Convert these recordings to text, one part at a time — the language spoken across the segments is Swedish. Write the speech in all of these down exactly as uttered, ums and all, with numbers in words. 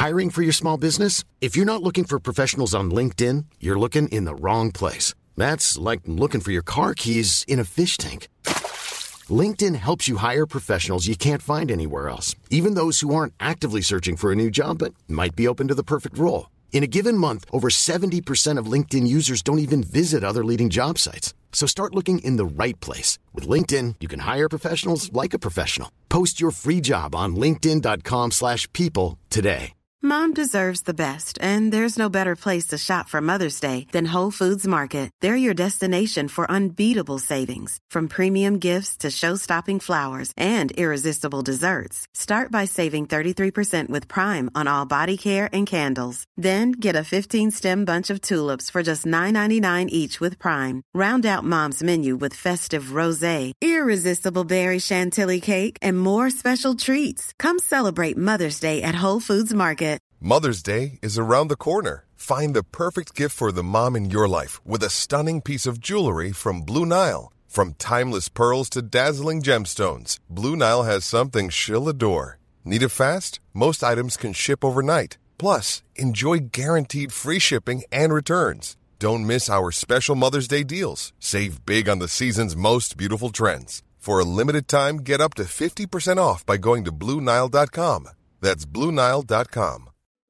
Hiring for your small business? If you're not looking for professionals on LinkedIn, you're looking in the wrong place. That's like looking for your car keys in a fish tank. LinkedIn helps you hire professionals you can't find anywhere else, even those who aren't actively searching for a new job but might be open to the perfect role. In a given month, over seventy percent of LinkedIn users don't even visit other leading job sites. So start looking in the right place. With LinkedIn, you can hire professionals like a professional. Post your free job on linkedin dot com slash people today. Mom deserves the best, and there's no better place to shop for Mother's Day than Whole Foods Market. They're your destination for unbeatable savings, from premium gifts to show-stopping flowers and irresistible desserts. Start by saving thirty-three percent with Prime on all body care and candles. Then get a fifteen-stem bunch of tulips for just nine ninety-nine each with Prime. Round out Mom's menu with festive rosé, irresistible berry chantilly cake, and more special treats. Come celebrate Mother's Day at Whole Foods Market. Mother's Day is around the corner. Find the perfect gift for the mom in your life with a stunning piece of jewelry from Blue Nile. From timeless pearls to dazzling gemstones, Blue Nile has something she'll adore. Need it fast? Most items can ship overnight. Plus, enjoy guaranteed free shipping and returns. Don't miss our special Mother's Day deals. Save big on the season's most beautiful trends. For a limited time, get up to fifty percent off by going to blue nile dot com. That's blue nile dot com.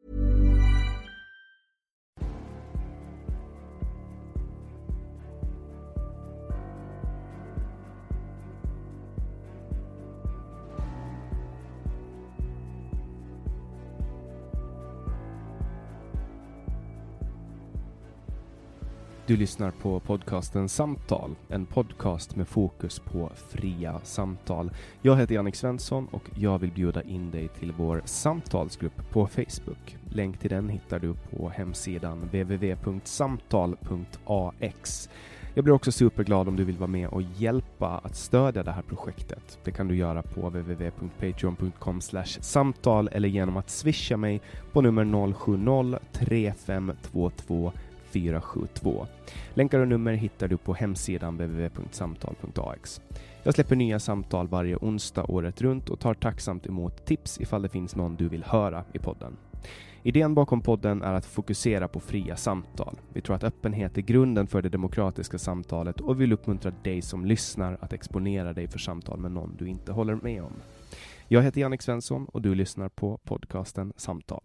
Du lyssnar på podcasten Samtal, en podcast med fokus på fria samtal. Jag heter Jannik Svensson och jag vill bjuda in dig till vår samtalsgrupp på Facebook. Länk till den hittar du på hemsidan w w w punkt samtal punkt a x. Jag blir också superglad om du vill vara med och hjälpa att stödja det här projektet. Det kan du göra på w w w punkt patreon punkt com slash samtal eller genom att swisha mig på nummer noll sju noll tre fem två två fyra sju två. Länkar och nummer hittar du på hemsidan w w w punkt samtal punkt a x. Jag släpper nya samtal varje onsdag året runt och tar tacksamt emot tips ifall det finns någon du vill höra i podden. Idén bakom podden är att fokusera på fria samtal. Vi tror att öppenhet är grunden för det demokratiska samtalet och vill uppmuntra dig som lyssnar att exponera dig för samtal med någon du inte håller med om. Jag heter Jannik Svensson och du lyssnar på podcasten Samtal.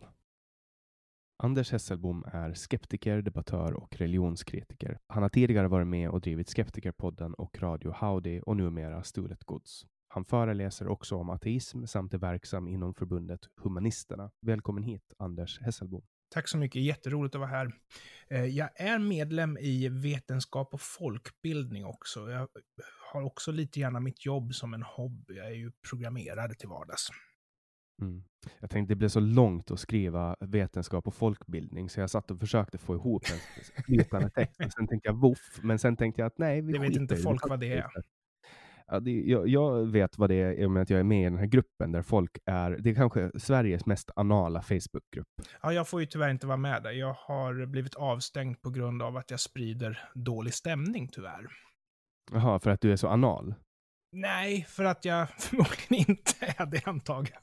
Anders Hesselbom är skeptiker, debattör och religionskritiker. Han har tidigare varit med och drivit Skeptikerpodden och Radio Howdy och numera Stulet Gods. Han föreläser också om ateism samt är verksam inom förbundet Humanisterna. Välkommen hit, Anders Hesselbom. Tack så mycket, jätteroligt att vara här. Jag är medlem i vetenskap och folkbildning också. Jag har också lite grann mitt jobb som en hobby. Jag är ju programmerad till vardags. Mm. Jag tänkte det blev så långt att skriva vetenskap och folkbildning så jag satt och försökte få ihop en flytande text. Och sen tänkte jag voff, men sen tänkte jag att nej, vi det vet inte folk det. Vad det är. Ja, det, jag, jag vet vad det är i och med att jag är med i den här gruppen där folk är, det är kanske Sveriges mest anala Facebookgrupp. Ja, jag får ju tyvärr inte vara med där. Jag har blivit avstängd på grund av att jag sprider dålig stämning tyvärr. Jaha, för att du är så anal? Nej, för att jag förmodligen inte är det antagligen.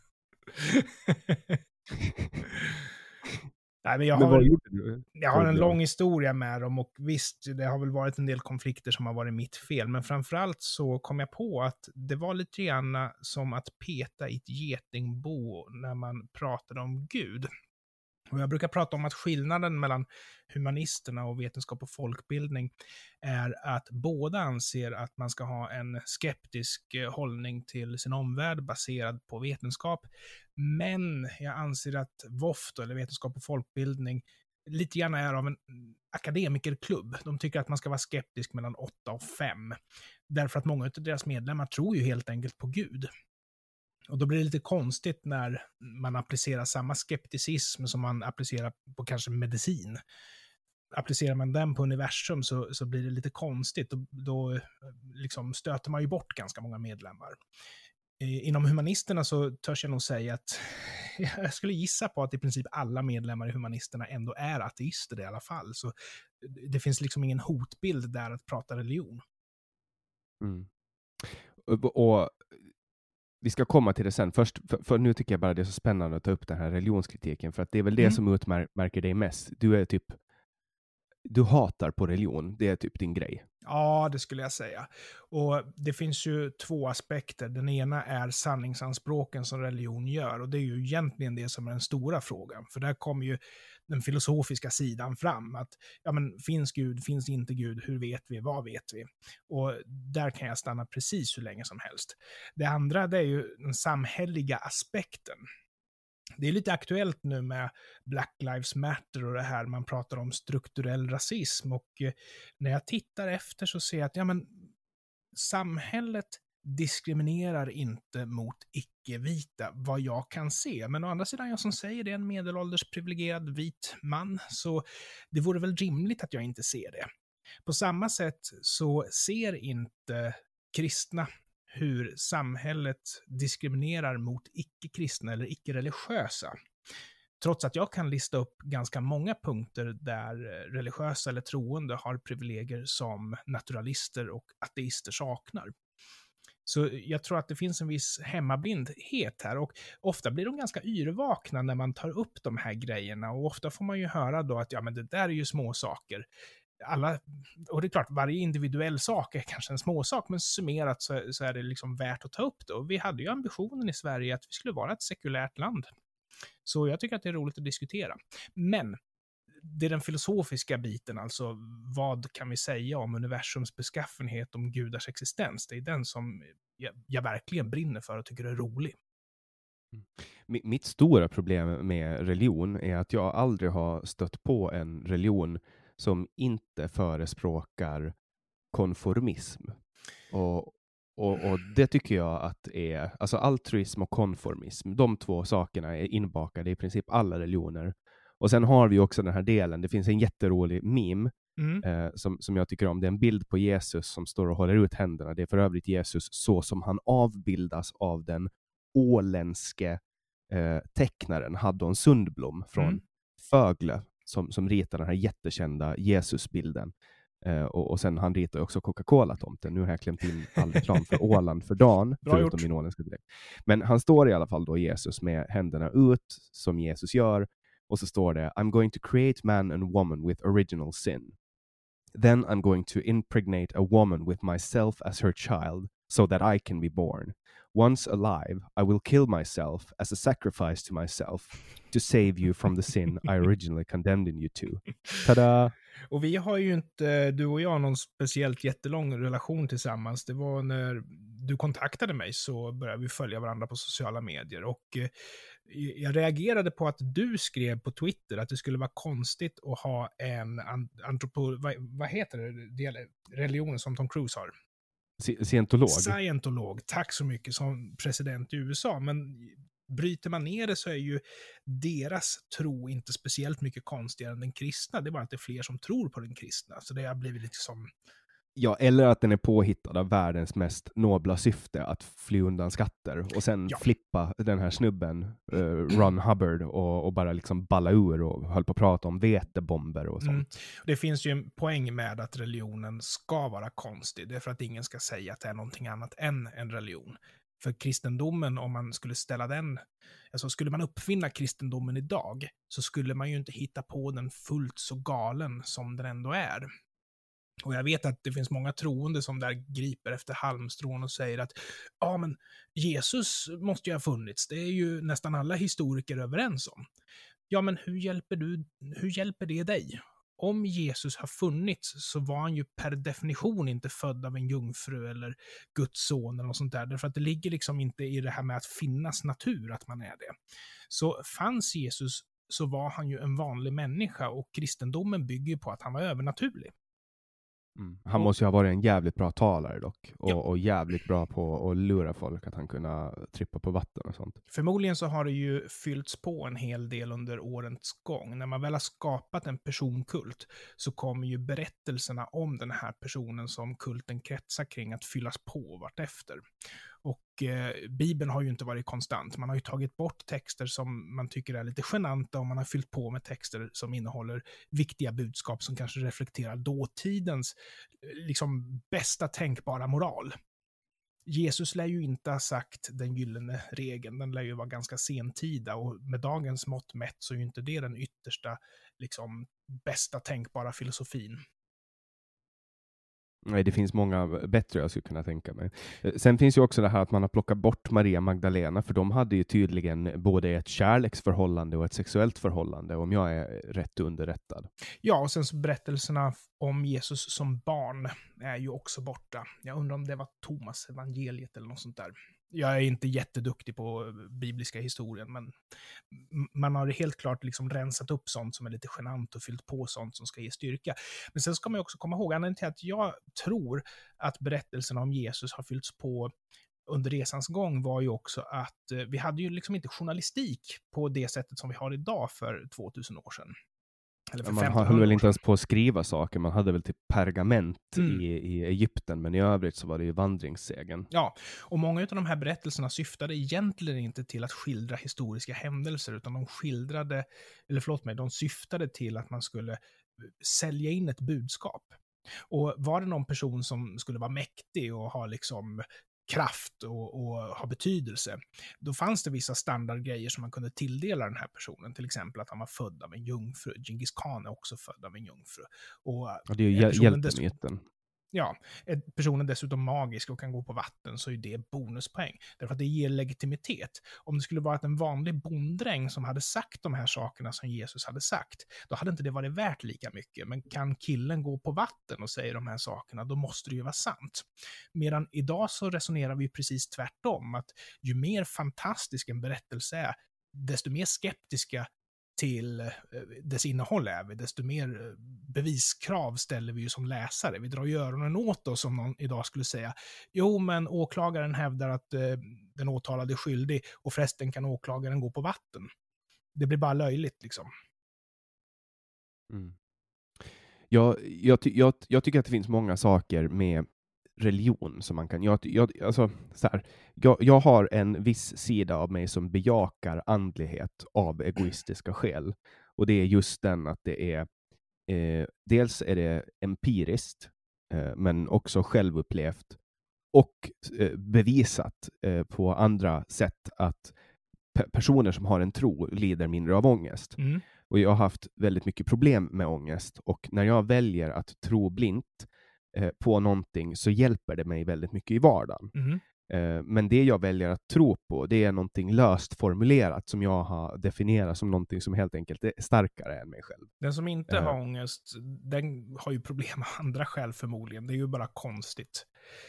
Nej, men jag har, men du? jag har en lång historia med dem och visst, det har väl varit en del konflikter som har varit mitt fel, men framförallt så kom jag på att det var lite grann som att peta i ett getingbo när man pratade om Gud. Och jag brukar prata om att skillnaden mellan humanisterna och vetenskap och folkbildning är att båda anser att man ska ha en skeptisk hållning till sin omvärld baserad på vetenskap. Men jag anser att V O F, eller vetenskap och folkbildning, lite grann är av en akademikerklubb. De tycker att man ska vara skeptisk mellan åtta och fem. Därför att många av deras medlemmar tror ju helt enkelt på Gud. Och då blir det lite konstigt när man applicerar samma skepticism som man applicerar på kanske medicin. Applicerar man den på universum så, så blir det lite konstigt. Och då liksom stöter man ju bort ganska många medlemmar. Inom humanisterna så törs jag nog säga att jag skulle gissa på att i princip alla medlemmar i humanisterna ändå är ateister i alla fall. Så det finns liksom ingen hotbild där att prata religion. Mm. Och vi ska komma till det sen. Först, för, för nu tycker jag bara det är så spännande att ta upp den här religionskritiken, för att det är väl det Mm. som utmärker dig mest. Du är typ, du hatar på religion, det är typ din grej. Ja, det skulle jag säga. Och det finns ju två aspekter. Den ena är sanningsanspråken som religion gör, och det är ju egentligen det som är den stora frågan. För där kommer ju den filosofiska sidan fram. Att, ja men, finns Gud, finns inte Gud, hur vet vi, vad vet vi? Och där kan jag stanna precis hur länge som helst. Det andra, det är ju den samhälleliga aspekten. Det är lite aktuellt nu med Black Lives Matter och det här, man pratar om strukturell rasism, och eh, när jag tittar efter så ser jag att ja, men, samhället diskriminerar inte mot icke-vita, vad jag kan se. Men å andra sidan, jag som säger det är en medelålders privilegierad vit man, så det vore väl rimligt att jag inte ser det. På samma sätt så ser inte kristna hur samhället diskriminerar mot icke-kristna eller icke-religiösa. Trots att jag kan lista upp ganska många punkter där religiösa eller troende har privilegier som naturalister och ateister saknar. Så jag tror att det finns en viss hemmablindhet här, och ofta blir de ganska yrvakna när man tar upp de här grejerna, och ofta får man ju höra då att ja, men det där är ju små saker. Alla, och det är klart, varje individuell sak är kanske en småsak, men summerat så, så är det liksom värt att ta upp det. Och vi hade ju ambitionen i Sverige att vi skulle vara ett sekulärt land. Så jag tycker att det är roligt att diskutera. Men det är den filosofiska biten, alltså vad kan vi säga om universums beskaffenhet, om gudars existens? Det är den som jag, jag verkligen brinner för och tycker är rolig. Mitt stora problem med religion är att jag aldrig har stött på en religion som inte förespråkar konformism. Och, och, och det tycker jag att är, alltså altruism och konformism, de två sakerna är inbakade i princip alla religioner. Och sen har vi också den här delen, det finns en jätterolig meme mm. eh, som, som jag tycker om. Det är en bild på Jesus som står och håller ut händerna. Det är för övrigt Jesus så som han avbildas av den åländske eh, tecknaren Haddon Sundblom från mm. Fögle, som, som ritar den här jättekända Jesusbilden. Uh, och, och sen han ritar också Coca-Cola-tomten. Nu har jag klämt in all reklam för Åland för dagen, förutom min åländska direkt. Men han står i alla fall då, Jesus, med händerna ut, som Jesus gör. Och så står det: I'm going to create man and woman with original sin. Then I'm going to impregnate a woman with myself as her child, so that I can be born. Once alive, I will kill myself as a sacrifice to myself to save you from the sin I originally condemned you to. Tada! Och vi har ju inte, du och jag, någon speciellt jättelång relation tillsammans. Det var när du kontaktade mig så började vi följa varandra på sociala medier. Och eh, jag reagerade på att du skrev på Twitter att det skulle vara konstigt att ha en antropo... Vad, vad heter det? Religionen som Tom Cruise har. Scientolog. Scientolog, tack så mycket, som president i U S A. Men bryter man ner det så är ju deras tro inte speciellt mycket konstigare än den kristna. Det är bara att det är fler som tror på den kristna. Så det har blivit liksom... Ja, eller att den är påhittad av världens mest nobla syfte, att fly undan skatter och sen ja. flippa den här snubben, uh, Ron Hubbard, och, och bara liksom balla ur och höll på att prata om vetebomber och sånt. Mm. Det finns ju en poäng med att religionen ska vara konstig. Det är för att ingen ska säga att det är någonting annat än en religion. För kristendomen, om man skulle ställa den, alltså skulle man uppfinna kristendomen idag, så skulle man ju inte hitta på den fullt så galen som den ändå är. Och jag vet att det finns många troende som där griper efter halmstrån och säger att ja, men Jesus måste ju ha funnits. Det är ju nästan alla historiker överens om. Ja, men hur hjälper du, hur hjälper det dig? Om Jesus har funnits så var han ju per definition inte född av en jungfru eller Guds son eller något sånt där. Därför att det ligger liksom inte i det här med att finnas natur att man är det. Så fanns Jesus så var han ju en vanlig människa, och kristendomen bygger på att han var övernaturlig. Mm. Han måste ju ha varit en jävligt bra talare dock. Och, ja. och jävligt bra på att lura folk att han kunna trippa på vatten och sånt. Förmodligen så har det ju fyllts på en hel del under årens gång. När man väl har skapat en personkult så kommer ju berättelserna om den här personen som kulten kretsar kring att fyllas på vartefter. Och eh, Bibeln har ju inte varit konstant. Man har ju tagit bort texter som man tycker är lite genanta, och man har fyllt på med texter som innehåller viktiga budskap som kanske reflekterar dåtidens liksom bästa tänkbara moral. Jesus lär ju inte ha sagt den gyllene regeln, den lär ju vara ganska sentida och med dagens mått mätt så är ju inte det den yttersta, liksom bästa tänkbara filosofin. Nej, det finns många bättre jag skulle kunna tänka mig. Sen finns ju också det här att man har plockat bort Maria Magdalena, för de hade ju tydligen både ett kärleksförhållande och ett sexuellt förhållande, om jag är rätt underrättad. Ja, och sen så berättelserna om Jesus som barn är ju också borta. Jag undrar om det var Thomas evangeliet eller något sånt där. Jag är inte jätteduktig på bibliska historien, men man har helt klart liksom rensat upp sånt som är lite genant och fyllt på sånt som ska ge styrka. Men sen ska man också komma ihåg, anledningen till att jag tror att berättelserna om Jesus har fyllts på under resans gång var ju också att eh, vi hade ju liksom inte journalistik på det sättet som vi har idag för tvåtusen år sedan. Eller för man höll väl inte ens på att skriva saker, man hade väl typ pergament mm. i, i Egypten, men i övrigt så var det ju vandringssägen. Ja, och många av de här berättelserna syftade egentligen inte till att skildra historiska händelser, utan de skildrade, eller förlåt mig, de syftade till att man skulle sälja in ett budskap. Och var det någon person som skulle vara mäktig och ha liksom kraft och, och ha betydelse, då fanns det vissa standardgrejer som man kunde tilldela den här personen. Till exempel att han var född av en jungfru. Genghis Khan är också född av en jungfru. Och ja, det är ju hjältemyten. Ja, är personen dessutom magisk och kan gå på vatten, så är det bonuspoäng. Därför att det ger legitimitet. Om det skulle vara att en vanlig bonddräng som hade sagt de här sakerna som Jesus hade sagt, då hade inte det varit värt lika mycket. Men kan killen gå på vatten och säga de här sakerna, då måste det ju vara sant. Medan idag så resonerar vi precis tvärtom, att ju mer fantastisk en berättelse är, desto mer skeptiska till dess innehåll är vi, desto mer beviskrav ställer vi ju som läsare. Vi drar ju öronen åt oss om någon idag skulle säga, jo men åklagaren hävdar att eh, den åtalade är skyldig och förresten kan åklagaren gå på vatten. Det blir bara löjligt liksom. Mm. Jag, jag, jag, jag tycker att det finns många saker med religion som man kan, jag, jag, alltså, så här, jag, jag har en viss sida av mig som bejakar andlighet av egoistiska skäl, och det är just den att det är eh, dels är det empiriskt eh, men också självupplevt och eh, bevisat eh, på andra sätt att pe- personer som har en tro lider mindre av ångest. Mm. Och jag har haft väldigt mycket problem med ångest, och när jag väljer att tro blint på någonting så hjälper det mig väldigt mycket i vardagen. Mm. Eh, men det jag väljer att tro på, det är någonting löst formulerat som jag har definierat som någonting som helt enkelt är starkare än mig själv. Den som inte eh. har ångest, den har ju problem med andra skäl förmodligen. Det är ju bara konstigt.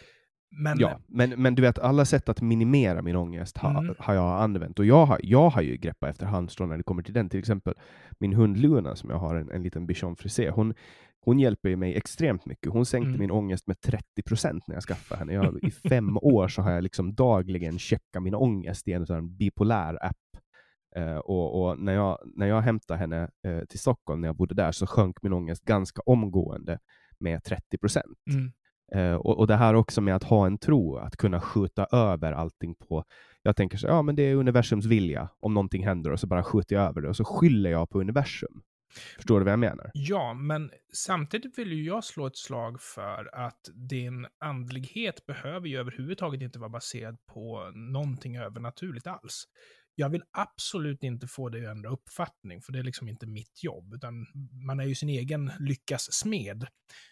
Men, ja, men, men du vet, alla sätt att minimera min ångest ha, mm. har jag använt. Och jag har, jag har ju greppat efter halmstrån när det kommer till den. Till exempel min hund Luna, som jag har, en, en liten bichon frisé. Hon, hon hjälper ju mig extremt mycket. Hon sänkte mm. min ångest med trettio procent när jag skaffade henne. Jag, I fem år så har jag liksom dagligen checkat min ångest i en sån bipolär app. Uh, och och när, jag, när jag hämtade henne uh, till Stockholm när jag bodde där, så sjönk min ångest ganska omgående med trettio procent. Mm. Uh, och, och det här också med att ha en tro, att kunna skjuta över allting på, jag tänker så, ja men det är universums vilja, om någonting händer och så bara skjuter jag över det och så skyller jag på universum. Förstår du vad jag menar? Ja, men samtidigt vill ju jag slå ett slag för att din andlighet behöver ju överhuvudtaget inte vara baserad på någonting övernaturligt alls. Jag vill absolut inte få dig att ändra uppfattning, för det är liksom inte mitt jobb, utan man är ju sin egen lyckas smed.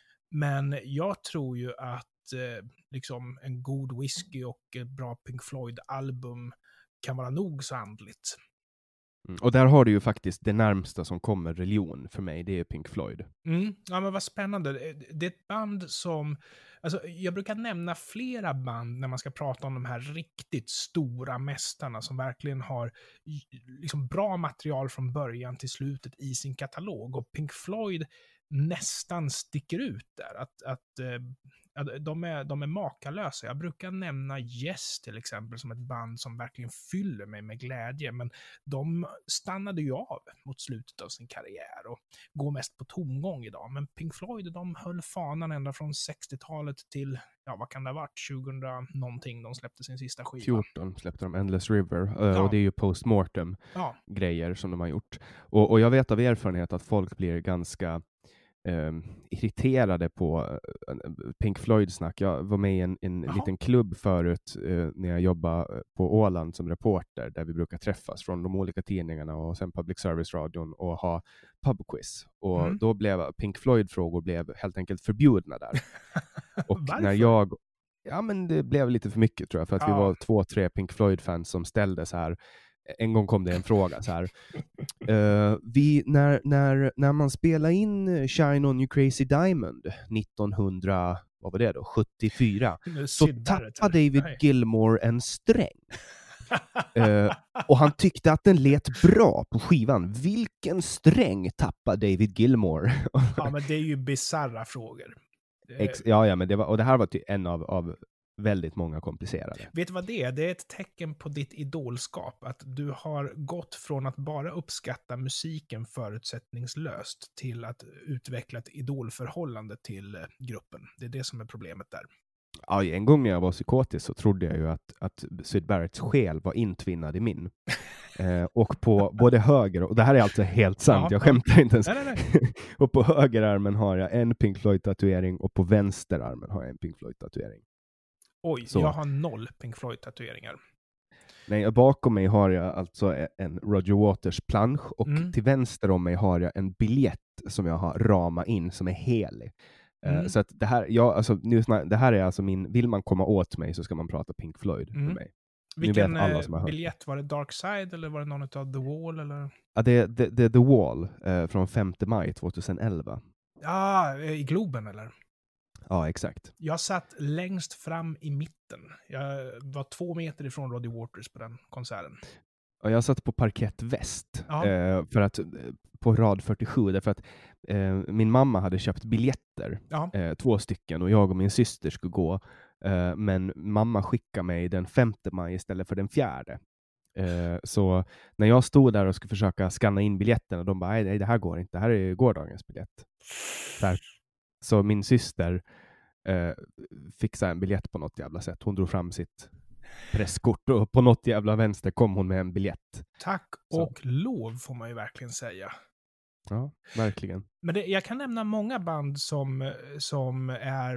Men jag tror ju att eh, liksom en god whisky och ett bra Pink Floyd-album kan vara nog så andligt. Mm. Och där har du ju faktiskt det närmsta som kommer religion för mig, det är Pink Floyd. Mm. Ja, men vad spännande. Det är ett band som, alltså jag brukar nämna flera band när man ska prata om de här riktigt stora mästarna som verkligen har liksom bra material från början till slutet i sin katalog. Och Pink Floyd nästan sticker ut där. Att, att eh, de, är, de är makalösa. Jag brukar nämna Yes till exempel som ett band som verkligen fyller mig med glädje. Men de stannade ju av mot slutet av sin karriär och går mest på tomgång idag. Men Pink Floyd, de höll fanan ända från sextiotalet till, ja vad kan det ha varit, tjugohundra någonting de släppte sin sista skiva. fjorton släppte de Endless River. Uh, ja. Och det är ju postmortem ja. grejer som de har gjort. Och, och jag vet av erfarenhet att folk blir ganska eh, irriterade på eh, Pink Floyd-snack. Jag var med i en, en liten klubb förut eh, när jag jobbade på Åland som reporter, där vi brukar träffas från de olika tidningarna och sen Public Service-radion och ha pubquiz. Och Mm. då blev Pink Floyd-frågor blev helt enkelt förbjudna där. Och Varför? när jag Ja, men det blev lite för mycket tror jag, för att Ja. vi var två, tre Pink Floyd-fans som ställde så här. En gång kom det en fråga så här. Uh, vi, när, när, när man spelar in Shine On You Crazy Diamond nittonhundra, vad var det då, sjuttiofyra, så tappade David Nej. Gilmour en sträng. uh, och han tyckte att den lät bra på skivan. Vilken sträng tappade David Gilmour? Ja, men det är ju bizarra frågor. Ex- ja, ja, men det var, och det här var ty- en av, av väldigt många komplicerade. Vet du vad det är? Det är ett tecken på ditt idolskap. Att du har gått från att bara uppskatta musiken förutsättningslöst till att utveckla ett idolförhållande till gruppen. Det är det som är problemet där. Ja, en gång när jag var psykotisk så trodde jag ju att, att Syd Barretts själ var intvinnad i min. Eh, och på både höger, och det här är alltså helt sant, Ja, jag skämtar inte ens. Nej, nej, nej. Och på högerarmen har jag en Pink Floyd-tatuering och på vänsterarmen har jag en Pink Floyd-tatuering. Oj, Så. jag har noll Pink Floyd-tatueringar. Nej, bakom mig har jag alltså en Roger Waters plansch och Mm. till vänster om mig har jag en biljett som jag har ramat in som är helig. Mm. Uh, så att det här, ja, alltså, nu, det här är alltså min, vill man komma åt mig så ska man prata Pink Floyd Mm. med mig. Vilken vet alla som har eh, hört biljett? Var det Dark Side eller var det någon av The Wall? Eller? Ja, det är The, the, the Wall uh, från femte maj tjugoelva. Ja, ah, i Globen eller? Ja, exakt. Jag satt längst fram i mitten. Jag var två meter ifrån Roddy Waters på den konserten. Och jag satt på parkett väst Ja. eh, för att, på rad fyrtiosju, därför att eh, min mamma hade köpt biljetter, Ja. eh, två stycken, och jag och min syster skulle gå, eh, men mamma skickade mig den femte maj istället för den fjärde. Eh, så när jag stod där och skulle försöka scanna in biljetterna, de bara, nej, nej det här går inte, det här är gårdagens biljett. Där. Så min syster eh, fixade en biljett på något jävla sätt. Hon drog fram sitt presskort och på något jävla vänster kom hon med en biljett. Tack Så. och lov får man ju verkligen säga. Ja, verkligen. Men det, jag kan nämna många band som, som är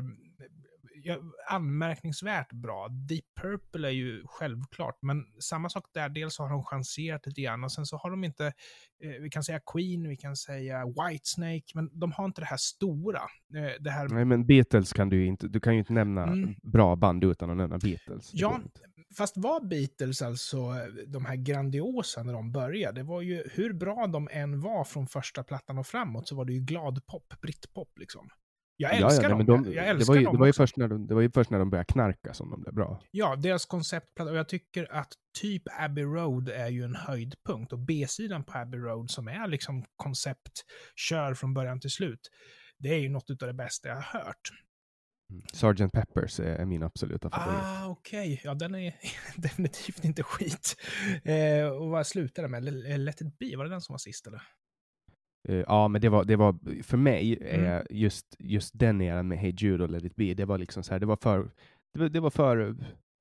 ja, anmärkningsvärt bra. Deep Purple är ju självklart, men samma sak där. Dels har de chanserat lite grann och sen så har de inte, eh, vi kan säga Queen, vi kan säga Whitesnake, men de har inte det här stora. Eh, det här... Nej, men Beatles kan du ju inte, du kan ju inte nämna Mm. bra band utan att nämna Beatles. Det Ja, går inte. fast var Beatles alltså de här grandiosa när de började? Det var ju hur bra de än var från första plattan och framåt så var det ju glad pop, brittpop liksom. Jag Ja, älskar ja, nej, dem. men de, jag det, älskar var ju, dem det, var ju också. först när de, det var ju först när de började knarka som de blev bra. Ja, deras konceptplatta. Och jag tycker att typ Abbey Road är ju en höjdpunkt. Och B-sidan på Abbey Road som är liksom koncept, kör från början till slut. Det är ju något av det bästa jag har hört. sergeant Peppers är, är min absoluta favorit. Ah, okej. Okay. Ja, den är definitivt inte skit. Eh, och vad slutade med? Let It Be, var det den som var sist eller? Uh, ja, men det var, det var för mig, Mm. eh, just, just den eran med Hey Jude och Let It Be, det var liksom så här, det var för, det var, det var för,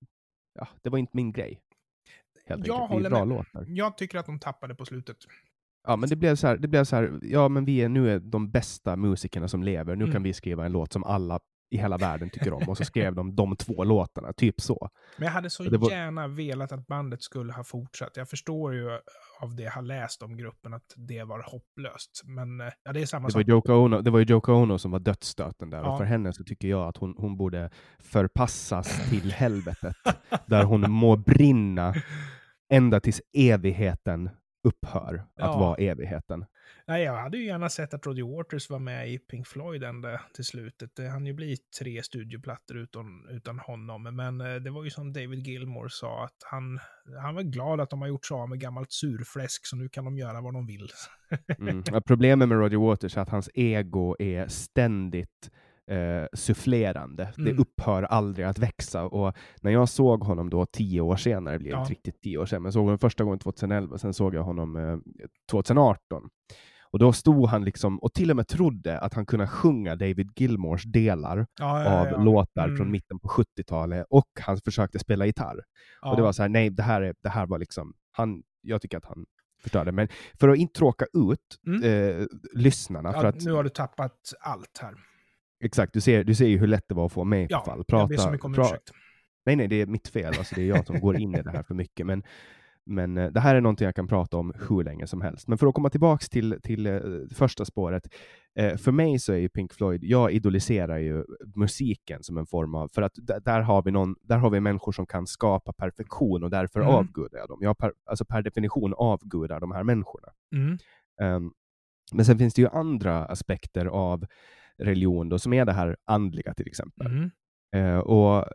ja, det var inte min grej. Helt Jag enkelt. Det är håller bra med. låtar. Jag tycker att de tappade på slutet. Ja, men det blev så här, det blev så här, ja men vi är nu är de bästa musikerna som lever, nu Mm. kan vi skriva en låt som alla i hela världen tycker om, och så skrev de de två låtarna, typ så. Men jag hade så Det var- gärna velat att bandet skulle ha fortsatt. Jag förstår ju av det jag har läst om gruppen att det var hopplöst. Men eh, ja, det är samma Det var, sak. ju Yoko Ono, det var ju Yoko Ono som var dödsstöten där, Ja. och för henne så tycker jag att hon, hon borde förpassas till helvetet, där hon må brinna ända tills evigheten upphör att Ja. vara evigheten. Nej, jag hade ju gärna sett att Roddy Waters var med i Pink Floyd ända till slutet. Det hann ju bli tre studioplattor utan, utan honom. Men eh, det var ju som David Gilmour sa, att han, han var glad att de har gjort så av med gammalt surfläsk, så nu kan de göra vad de vill. Mm. Ja, problemet med Roger Waters är att hans ego är ständigt eh, sufflerande. Mm. Det upphör aldrig att växa. Och när jag såg honom då tio år senare, det blev Ja. inte riktigt tio år sedan, men såg honom första gången tjugoelva, sen såg jag honom eh, tjugoarton. Och då stod han liksom och till och med trodde att han kunde sjunga David Gilmours delar Ja, ja, av ja. låtar Mm. från mitten på sjuttiotalet, och han försökte spela gitarr. Ja. Och det var så här, nej, det här, är, det här var liksom, han, jag tycker att han förstörde. Men för att inte tråka ut Mm. eh, lyssnarna. Ja, för att, nu har du tappat allt här. Exakt, du ser, du ser ju hur lätt det var att få mig Ja, på fall. jag ber så mycket om pra- ursäkt. Nej, nej, det är mitt fel. Alltså, det är jag som går in i det här för mycket. Men, men eh, det här är någonting jag kan prata om hur länge som helst. Men för att komma tillbaka till, till eh, första spåret. Eh, för mig så är ju Pink Floyd, jag idoliserar ju musiken som en form av, för att d- där har vi någon, där har vi människor som kan skapa perfektion och därför Mm. avgudar jag dem. Jag per, alltså per definition avgudar de här människorna. Mm. Um, men sen finns det ju andra aspekter av religion då, som är det här andliga till exempel. Mm. Uh, och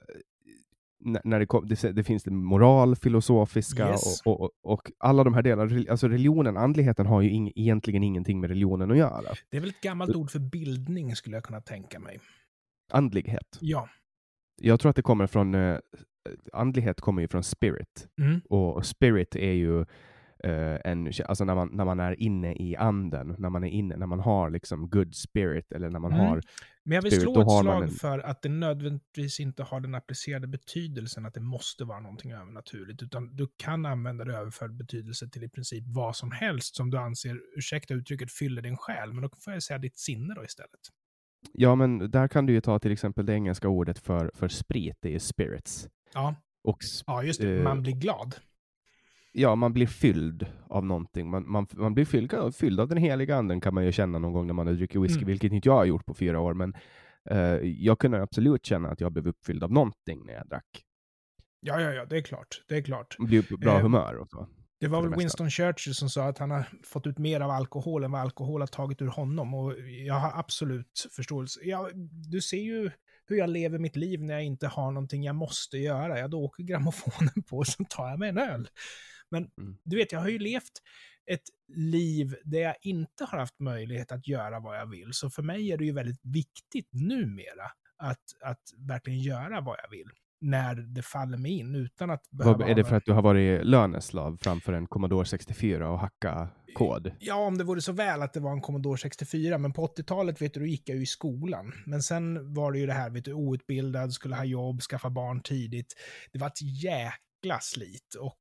n- när det, kom, det, det finns det moral, filosofiska Yes. och, och, och alla de här delarna. Alltså religionen, andligheten har ju ing, egentligen ingenting med religionen att göra. Det är väl ett gammalt ord för bildning skulle jag kunna tänka mig. Andlighet. Ja. Jag tror att det kommer från, uh, andlighet kommer ju från spirit. Mm. Och, och spirit är ju Uh, en, alltså när man, när man är inne i anden, när man är inne, när man har liksom good spirit, eller när man Mm. har Men jag vill spirit, slå då ett har slag man en, för att det nödvändigtvis inte har den applicerade betydelsen att det måste vara någonting övernaturligt, utan du kan använda det överförd betydelse till i princip vad som helst som du anser, ursäkta uttrycket, fyller din själ, men då får jag säga ditt sinne då istället. ja men där kan du ju ta till exempel det engelska ordet för, för sprit, det är spirits. Ja, Och ja just det, eh, man blir glad. ja, man blir fylld av någonting. Man, man, man blir fylld, fylld av den heliga anden, kan man ju känna någon gång när man har druckit whisky, Mm. vilket inte jag har gjort på fyra år, men eh, jag kunde absolut känna att jag blev uppfylld av någonting när jag drack. Ja, ja, ja, det är klart. Det är klart. Man blir på bra Eh, humör och så. Det var för det väl mesta. Winston Churchill som sa att han har fått ut mer av alkohol än vad alkohol har tagit ur honom. Och jag har absolut förståelse. Jag, du ser ju hur jag lever mitt liv när jag inte har någonting jag måste göra. Jag då åker grammofonen på och så tar jag mig en öl. Men Mm. du vet, jag har ju levt ett liv där jag inte har haft möjlighet att göra vad jag vill. Så för mig är det ju väldigt viktigt numera att, att verkligen göra vad jag vill när det faller mig in utan att behöva... Vad, är det ha för att du har varit löneslav framför en Commodore sextiofyra och hacka kod? Ja, om det vore så väl att det var en Commodore sextiofyra, men på åttiotalet vet du, då gick jag ju i skolan. Men sen var det ju det här, vet du, outbildad, skulle ha jobb, skaffa barn tidigt. Det var ett jäkla slit och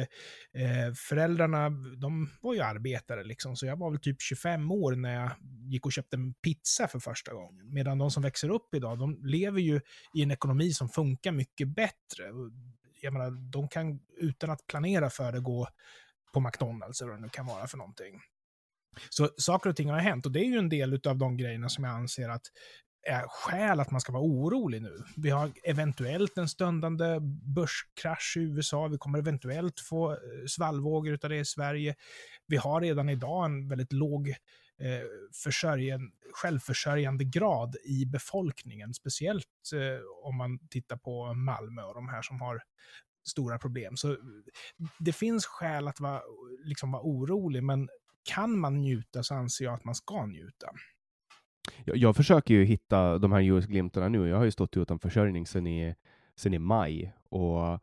eh, föräldrarna, de var ju arbetare liksom, så jag var väl typ tjugofem år när jag gick och köpte en pizza för första gången. Medan de som växer upp idag, de lever ju i en ekonomi som funkar mycket bättre. Jag menar, de kan utan att planera för det gå på McDonalds eller vad det nu kan vara för någonting. Så saker och ting har hänt och det är ju en del av de grejerna som jag anser att är skäl att man ska vara orolig nu. Vi har eventuellt en stundande börskrasch i U S A. Vi kommer eventuellt få svallvågor av det i Sverige. Vi har redan idag en väldigt låg eh, försörjen, självförsörjande grad i befolkningen. Speciellt eh, om man tittar på Malmö och de här som har stora problem. Så det finns skäl att vara, liksom vara orolig, men kan man njuta så anser jag att man ska njuta. Jag, jag försöker ju hitta de här ljusglimtarna nu. Jag har ju stått utan försörjning sedan i, sedan i maj. Och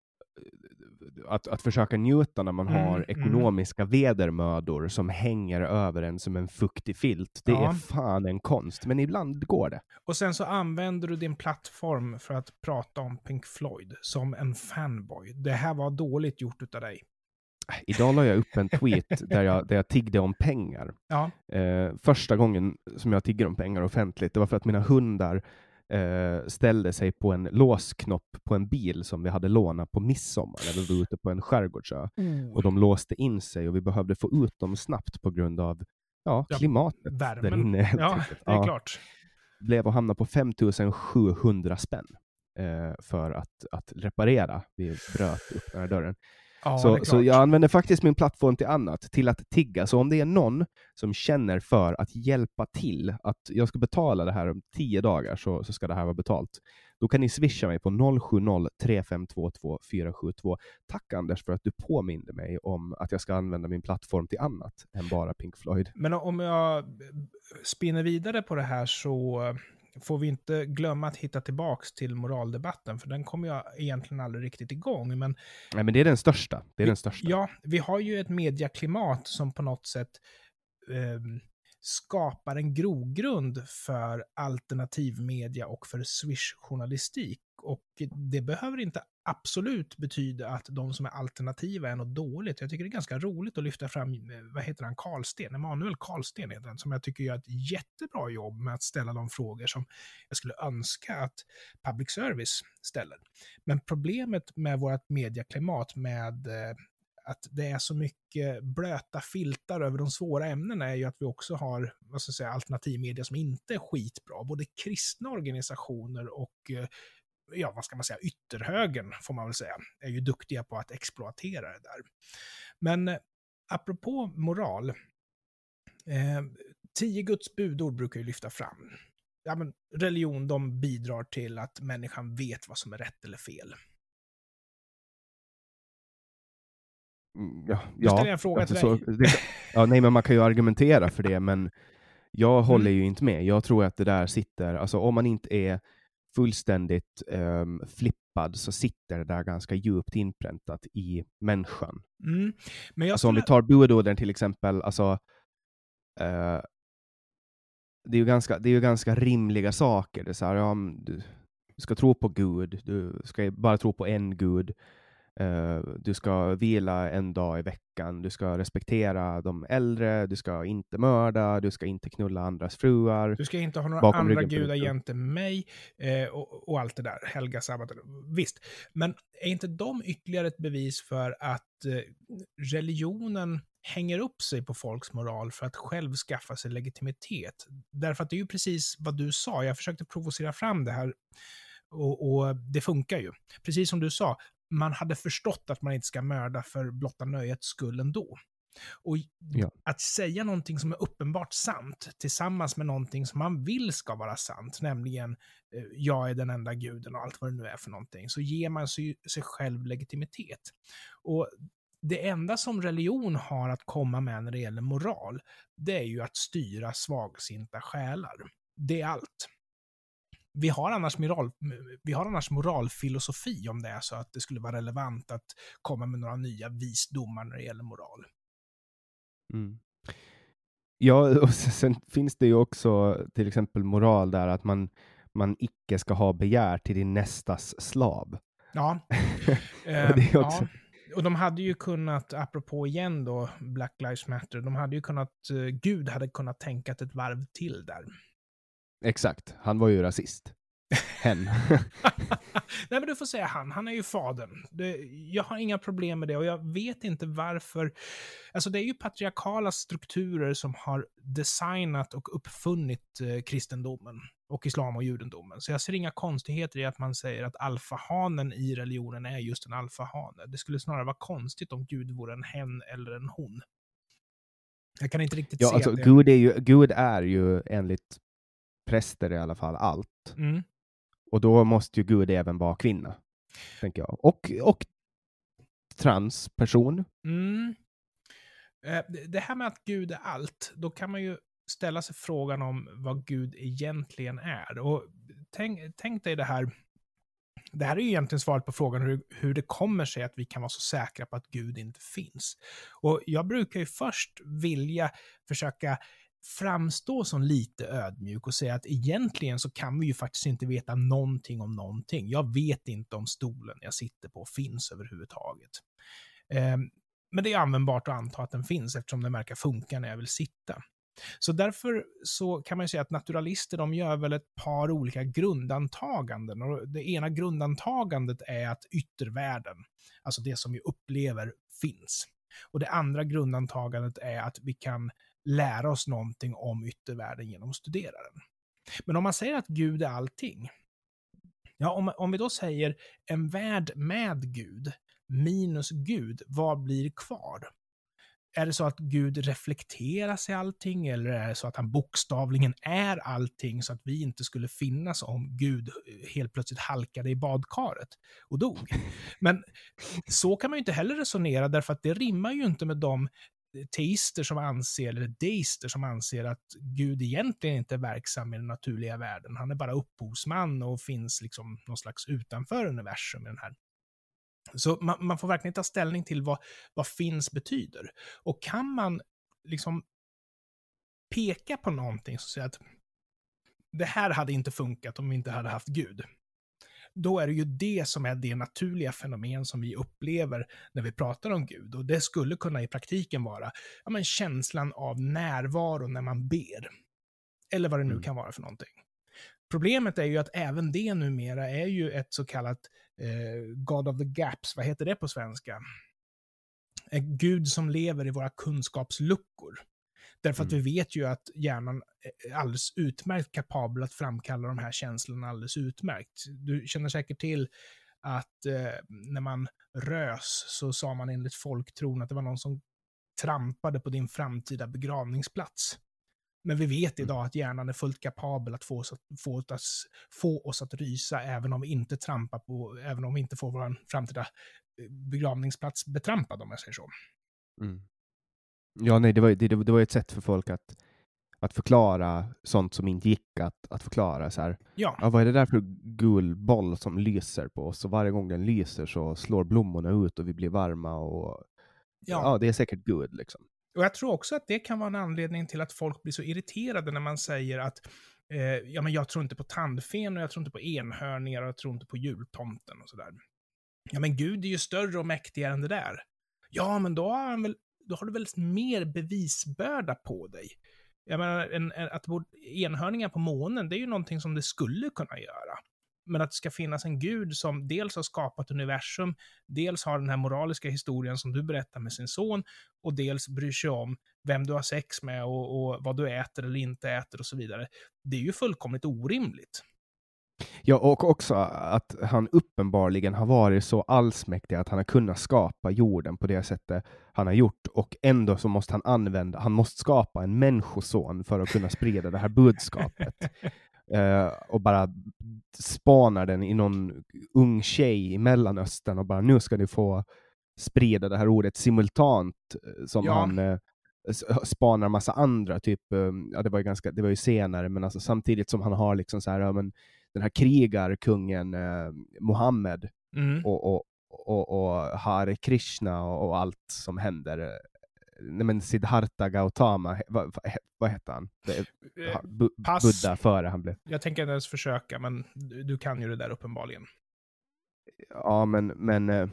att, att försöka njuta när man Mm, har mm. ekonomiska vedermödor som hänger över en som en fuktig filt. Det Ja. är fan en konst. Men ibland går det. Och sen så använder du din plattform för att prata om Pink Floyd som en fanboy. Det här var dåligt gjort utav dig. Idag la jag upp en tweet där jag, där jag tiggde om pengar. Ja. Eh, första gången som jag tigger om pengar offentligt, det var för att mina hundar eh, ställde sig på en låsknopp på en bil som vi hade lånat på midsommar när vi var ute på en skärgårdsö. Mm. Och de låste in sig och vi behövde få ut dem snabbt på grund av ja, Ja, klimatet värmen. där inne. helt Ja, enkelt. det är Ja. klart. Blev att hamna på fem tusen sjuhundra spänn eh, för att, att reparera. Vi bröt upp den här dörren. Ja, det Så, är så klart. jag använder faktiskt min plattform till annat, till att tigga. Så om det är någon som känner för att hjälpa till, att jag ska betala det här om tio dagar så, så ska det här vara betalt. Då kan ni swisha mig på noll sju noll tre fem två två fyra sju två. Tack Anders för att du påminde mig om att jag ska använda min plattform till annat än bara Pink Floyd. Men om jag spinner vidare på det här så får vi inte glömma att hitta tillbaks till moraldebatten, för den kommer jag egentligen aldrig riktigt igång. Men, Nej, men det är den största. Det är vi, den största. Ja, vi har ju ett mediaklimat som på något sätt eh, skapar en grogrund för alternativmedia och för Swish-journalistik. Och det behöver inte absolut betyda att de som är alternativa är något dåligt. Jag tycker det är ganska roligt att lyfta fram, vad heter han, Karlsten, Emanuel Karlsten heter han, som jag tycker gör ett jättebra jobb med att ställa de frågor som jag skulle önska att public service ställer. Men problemet med vårt medieklimat med eh, att det är så mycket blöta filtar över de svåra ämnena är ju att vi också har, vad ska jag säga, alternativmedia som inte är skitbra. Både kristna organisationer och ja, vad ska man säga, ytterhögern får man väl säga, är ju duktiga på att exploatera det där. Men apropå moral, eh, tio Guds budord brukar ju lyfta fram. Ja, men religion, de bidrar till att människan vet vad som är rätt eller fel. Ja, Nu ställer jag en fråga alltså, till dig. så, det, ja, nej, men man kan ju argumentera för det, men jag håller Mm. ju inte med. Jag tror att det där sitter, alltså om man inte är fullständigt um, flippad så sitter det där ganska djupt inpräntat i människan. Mm. Men jag Alltså om skulle... vi tar budorden till exempel, alltså uh, det är ju ganska, det är ju ganska rimliga saker. Det är så här, ja, du, du ska tro på Gud, du ska bara tro på en Gud. Uh, du ska vila en dag i veckan, du ska respektera de äldre, du ska inte mörda, du ska inte knulla andras fruar. Du ska inte ha några bakom andra ryggen på gudar din fru. jämte mig eh, och, och allt det där, helga sabbaten. Visst, men är inte de ytterligare ett bevis för att eh, religionen hänger upp sig på folks moral för att själv skaffa sig legitimitet? Därför att det är ju precis vad du sa, jag försökte provocera fram det här och, och det funkar ju. Precis som du sa, man hade förstått att man inte ska mörda för blotta nöjets skull ändå. Och Ja. att säga någonting som är uppenbart sant tillsammans med någonting som man vill ska vara sant, nämligen eh, jag är den enda guden och allt vad det nu är för någonting, så ger man sig, sig själv legitimitet. Och det enda som religion har att komma med när det gäller moral, det är ju att styra svagsinta själar. Det är allt. Vi har, annars moral, vi har annars moralfilosofi om det är så att det skulle vara relevant att komma med några nya visdomar när det gäller moral. Mm. Ja, och sen finns det ju också till exempel moral där att man, man icke ska ha begär till din nästas slav. Ja. och, det är också... ja. Och de hade ju kunnat, apropå igen då, Black Lives Matter, de hade ju kunnat, uh, Gud hade kunnat tänka ett varv till där. Exakt, han var ju rasist. Hen. Nej, men du får säga han, han är ju fadern. Det, jag har inga problem med det och jag vet inte varför. Alltså det är ju patriarkala strukturer som har designat och uppfunnit eh, kristendomen och islam och judendomen. Så jag ser inga konstigheter i att man säger att alfahanen i religionen är just en alfahane. Det skulle snarare vara konstigt om Gud vore en hen eller en hon. Jag kan inte riktigt ja, se alltså, att det... Gud är ju, Gud är ju enligt präster i alla fall allt. Mm. Och då måste ju Gud även vara kvinna, tänker jag. Och, och transperson. Mm. Det här med att Gud är allt, då kan man ju ställa sig frågan om vad Gud egentligen är. Och tänk, tänk dig det här, det här är ju egentligen svaret på frågan hur, hur det kommer sig att vi kan vara så säkra på att Gud inte finns. Och jag brukar ju först vilja försöka framstå som lite ödmjuk och säga att egentligen så kan vi ju faktiskt inte veta någonting om någonting. Jag vet inte om stolen jag sitter på finns överhuvudtaget. Eh, men det är användbart att anta att den finns eftersom den verkar funka när jag vill sitta. Så därför så kan man ju säga att naturalister, de gör väl ett par olika grundantaganden. Och det ena grundantagandet är att yttervärlden, alltså det som vi upplever, finns. Och det andra grundantagandet är att vi kan lära oss någonting om yttervärlden genom att studera den. Men om man säger att Gud är allting, ja, om, om vi då säger en värld med Gud minus Gud, vad blir kvar? Är det så att Gud reflekteras i allting, eller är det så att han bokstavligen är allting så att vi inte skulle finnas om Gud helt plötsligt halkade i badkaret och dog? Men så kan man ju inte heller resonera, därför att det rimmar ju inte med de teister som anser, eller deister som anser att Gud egentligen inte är verksam i den naturliga världen. Han är bara upphovsman och finns liksom någon slags utanför universum i den här. Så man, man får verkligen ta ställning till vad, vad finns betyder. Och kan man liksom peka på någonting så säga att det här hade inte funkat om vi inte hade haft Gud. då är det ju det som är det naturliga fenomen som vi upplever när vi pratar om Gud. Och det skulle kunna i praktiken vara ja, men känslan av närvaro när man ber. Eller vad det nu mm. kan vara för någonting. Problemet är ju att även det numera är ju ett så kallat eh, God of the Gaps. Vad heter det på svenska? En Gud som lever i våra kunskapsluckor. Därför att mm. vi vet ju att hjärnan är alldeles utmärkt kapabel att framkalla de här känslorna alldeles utmärkt. Du känner säkert till att eh, när man rös så sa man enligt folktron att det var någon som trampade på din framtida begravningsplats. Men vi vet idag att hjärnan är fullt kapabel att få oss att, få oss, få oss att rysa även om vi inte trampar på, även om vi inte får vår framtida begravningsplats betrampad, om jag säger så. Mm. Ja, nej, det var, det, det var ett sätt för folk att, att förklara sånt som inte gick att, att förklara. Så här. Ja. Ja, vad är det där för gul boll som lyser på oss? Och varje gång den lyser så slår blommorna ut och vi blir varma. Och ja, ja det är säkert Gud liksom. Och jag tror också att det kan vara en anledning till att folk blir så irriterade när man säger att eh, ja, men jag tror inte på tandfen och jag tror inte på enhörningar och jag tror inte på jultomten och sådär. Ja, men Gud är ju större och mäktigare än det där. Ja, men då har, han väl, då har du väl mer bevisbörda på dig. Jag menar, en, en, att bo enhörningar på månen, det är ju någonting som det skulle kunna göra. Men att det ska finnas en Gud som dels har skapat universum, dels har den här moraliska historien som du berättar med sin son, och dels bryr sig om vem du har sex med och, och vad du äter eller inte äter och så vidare. Det är ju fullkomligt orimligt. Ja, och också att han uppenbarligen har varit så allsmäktig att han har kunnat skapa jorden på det sättet han har gjort, och ändå så måste han använda, han måste skapa en människoson för att kunna sprida det här budskapet. Uh, och bara spanar den i någon ung tjej i Mellanöstern och bara, nu ska ni få sprida det här ordet simultant, som ja. han uh, spanar massa andra typ, uh, ja det var ju ganska, det var ju senare, men alltså samtidigt som han har liksom så här, ja, men den här krigarkungen uh, Mohammed mm. och, och, och, och Hare Krishna och, och allt som händer. Nej, men Siddhartha Gautama, vad, vad heter han? Bu- Buddha före han blev. Jag tänker inte ens försöka, men du, du kan ju det där uppenbarligen. Ja, men... men äh...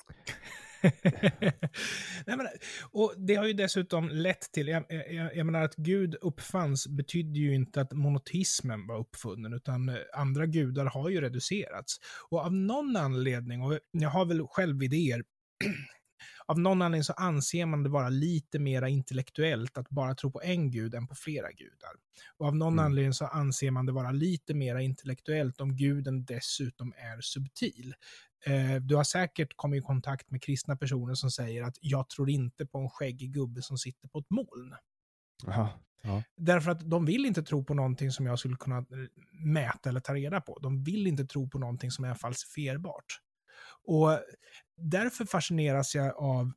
Nej, men, och det har ju dessutom lett till, jag, jag, jag menar att Gud uppfanns betyder ju inte att monoteismen var uppfunnen, utan andra gudar har ju reducerats. Och av någon anledning, och jag har väl själv idéer, av någon anledning så anser man det vara lite mer intellektuellt att bara tro på en gud än på flera gudar. Och av någon mm. anledning så anser man det vara lite mer intellektuellt om guden dessutom är subtil. Eh, du har säkert kommit i kontakt med kristna personer som säger att jag tror inte på en skäggig gubbe som sitter på ett moln. Aha. Ja. Därför att de vill inte tro på någonting som jag skulle kunna mäta eller ta reda på. De vill inte tro på någonting som är falsifierbart. Och därför fascineras jag av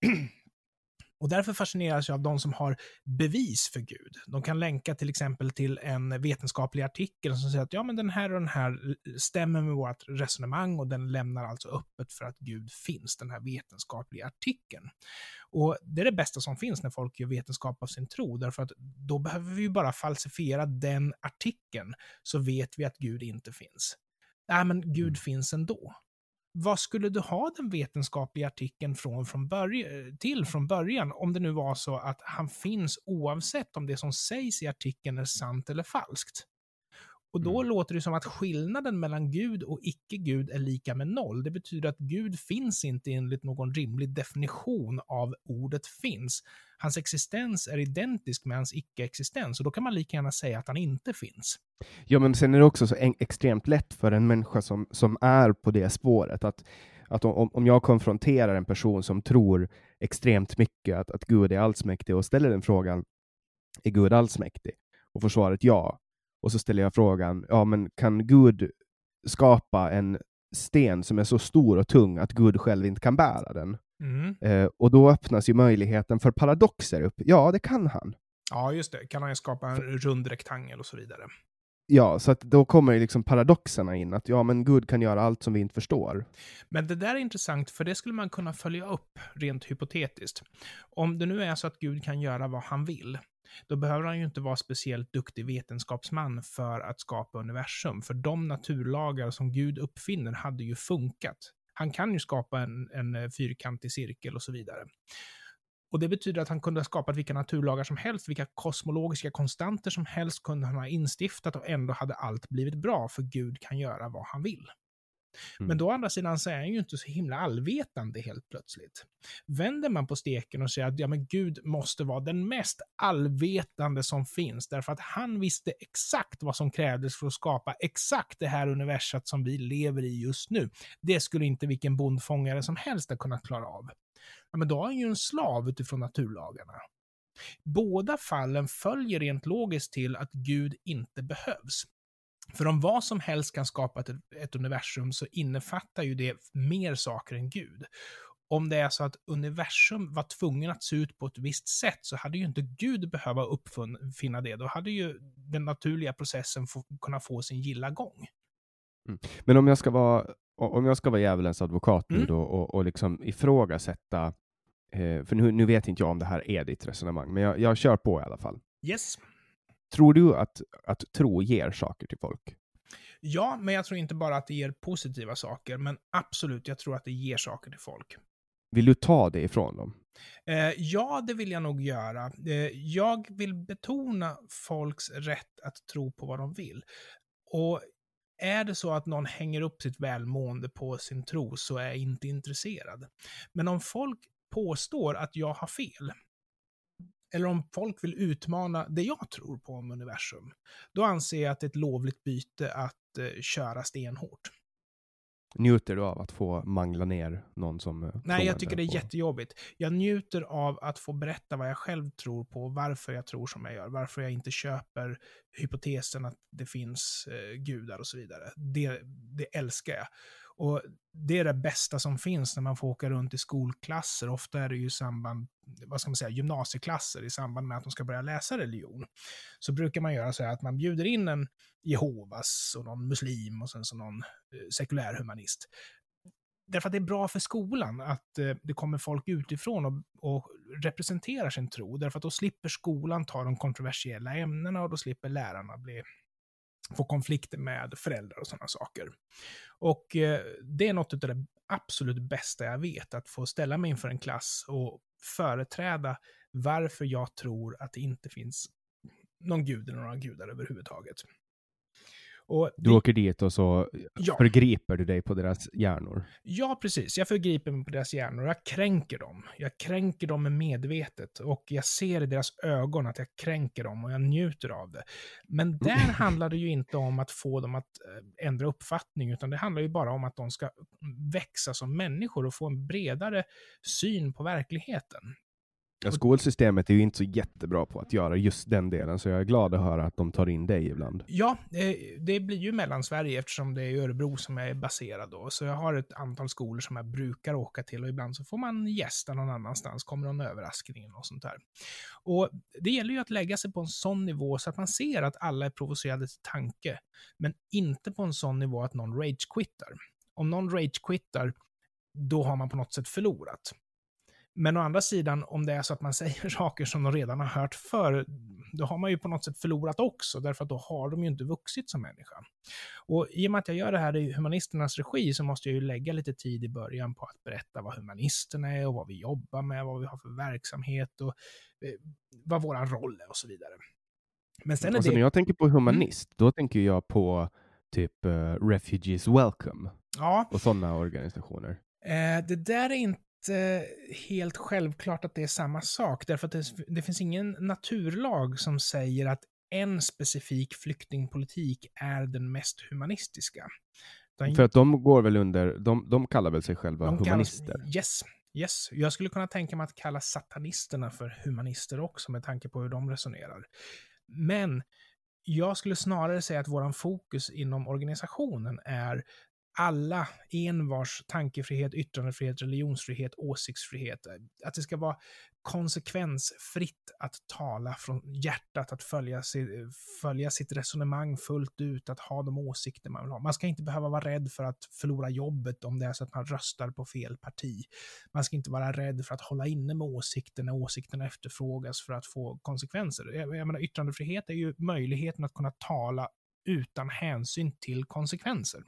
och därför fascineras jag av de som har bevis för Gud. De kan länka till exempel till en vetenskaplig artikel som säger att ja, men den här och den här stämmer med vårt resonemang, och den lämnar alltså öppet för att Gud finns, den här vetenskapliga artikeln. Och det är det bästa som finns när folk gör vetenskap av sin tro, därför att då behöver vi bara falsifiera den artikeln så vet vi att Gud inte finns. Nej, men Gud finns ändå. Vad skulle du ha den vetenskapliga artikeln från, från början, till från början, om det nu var så att han finns oavsett om det som sägs i artikeln är sant eller falskt? Och då mm. låter det som att skillnaden mellan Gud och icke-Gud är lika med noll. Det betyder att Gud finns inte enligt någon rimlig definition av ordet finns. Hans existens är identisk med hans icke-existens, och då kan man lika gärna säga att han inte finns. Ja, men sen är det också så en, extremt lätt för en människa som, som är på det spåret att, att om, om jag konfronterar en person som tror extremt mycket att, att Gud är allsmäktig och ställer den frågan, är Gud allsmäktig? Och får svaret ja. Och så ställer jag frågan, ja men kan Gud skapa en sten som är så stor och tung att Gud själv inte kan bära den? Mm. Eh, och då öppnas ju möjligheten för paradoxer upp. Ja, det kan han. Ja, just det. Kan han skapa en rund rektangel och så vidare. Ja, så att då kommer ju liksom paradoxerna in, att ja, men Gud kan göra allt som vi inte förstår. Men det där är intressant, för det skulle man kunna följa upp rent hypotetiskt. Om det nu är så att Gud kan göra vad han vill, då behöver han ju inte vara speciellt duktig vetenskapsman för att skapa universum. För de naturlagar som Gud uppfinner hade ju funkat. Han kan ju skapa en, en fyrkantig cirkel och så vidare. Och det betyder att han kunde ha skapat vilka naturlagar som helst, vilka kosmologiska konstanter som helst kunde han ha instiftat, och ändå hade allt blivit bra, för Gud kan göra vad han vill. Mm. Men då å andra sidan så är han ju inte så himla allvetande helt plötsligt. Vänder man på steken och säger att ja, men Gud måste vara den mest allvetande som finns, därför att han visste exakt vad som krävdes för att skapa exakt det här universet som vi lever i just nu. Det skulle inte vilken bondfångare som helst ha kunnat klara av. Ja, men då är han ju en slav utifrån naturlagarna. Båda fallen följer rent logiskt till att Gud inte behövs. För om vad som helst kan skapa ett, ett universum, så innefattar ju det mer saker än Gud. Om det är så att universum var tvungen att se ut på ett visst sätt, så hade ju inte Gud behöva uppfinna det. Då hade ju den naturliga processen få, kunna få sin gilla gång. Mm. Men om jag ska vara, om jag ska vara djävulens advokat nu Mm. då, och, och liksom ifrågasätta, eh, för nu, nu vet inte jag om det här är ditt resonemang, men jag, jag kör på i alla fall. Yes. Tror du att, att tro ger saker till folk? Ja, men jag tror inte bara att det ger positiva saker, men absolut, jag tror att det ger saker till folk. Vill du ta det ifrån dem? Eh, ja, det vill jag nog göra. Eh, jag vill betona folks rätt att tro på vad de vill. Och är det så att någon hänger upp sitt välmående på sin tro, så är jag inte intresserad. Men om folk påstår att jag har fel, eller om folk vill utmana det jag tror på om universum, då anser jag att det är ett lovligt byte att eh, köra stenhårt. Njuter du av att få mangla ner någon som... eh, Nej, jag tror tycker det är på? jättejobbigt. Jag njuter av att få berätta vad jag själv tror på, varför jag tror som jag gör, varför jag inte köper hypotesen att det finns eh, gudar och så vidare. Det, det älskar jag. Och det är det bästa som finns när man får åka runt i skolklasser. Ofta är det ju i samband, vad ska man säga, gymnasieklasser i samband med att de ska börja läsa religion. Så brukar man göra så här att man bjuder in en Jehovas och någon muslim och sen så någon eh, sekulär humanist. Därför att det är bra för skolan att eh, det kommer folk utifrån och, och representerar sin tro. Därför att då slipper skolan ta de kontroversiella ämnena, och då slipper lärarna bli, få konflikter med föräldrar och sådana saker. Och eh, det är något av det absolut bästa jag vet, att få ställa mig inför en klass och företräda varför jag tror att det inte finns någon gud eller några gudar överhuvudtaget. Och Du det, åker dit och så Ja. förgriper du dig på deras hjärnor. Ja, precis. Jag förgriper mig på deras hjärnor. Jag kränker dem. Jag kränker dem med medvetet. Och jag ser i deras ögon att jag kränker dem, och jag njuter av det. Men där handlar det ju inte om att få dem att eh, ändra uppfattning, utan det handlar ju bara om att de ska växa som människor och få en bredare syn på verkligheten. Ja, skolsystemet är ju inte så jättebra på att göra just den delen, så jag är glad att höra att de tar in dig ibland. Ja, eh, det blir ju Mellansverige eftersom det är Örebro som jag är baserad då. Så jag har ett antal skolor som jag brukar åka till, och ibland så får man gästa någon annanstans, kommer någon överraskning och sånt där. Och det gäller ju att lägga sig på en sån nivå så att man ser att alla är provocerade till tanke, men inte på en sån nivå att någon rage-quittar. Om någon rage-quittar, då har man på något sätt förlorat. Men å andra sidan, om det är så att man säger saker som de redan har hört förr, då har man ju på något sätt förlorat också, därför att då har de ju inte vuxit som människa. Och i och med att jag gör det här i humanisternas regi, så måste jag ju lägga lite tid i början på att berätta vad humanisterna är och vad vi jobbar med, vad vi har för verksamhet och eh, vad vår roll är och så vidare. Men sen är Alltså, det... när jag tänker på humanist, mm. då tänker jag på typ uh, Refugees Welcome Ja. och sådana organisationer. Eh, det där är inte helt självklart att det är samma sak, därför att det, det finns ingen naturlag som säger att en specifik flyktingpolitik är den mest humanistiska. De, För att de går väl under, de, de kallar väl sig själva de humanister? Kallas, yes, yes. Jag skulle kunna tänka mig att kalla satanisterna för humanister också, med tanke på hur de resonerar. Men jag skulle snarare säga att våran fokus inom organisationen är alla envars tankefrihet, yttrandefrihet, religionsfrihet, åsiktsfrihet. Att det ska vara konsekvensfritt att tala från hjärtat, att följa, följa sitt resonemang fullt ut, att ha de åsikter man vill ha. Man ska inte behöva vara rädd för att förlora jobbet om det är så att man röstar på fel parti. Man ska inte vara rädd för att hålla inne med åsikter när åsikterna efterfrågas för att få konsekvenser. Jag, jag menar, yttrandefrihet är ju möjligheten att kunna tala utan hänsyn till konsekvenser.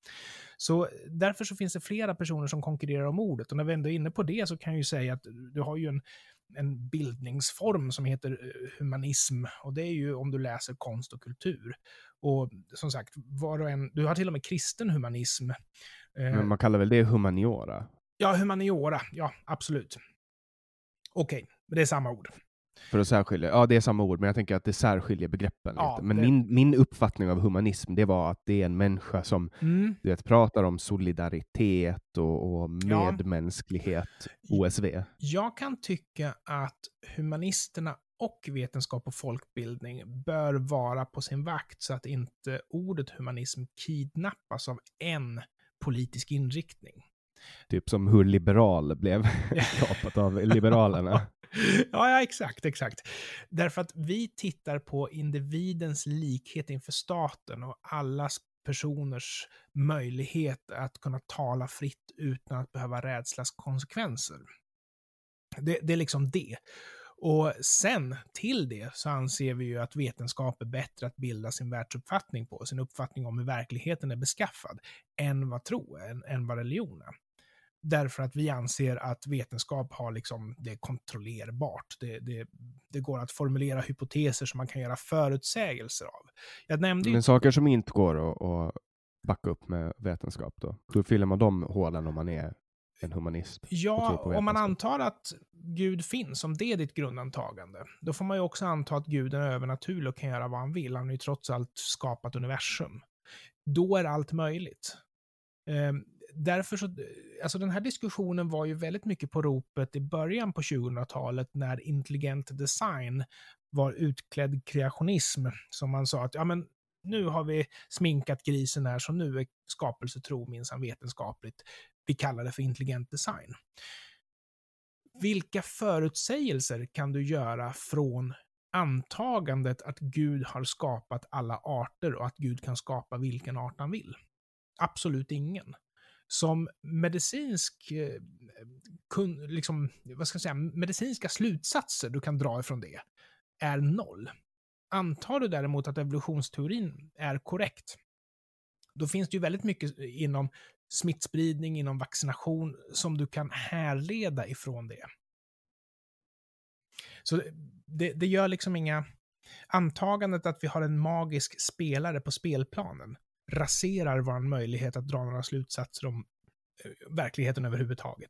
Så därför så finns det flera personer som konkurrerar om ordet. Och när vi ändå är inne på det så kan jag ju säga att du har ju en, en bildningsform som heter humanism. Och det är ju om du läser konst och kultur. Och som sagt, var och en, du har till och med kristen humanism. Men man kallar väl det humaniora? Ja, humaniora. Ja, absolut. Okej, okay, det är samma ord. För att särskilja, ja det är samma ord, men jag tänker att det särskiljer begreppen ja, lite. Men det... min, min uppfattning av humanism, det var att det är en människa som mm. du vet, pratar om solidaritet och, och medmänsklighet, ja. O S V. Jag kan tycka att humanisterna och vetenskap och folkbildning bör vara på sin vakt så att inte ordet humanism kidnappas av en politisk inriktning. Typ som hur liberal blev kapat av liberalerna. Ja, ja, exakt, exakt. Därför att vi tittar på individens likhet inför staten och allas personers möjlighet att kunna tala fritt utan att behöva rädslas konsekvenser. Det, det är liksom det. Och sen till det så anser vi ju att vetenskap är bättre att bilda sin världsuppfattning på, sin uppfattning om hur verkligheten är beskaffad, än vad tro, än, än vad religion är. Därför att vi anser att vetenskap har liksom, det är kontrollerbart. Det, det, det går att formulera hypoteser som man kan göra förutsägelser av. Jag nämnde ju... Men saker som inte går att, att backa upp med vetenskap då? Hur fyller man de hålen om man är en humanist? Ja, om man antar att Gud finns, om det är ditt grundantagande, då får man ju också anta att Gud är övernaturlig och kan göra vad han vill. Han har ju trots allt skapat universum. Då är allt möjligt. Um, Därför så, alltså den här diskussionen var ju väldigt mycket på ropet i början på tjugohundratalet när intelligent design var utklädd kreationism, som man sa att ja men nu har vi sminkat grisen här så nu är skapelsetro minsann vetenskapligt. Vi kallar det för intelligent design. Vilka förutsägelser kan du göra från antagandet att Gud har skapat alla arter och att Gud kan skapa vilken art han vill? Absolut ingen. Som medicinsk, kun, liksom, vad ska jag säga, medicinska slutsatser du kan dra ifrån det är noll. Antar du däremot att evolutionsteorin är korrekt, då finns det ju väldigt mycket inom smittspridning, inom vaccination som du kan härleda ifrån det. Så det, det gör liksom inga... Antagandet att vi har en magisk spelare på spelplanen raserar vår möjlighet att dra några slutsatser om eh, verkligheten överhuvudtaget.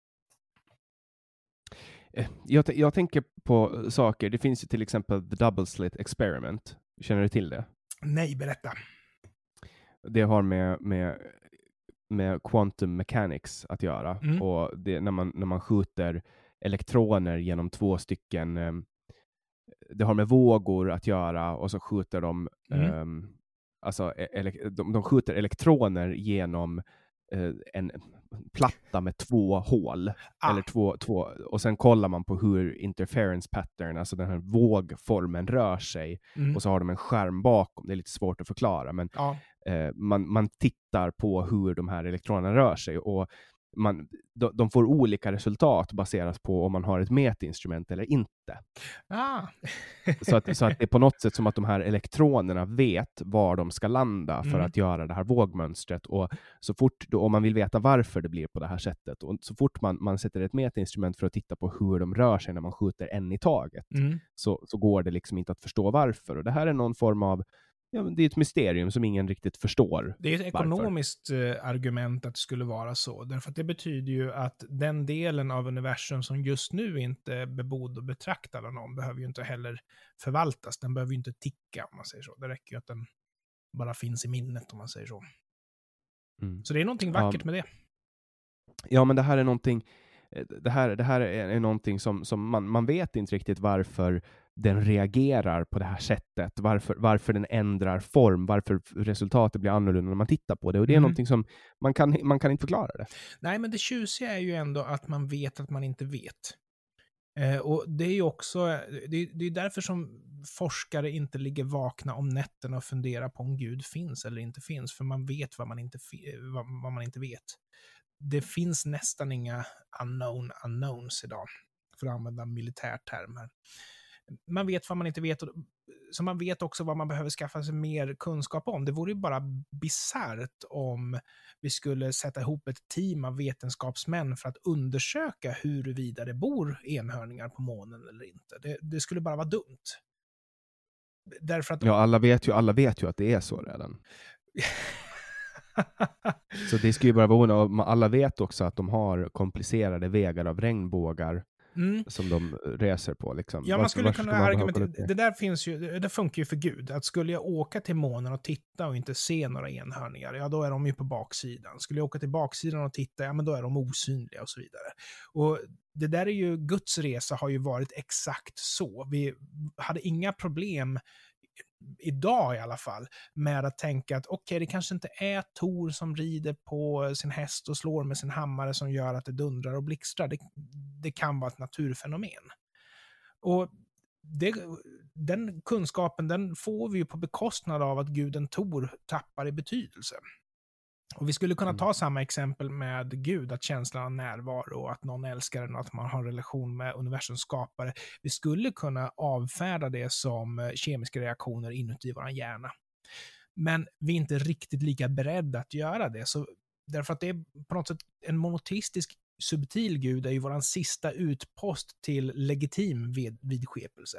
Jag, t- jag tänker på saker. Det finns ju till exempel The Double Slit Experiment. Känner du till det? Nej, berätta. Det har med, med, med quantum mechanics att göra. Mm. Och det, när, man, när man skjuter elektroner genom två stycken... Eh, det har med vågor att göra och så skjuter de... Mm. Eh, Alltså, ele- de, de skjuter elektroner genom eh, en platta med två hål. Ah. Eller två, två, och sen kollar man på hur interference pattern, alltså den här vågformen rör sig. Mm. Och så har de en skärm bakom. Det är lite svårt att förklara. Men ah. eh, man, man tittar på hur de här elektronerna rör sig. Och man, de, de får olika resultat baseras på om man har ett mätinstrument eller inte. Ah. så, att, så att det är på något sätt som att de här elektronerna vet var de ska landa för mm. att göra det här vågmönstret. Och så fort, då, om man vill veta varför det blir på det här sättet, och så fort man, man sätter ett mätinstrument för att titta på hur de rör sig när man skjuter en i taget, mm. så, så går det liksom inte att förstå varför. Och det här är någon form av Ja, det är ett mysterium som ingen riktigt förstår. Det är ett ekonomiskt eh, argument att det skulle vara så. Därför att det betyder ju att den delen av universum som just nu inte är bebodd och betraktad av någon behöver ju inte heller förvaltas. Den behöver ju inte ticka, om man säger så. Det räcker ju att den bara finns i minnet, om man säger så. Mm. Så det är någonting vackert ja. med det. Ja, men det här är någonting det här, det här är, är någonting som, som man, man vet inte riktigt varför den reagerar på det här sättet. Varför, varför den ändrar form. Varför resultatet blir annorlunda när man tittar på det. Och det är mm. någonting som man kan, man kan inte förklara det. Nej, men det tjusiga är ju ändå att man vet att man inte vet. Eh, och det är ju också, det, det är därför som forskare inte ligger vakna om nätterna och funderar på om Gud finns eller inte finns. För man vet vad man inte, vad, vad man inte vet. Det finns nästan inga unknown unknowns idag, för att använda militärtermer. Man vet vad man inte vet, så man vet också vad man behöver skaffa sig mer kunskap om. Det vore ju bara bisarrt om vi skulle sätta ihop ett team av vetenskapsmän för att undersöka huruvida det bor enhörningar på månen eller inte. Det, det skulle bara vara dumt. Därför att... Ja, alla vet ju, alla vet ju att det är så redan. Så det ska ju bara vara, och alla vet också att de har komplicerade vägar av regnbågar mm. som de reser på. Liksom. Ja, man skulle varför, kunna argumentera, det? det där finns ju, det funkar ju för Gud. Att skulle jag åka till månen och titta och inte se några enhörningar, ja då är de ju på baksidan. Skulle jag åka till baksidan och titta, ja men då är de osynliga och så vidare. Och det där är ju, Guds resa har ju varit exakt så. Vi hade inga problem idag i alla fall, med att tänka att okej, okay, det kanske inte är Tor som rider på sin häst och slår med sin hammare som gör att det dundrar och blixtrar. Det, det kan vara ett naturfenomen. Och det, den kunskapen, den får vi ju på bekostnad av att guden Tor tappar i betydelse. Och vi skulle kunna ta mm. samma exempel med Gud, att känslan av närvaro och att någon älskar den och att man har en relation med universums skapare. Vi skulle kunna avfärda det som kemiska reaktioner inuti vår hjärna. Men vi är inte riktigt lika beredda att göra det. Så därför att det är på något sätt en monoteistisk subtil Gud är ju vår sista utpost till legitim vid, vidskepelse.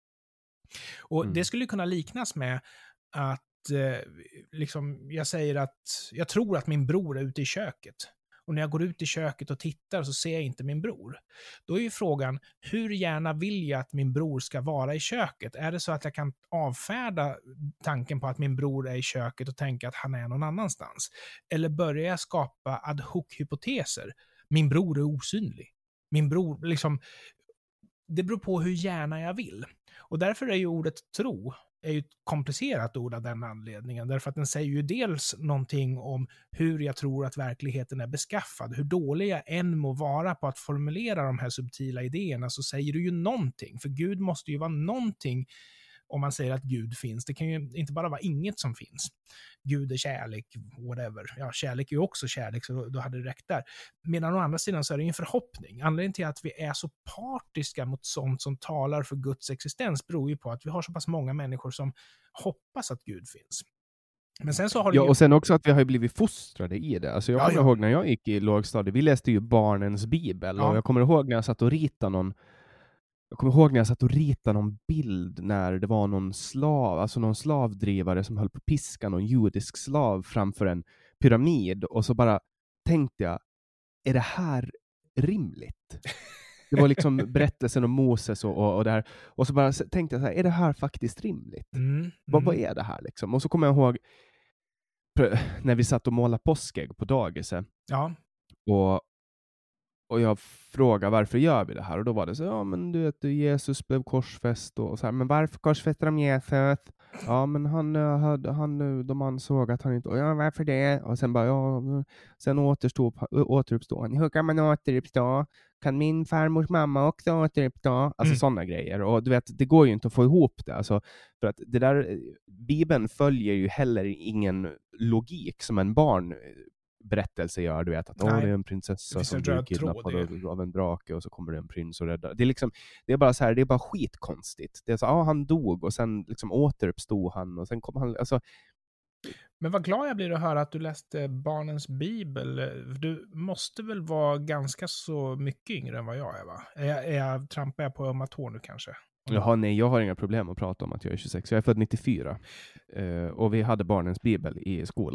Och mm. det skulle kunna liknas med att liksom, jag säger att jag tror att min bror är ute i köket. Och när jag går ut i köket och tittar så ser jag inte min bror. Då är ju frågan, hur gärna vill jag att min bror ska vara i köket? Är det så att jag kan avfärda tanken på att min bror är i köket och tänka att han är någon annanstans? Eller börjar jag skapa ad hoc-hypoteser? Min bror är osynlig. Min bror, liksom, det beror på hur gärna jag vill. Och därför är ju ordet tro är ju ett komplicerat ord av den anledningen. Därför att den säger ju dels någonting om hur jag tror att verkligheten är beskaffad. Hur dålig jag än må vara på att formulera de här subtila idéerna, så säger du ju någonting. För Gud måste ju vara någonting om man säger att Gud finns. Det kan ju inte bara vara inget som finns. Gud är kärlek, whatever. Ja, kärlek är ju också kärlek, så då, då hade det räckt där. Medan å andra sidan så är det en förhoppning. Anledningen till att vi är så partiska mot sånt som talar för Guds existens beror ju på att vi har så pass många människor som hoppas att Gud finns. Men sen så har det ja, ju... och sen också att vi har blivit fostrade i det. Alltså jag kommer ja, ja. ihåg när jag gick i lågstadiet, vi läste ju barnens bibel. Ja. Och jag kommer ihåg när jag satt och ritade någon Jag kommer ihåg när jag satt och ritade någon bild när det var någon slav, alltså någon slavdrivare som höll på att piska någon judisk slav framför en pyramid. Och så bara tänkte jag, är det här rimligt? Det var liksom berättelsen om Moses och, och, och det här. Och så bara tänkte jag så här, är det här faktiskt rimligt? Mm, mm. Vad, vad är det här liksom? Och så kommer jag ihåg när vi satt och målade påskägg på dagiset. Ja. Och Och jag frågade varför gör vi det här? Och då var det så, ja men du vet, Jesus blev korsfäst och så här, men varför korsfäster de Jesus? Ja men han, han, de ansåg att han inte, ja varför det? Och sen bara, ja, sen återstod, återuppstod han. Hur kan man återuppstå? Kan min farmors mamma också återuppstå? Alltså mm. sådana grejer. Och du vet, det går ju inte att få ihop det. Alltså, för att det där, Bibeln följer ju heller ingen logik som en barn berättelse gör, du vet att åh, det är en prinsessa som blir kidnappad av, av en drake och så kommer det en prins och räddar. Det är liksom, det är bara så här, det är bara skitkonstigt. Det är så, ja, han dog och sen liksom återuppstod han och sen kom han, alltså. Men vad glad jag blir att höra att du läste barnens bibel. Du måste väl vara ganska så mycket yngre än vad jag är, va? Är jag, är jag, trampar jag på ömma tår nu kanske? Jaha, nej, jag har inga problem att prata om att jag är tjugosex. Jag är född nittiofyra. Eh, och vi hade barnens bibel i skolan.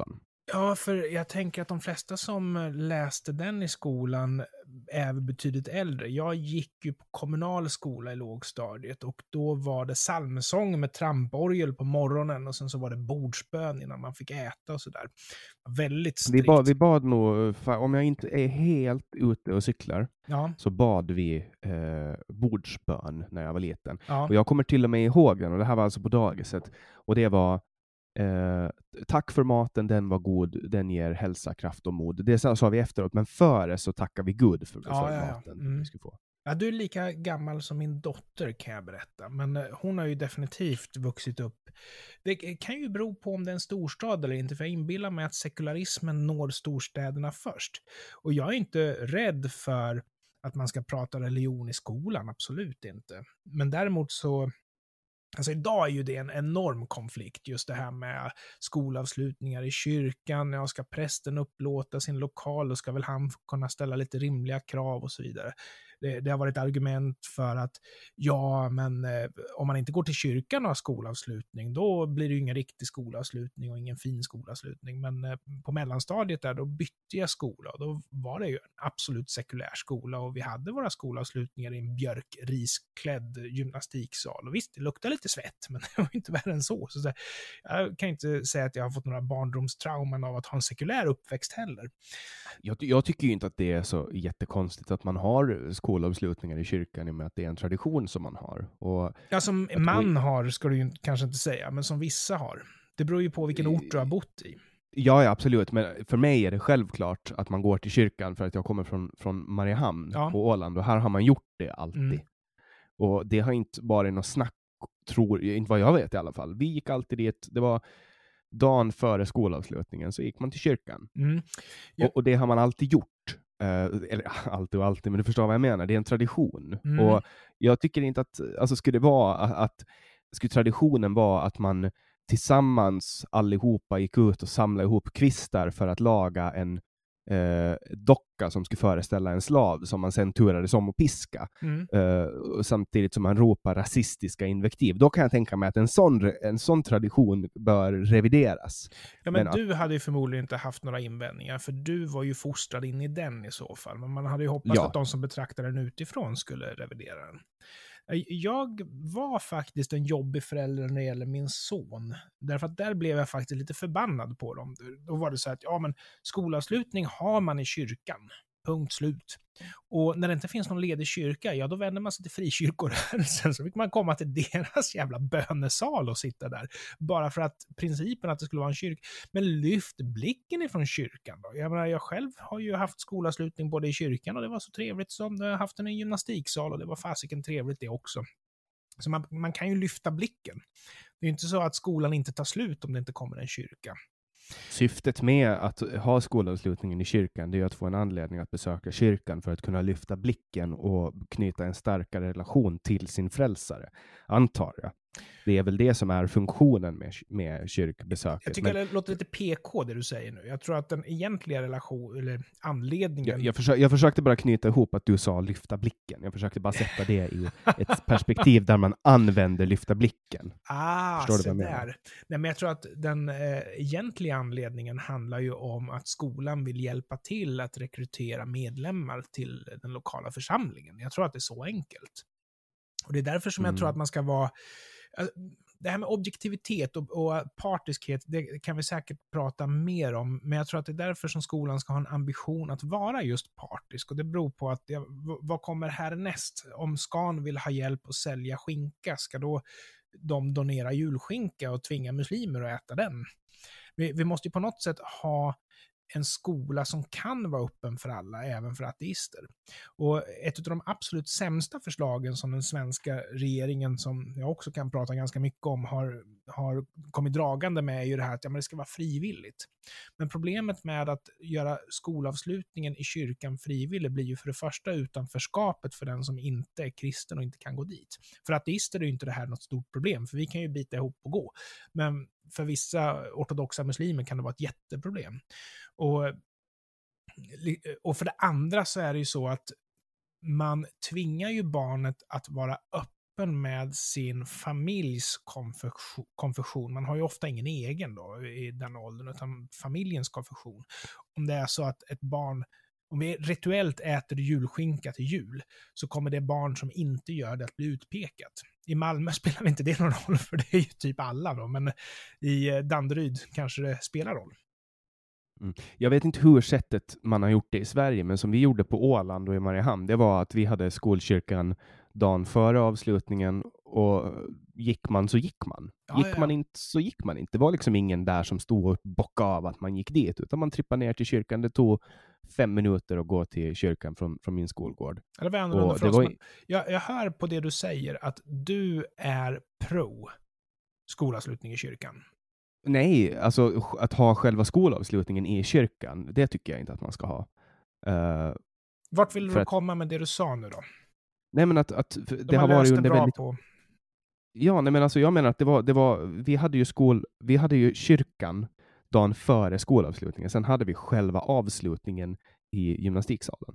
Ja, för jag tänker att de flesta som läste den i skolan är betydligt äldre. Jag gick ju på kommunal skola i lågstadiet och då var det psalmsång med tramporgel på morgonen och sen så var det bordsbön innan man fick äta och sådär. Väldigt strikt. Vi bad, vi bad nog, om jag inte är helt ute och cyklar, ja. så bad vi eh, bordsbön när jag var liten. Ja. Och jag kommer till och med ihåg den, och det här var alltså på dagiset. Och det var Eh, tack för maten, den var god, den ger hälsa, kraft och mod. Det sa vi efteråt, men före så tackar vi Gud för, ja, för ja, ja. maten Mm. vi ska få. Ja, du är lika gammal som min dotter kan jag berätta, men hon har ju definitivt vuxit upp. Det kan ju bero på om det är en storstad eller inte, för jag inbillar mig att sekularismen når storstäderna först. Och jag är inte rädd för att man ska prata religion i skolan, absolut inte. Men däremot så alltså idag är ju det en enorm konflikt, just det här med skolavslutningar i kyrkan. Ja, ska prästen upplåta sin lokal och ska väl han kunna ställa lite rimliga krav och så vidare. Det, det har varit argument för att ja, men eh, om man inte går till kyrkan och har skolavslutning, då blir det ju ingen riktig skolavslutning och ingen fin skolavslutning. Men eh, på mellanstadiet där, då bytte jag skola och då var det ju en absolut sekulär skola och vi hade våra skolavslutningar i en björkrisklädd gymnastiksal. Och visst, det luktade lite svett, men det var inte värre än så. Så där, jag kan inte säga att jag har fått några barndomstrauman av att ha en sekulär uppväxt heller. Jag, jag tycker ju inte att det är så jättekonstigt att man har skolavslutningar i kyrkan i och med att det är en tradition som man har. Och ja, som man har ska du ju kanske inte säga, men som vissa har. Det beror ju på vilken ort du har bott i. Ja, ja, absolut. Men för mig är det självklart att man går till kyrkan för att jag kommer från, från Mariehamn ja. på Åland. Och här har man gjort det alltid. Mm. Och det har inte varit något snack, tror inte vad jag vet i alla fall. Vi gick alltid dit, det var dagen före skolavslutningen så gick man till kyrkan. Mm. Ja. Och, och det har man alltid gjort. Uh, eller alltid och alltid, men du förstår vad jag menar. Det är en tradition. Mm. Och jag tycker inte att, alltså skulle det vara att, att skulle traditionen vara att man tillsammans allihopa gick ut och samlade ihop kvistar för att laga en eh, docka som skulle föreställa en slav som man sen turades om och piska. Mm. Eh, och samtidigt som man ropar rasistiska invektiv. Då kan jag tänka mig att en sån, en sån tradition bör revideras. Ja, men, men du att, hade ju förmodligen inte haft några invändningar, för du var ju fostrad in i den i så fall. Men man hade ju hoppats ja. att de som betraktar den utifrån skulle revidera den. Jag var faktiskt en jobbig förälder när det gäller min son. Därför att där blev jag faktiskt lite förbannad på dem. Då var det så att ja, men skolavslutning har man i kyrkan. Punkt slut. Och när det inte finns någon ledig kyrka, ja då vänder man sig till frikyrkorörelsen. Så fick man komma till deras jävla bönesal och sitta där. Bara för att principen att det skulle vara en kyrka. Men lyft blicken ifrån kyrkan då. Jag menar, jag själv har ju haft skolavslutning både i kyrkan och det var så trevligt som jag har haft den i gymnastiksal och det var fasiken trevligt det också. Så man, man kan ju lyfta blicken. Det är ju inte så att skolan inte tar slut om det inte kommer en kyrka. Syftet med att ha skolavslutningen i kyrkan, det är att få en anledning att besöka kyrkan för att kunna lyfta blicken och knyta en starkare relation till sin frälsare, antar jag. Det är väl det som är funktionen med, med kyrkbesöket. Jag tycker men, det låter lite P K det du säger nu. Jag tror att den egentliga relation, eller anledningen... Jag, jag, försökte, jag försökte bara knyta ihop att du sa lyfta blicken. Jag försökte bara sätta det i ett perspektiv där man använder lyfta blicken. Ah, så där. Nej, men jag tror att den eh, egentliga anledningen handlar ju om att skolan vill hjälpa till att rekrytera medlemmar till den lokala församlingen. Jag tror att det är så enkelt. Och det är därför som mm. jag tror att man ska vara... Det här med objektivitet och, och partiskhet, det kan vi säkert prata mer om, men jag tror att det är därför som skolan ska ha en ambition att vara just partisk. Och det beror på att, ja, vad kommer härnäst? Om Scan vill ha hjälp att sälja skinka, ska då de donera julskinka och tvinga muslimer att äta den? Vi, vi måste ju på något sätt ha en skola som kan vara öppen för alla, även för ateister. Och ett av de absolut sämsta förslagen som den svenska regeringen, som jag också kan prata ganska mycket om, har, har kommit dragande med är ju det här att ja, men det ska vara frivilligt. Men problemet med att göra skolavslutningen i kyrkan frivillig blir ju för det första utanförskapet för den som inte är kristen och inte kan gå dit. För ateister är ju inte det här något stort problem, för vi kan ju bita ihop och gå. Men för vissa ortodoxa muslimer kan det vara ett jätteproblem. Och, och för det andra så är det ju så att man tvingar ju barnet att vara öppen öppen med sin familjs konfession, konfession. Man har ju ofta ingen egen då i den åldern, utan familjens konfession. Om det är så att ett barn, om vi rituellt äter julskinka till jul, så kommer det barn som inte gör det att bli utpekat. I Malmö spelar inte det någon roll, för det är ju typ alla då, men i Danderyd kanske det spelar roll. Mm. Jag vet inte hur sättet man har gjort det i Sverige, men som vi gjorde på Åland och i Mariehamn, det var att vi hade skolkyrkan dagen före avslutningen, och gick man så gick man. Ja, gick ja. man inte så gick man inte. Det var liksom ingen där som stod och bockade av att man gick dit, utan man trippade ner till kyrkan. Det tog fem minuter att gå till kyrkan från, från min skolgård. Det var annorlunda Och för det oss, var... men jag, jag hör på det du säger att du är pro skolavslutning i kyrkan. Nej, alltså att ha själva skolavslutningen i kyrkan, det tycker jag inte att man ska ha. Uh, Vart vill du att... komma med det du sa nu då? Nej, men att, att det De har varit under bra väldigt... på... Ja, nej, men alltså jag menar att det var, det var, vi hade ju skol, vi hade ju kyrkan dagen före skolavslutningen. Sen hade vi själva avslutningen i gymnastiksalen.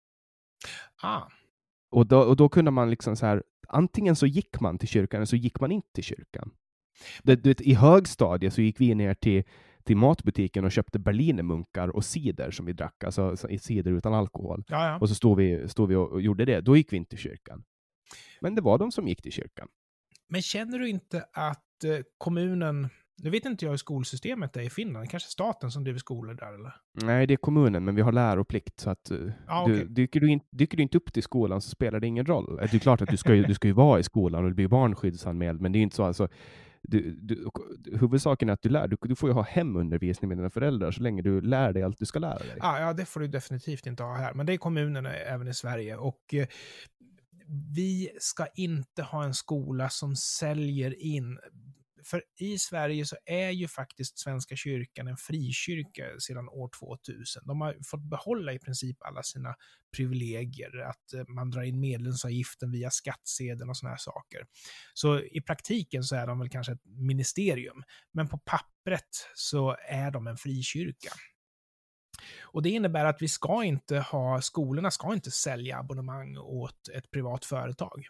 Ah. Och då, och då kunde man liksom så här, antingen så gick man till kyrkan eller så gick man inte till kyrkan. Det, det, I högstadiet så gick vi ner till, till matbutiken och köpte berlinermunkar och cider som vi drack, alltså cider utan alkohol. Ja, ja. Och så stod vi, stod vi och, och gjorde det. Då gick vi inte till kyrkan. Men det var de som gick till kyrkan. Men känner du inte att eh, kommunen, nu vet inte jag hur skolsystemet är i Finland, kanske staten som driver skolor där eller? Nej, det är kommunen, men vi har läroplikt, så att uh, ah, du, okay. dyker, du in, dyker du inte upp till skolan så spelar det ingen roll. Det är klart att du ska ju, du ska ju vara i skolan och du blir barnskyddsanmäld, men det är inte så alltså. Du, du, huvudsaken är att du lär. Du, du får ju ha hemundervisning med dina föräldrar så länge du lär dig allt du ska lära dig. Ah, ja, det får du definitivt inte ha här. Men det är kommunerna även i Sverige. Och eh, vi ska inte ha en skola som säljer in. För i Sverige så är ju faktiskt Svenska kyrkan en frikyrka sedan år tvåtusen. De har fått behålla i princip alla sina privilegier, att man drar in medlemsavgiften via skattsedeln och såna här saker. Så i praktiken så är de väl kanske ett ministerium, men på pappret så är de en frikyrka. Och det innebär att vi ska inte ha, skolorna ska inte sälja abonnemang åt ett privat företag.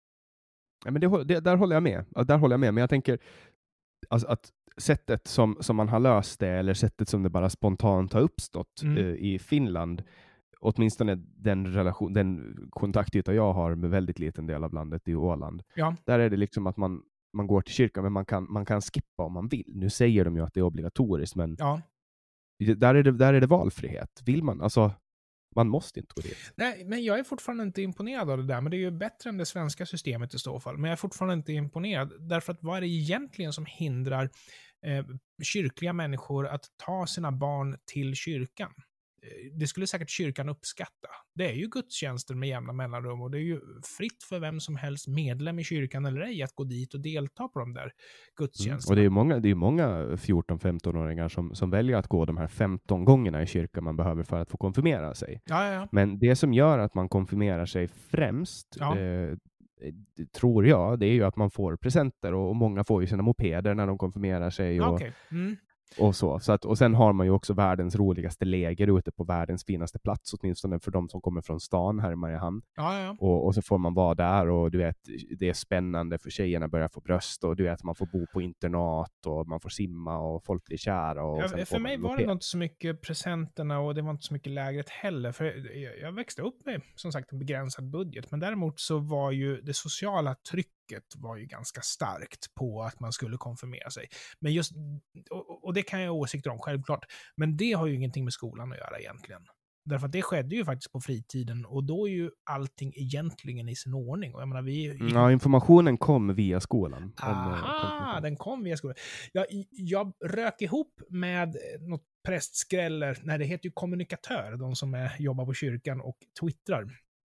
Ja, men det, det, där håller jag med. Ja, där håller jag med. Men jag tänker alltså, att sättet som, som man har löst det, eller sättet som det bara spontant har uppstått mm. uh, i Finland, åtminstone den relation, den kontaktyta jag har med väldigt liten del av landet i Åland. Ja. Där är det liksom att man, man går till kyrkan, men man kan, man kan skippa om man vill. Nu säger de ju att det är obligatoriskt, men ja. där, är det, där är det valfrihet. Vill man, alltså man måste inte gå dit. Nej, men jag är fortfarande inte imponerad av det där. Men det är ju bättre än det svenska systemet i så fall. Men jag är fortfarande inte imponerad. Därför att vad är det egentligen som hindrar eh, kyrkliga människor att ta sina barn till kyrkan? Det skulle säkert kyrkan uppskatta. Det är ju gudstjänster med jämna mellanrum och det är ju fritt för vem som helst, medlem i kyrkan eller ej, att gå dit och delta på de där gudstjänsterna. Mm. Och det är många, det är många fjorton-femton-åringar som, som väljer att gå de här femton gångerna i kyrkan man behöver för att få konfirmera sig. Ja, ja, ja. Men det som gör att man konfirmerar sig främst, ja. eh, tror jag, det är ju att man får presenter, och, och många får ju sina mopeder när de konfirmerar sig. Och, okay. mm. Och, så. Så att, och sen har man ju också världens roligaste läger ute på världens finaste plats, åtminstone för de som kommer från stan här i Mariehamn. Ja, ja. Och, och så får man vara där, och du vet, det är spännande för tjejerna börjar få bröst, och du vet, man får bo på internat och man får simma och folk blir kära. Och ja, sen för mig var det inte så mycket presenterna, och det var inte så mycket lägret heller. För jag, jag växte upp med som sagt en begränsad budget, men däremot så var ju det sociala trycket var ju ganska starkt på att man skulle konfirmera sig. Men just, och, och det kan jag ha åsikter om, självklart. Men det har ju ingenting med skolan att göra egentligen. Därför att det skedde ju faktiskt på fritiden, och då är ju allting egentligen i sin ordning. Och jag menar, vi... Ja, informationen kom via skolan. Aha, den kom via skolan. Jag, jag rök ihop med något prästskräller, nej det heter ju kommunikatör, de som är, jobbar på kyrkan och twittrar.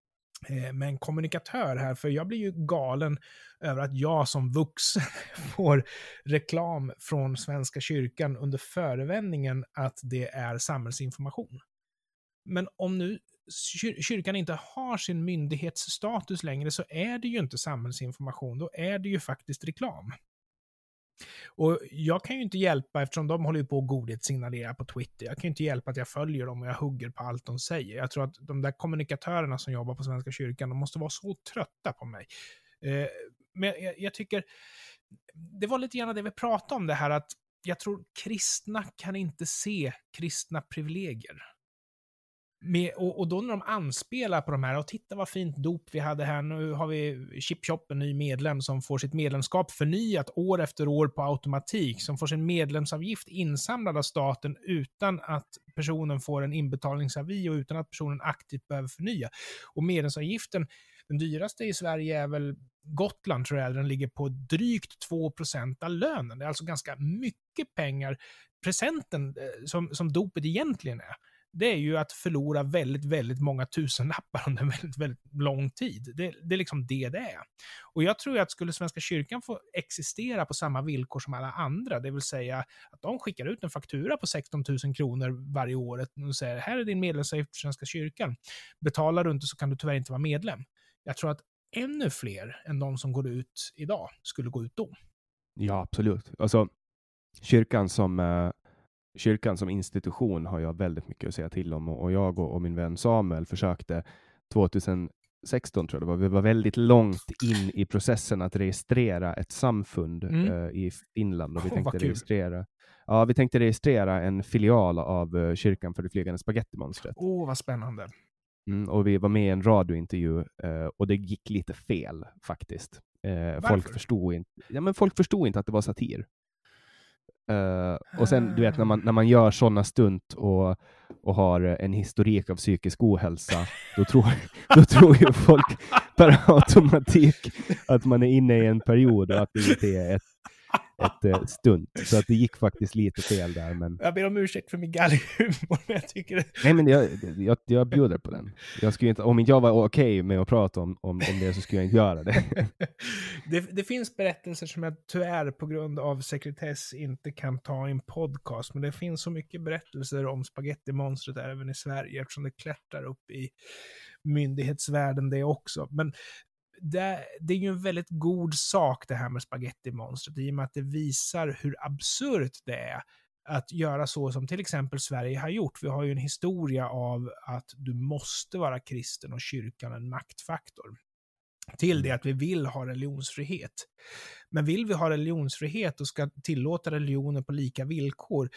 Med en kommunikatör här, för jag blir ju galen över att jag som vuxen får reklam från Svenska kyrkan under förevändningen att det är samhällsinformation. Men om nu kyr- kyrkan inte har sin myndighetsstatus längre, så är det ju inte samhällsinformation, då är det ju faktiskt reklam. Och jag kan ju inte hjälpa, eftersom de håller på att godhetssignalera på Twitter, jag kan ju inte hjälpa att jag följer dem och jag hugger på allt de säger. Jag tror att de där kommunikatörerna som jobbar på Svenska kyrkan, de måste vara så trötta på mig. Eh, men jag, jag tycker, det var lite grann det vi pratade om det här att jag tror kristna kan inte se kristna privilegier. Med, och, och då när de anspelar på de här, och titta vad fint dop vi hade här, nu har vi Chip Chop, en ny medlem som får sitt medlemskap förnyat år efter år på automatik, som får sin medlemsavgift insamlad av staten utan att personen får en inbetalningsavi och utan att personen aktivt behöver förnya. Och medlemsavgiften, den dyraste i Sverige är väl Gotland, tror jag, den ligger på drygt två procent av lönen. Det är alltså ganska mycket pengar. Presenten som, som dopet egentligen är, det är ju att förlora väldigt, väldigt många tusenlappar under väldigt, väldigt lång tid. Det, det är liksom det det är. Och jag tror att skulle Svenska kyrkan få existera på samma villkor som alla andra, det vill säga att de skickar ut en faktura på sexton tusen kronor varje år och säger, här är din medlemsavgift för Svenska kyrkan. Betalar du inte så kan du tyvärr inte vara medlem. Jag tror att ännu fler än de som går ut idag skulle gå ut då. Ja, absolut. Alltså, kyrkan som... Uh... Kyrkan som institution har jag väldigt mycket att säga till om, och jag och, och min vän Samuel försökte tjugohundrasexton, tror jag det var, vi var väldigt långt in i processen att registrera ett samfund mm. uh, i Finland, och vi oh, tänkte registrera ja, vi tänkte registrera en filial av uh, kyrkan för det flygande spagettimonstret. Åh, oh, vad spännande. Mm, och vi var med i en radiointervju uh, och det gick lite fel faktiskt. Uh, folk förstod inte, ja, men folk förstod inte att det var satir. Uh, och sen, du vet, när man, när man gör sådana stunt och, och har en historik av psykisk ohälsa, då tror, då tror ju folk per automatik att man är inne i en period och att det inte är ett, ett uh, stunt. Så att det gick faktiskt lite fel där. Men... Jag ber om ursäkt för min galghumor, men jag tycker det... Nej, men jag, jag, jag bjuder på den. Jag skulle inte, om inte jag var okej okay med att prata om, om, om det, så skulle jag inte göra det. det. Det finns berättelser som jag tyvärr på grund av sekretess inte kan ta i en podcast, men det finns så mycket berättelser om spagettimonstret även i Sverige, eftersom det klättrar upp i myndighetsvärlden det också. Men Det, det är ju en väldigt god sak det här med spagettimonstret, i och med att det visar hur absurt det är att göra så som till exempel Sverige har gjort. Vi har ju en historia av att du måste vara kristen och kyrkan en maktfaktor. Till det att vi vill ha religionsfrihet. Men vill vi ha religionsfrihet och ska tillåta religioner på lika villkor,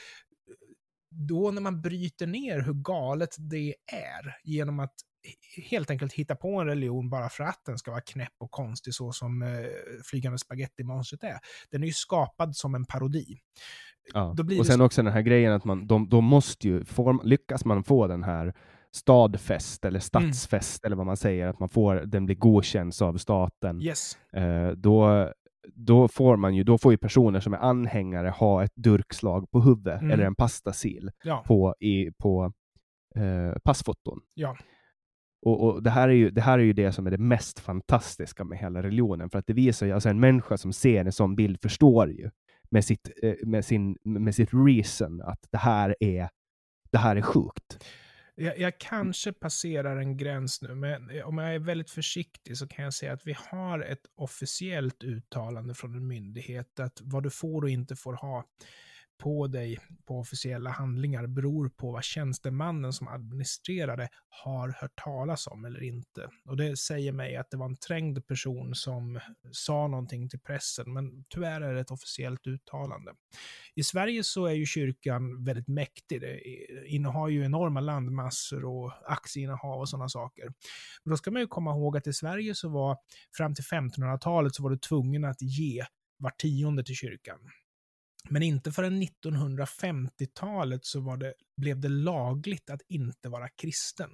då när man bryter ner hur galet det är genom att helt enkelt hitta på en religion bara för att den ska vara knäpp och konstig, så som eh, flygande spagettimonstret är. Den är ju skapad som en parodi. Ja. Och sen så... också den här grejen att man, de, de måste ju, får, lyckas man få den här stadfest eller stadsfest mm. eller vad man säger, att man får, den blir godkänd av staten. Yes. Eh, då, då får man ju, då får ju personer som är anhängare ha ett durkslag på huvudet mm. eller en pastasil ja. på, i, på eh, passfoton. Ja. Och, och det, här är ju, det här är ju det som är det mest fantastiska med hela religionen. För att det visar ju, alltså en människa som ser en sån bild förstår ju med sitt, med sin, med sitt reason att det här är, det här är sjukt. Jag, jag kanske passerar en gräns nu, men om jag är väldigt försiktig så kan jag säga att vi har ett officiellt uttalande från en myndighet att vad du får och inte får ha på dig på officiella handlingar beror på vad tjänstemannen som administrerade har hört talas om eller inte. Och det säger mig att det var en trängd person som sa någonting till pressen, men tyvärr är det ett officiellt uttalande. I Sverige så är ju kyrkan väldigt mäktig. Det innehar ju enorma landmassor och aktieinnehav och sådana saker. Men då ska man ju komma ihåg att i Sverige så var fram till femtonhundratalet så var du tvungen att ge var tionde till kyrkan. Men inte förrän nittonhundrafemtiotalet så var det, blev det lagligt att inte vara kristen.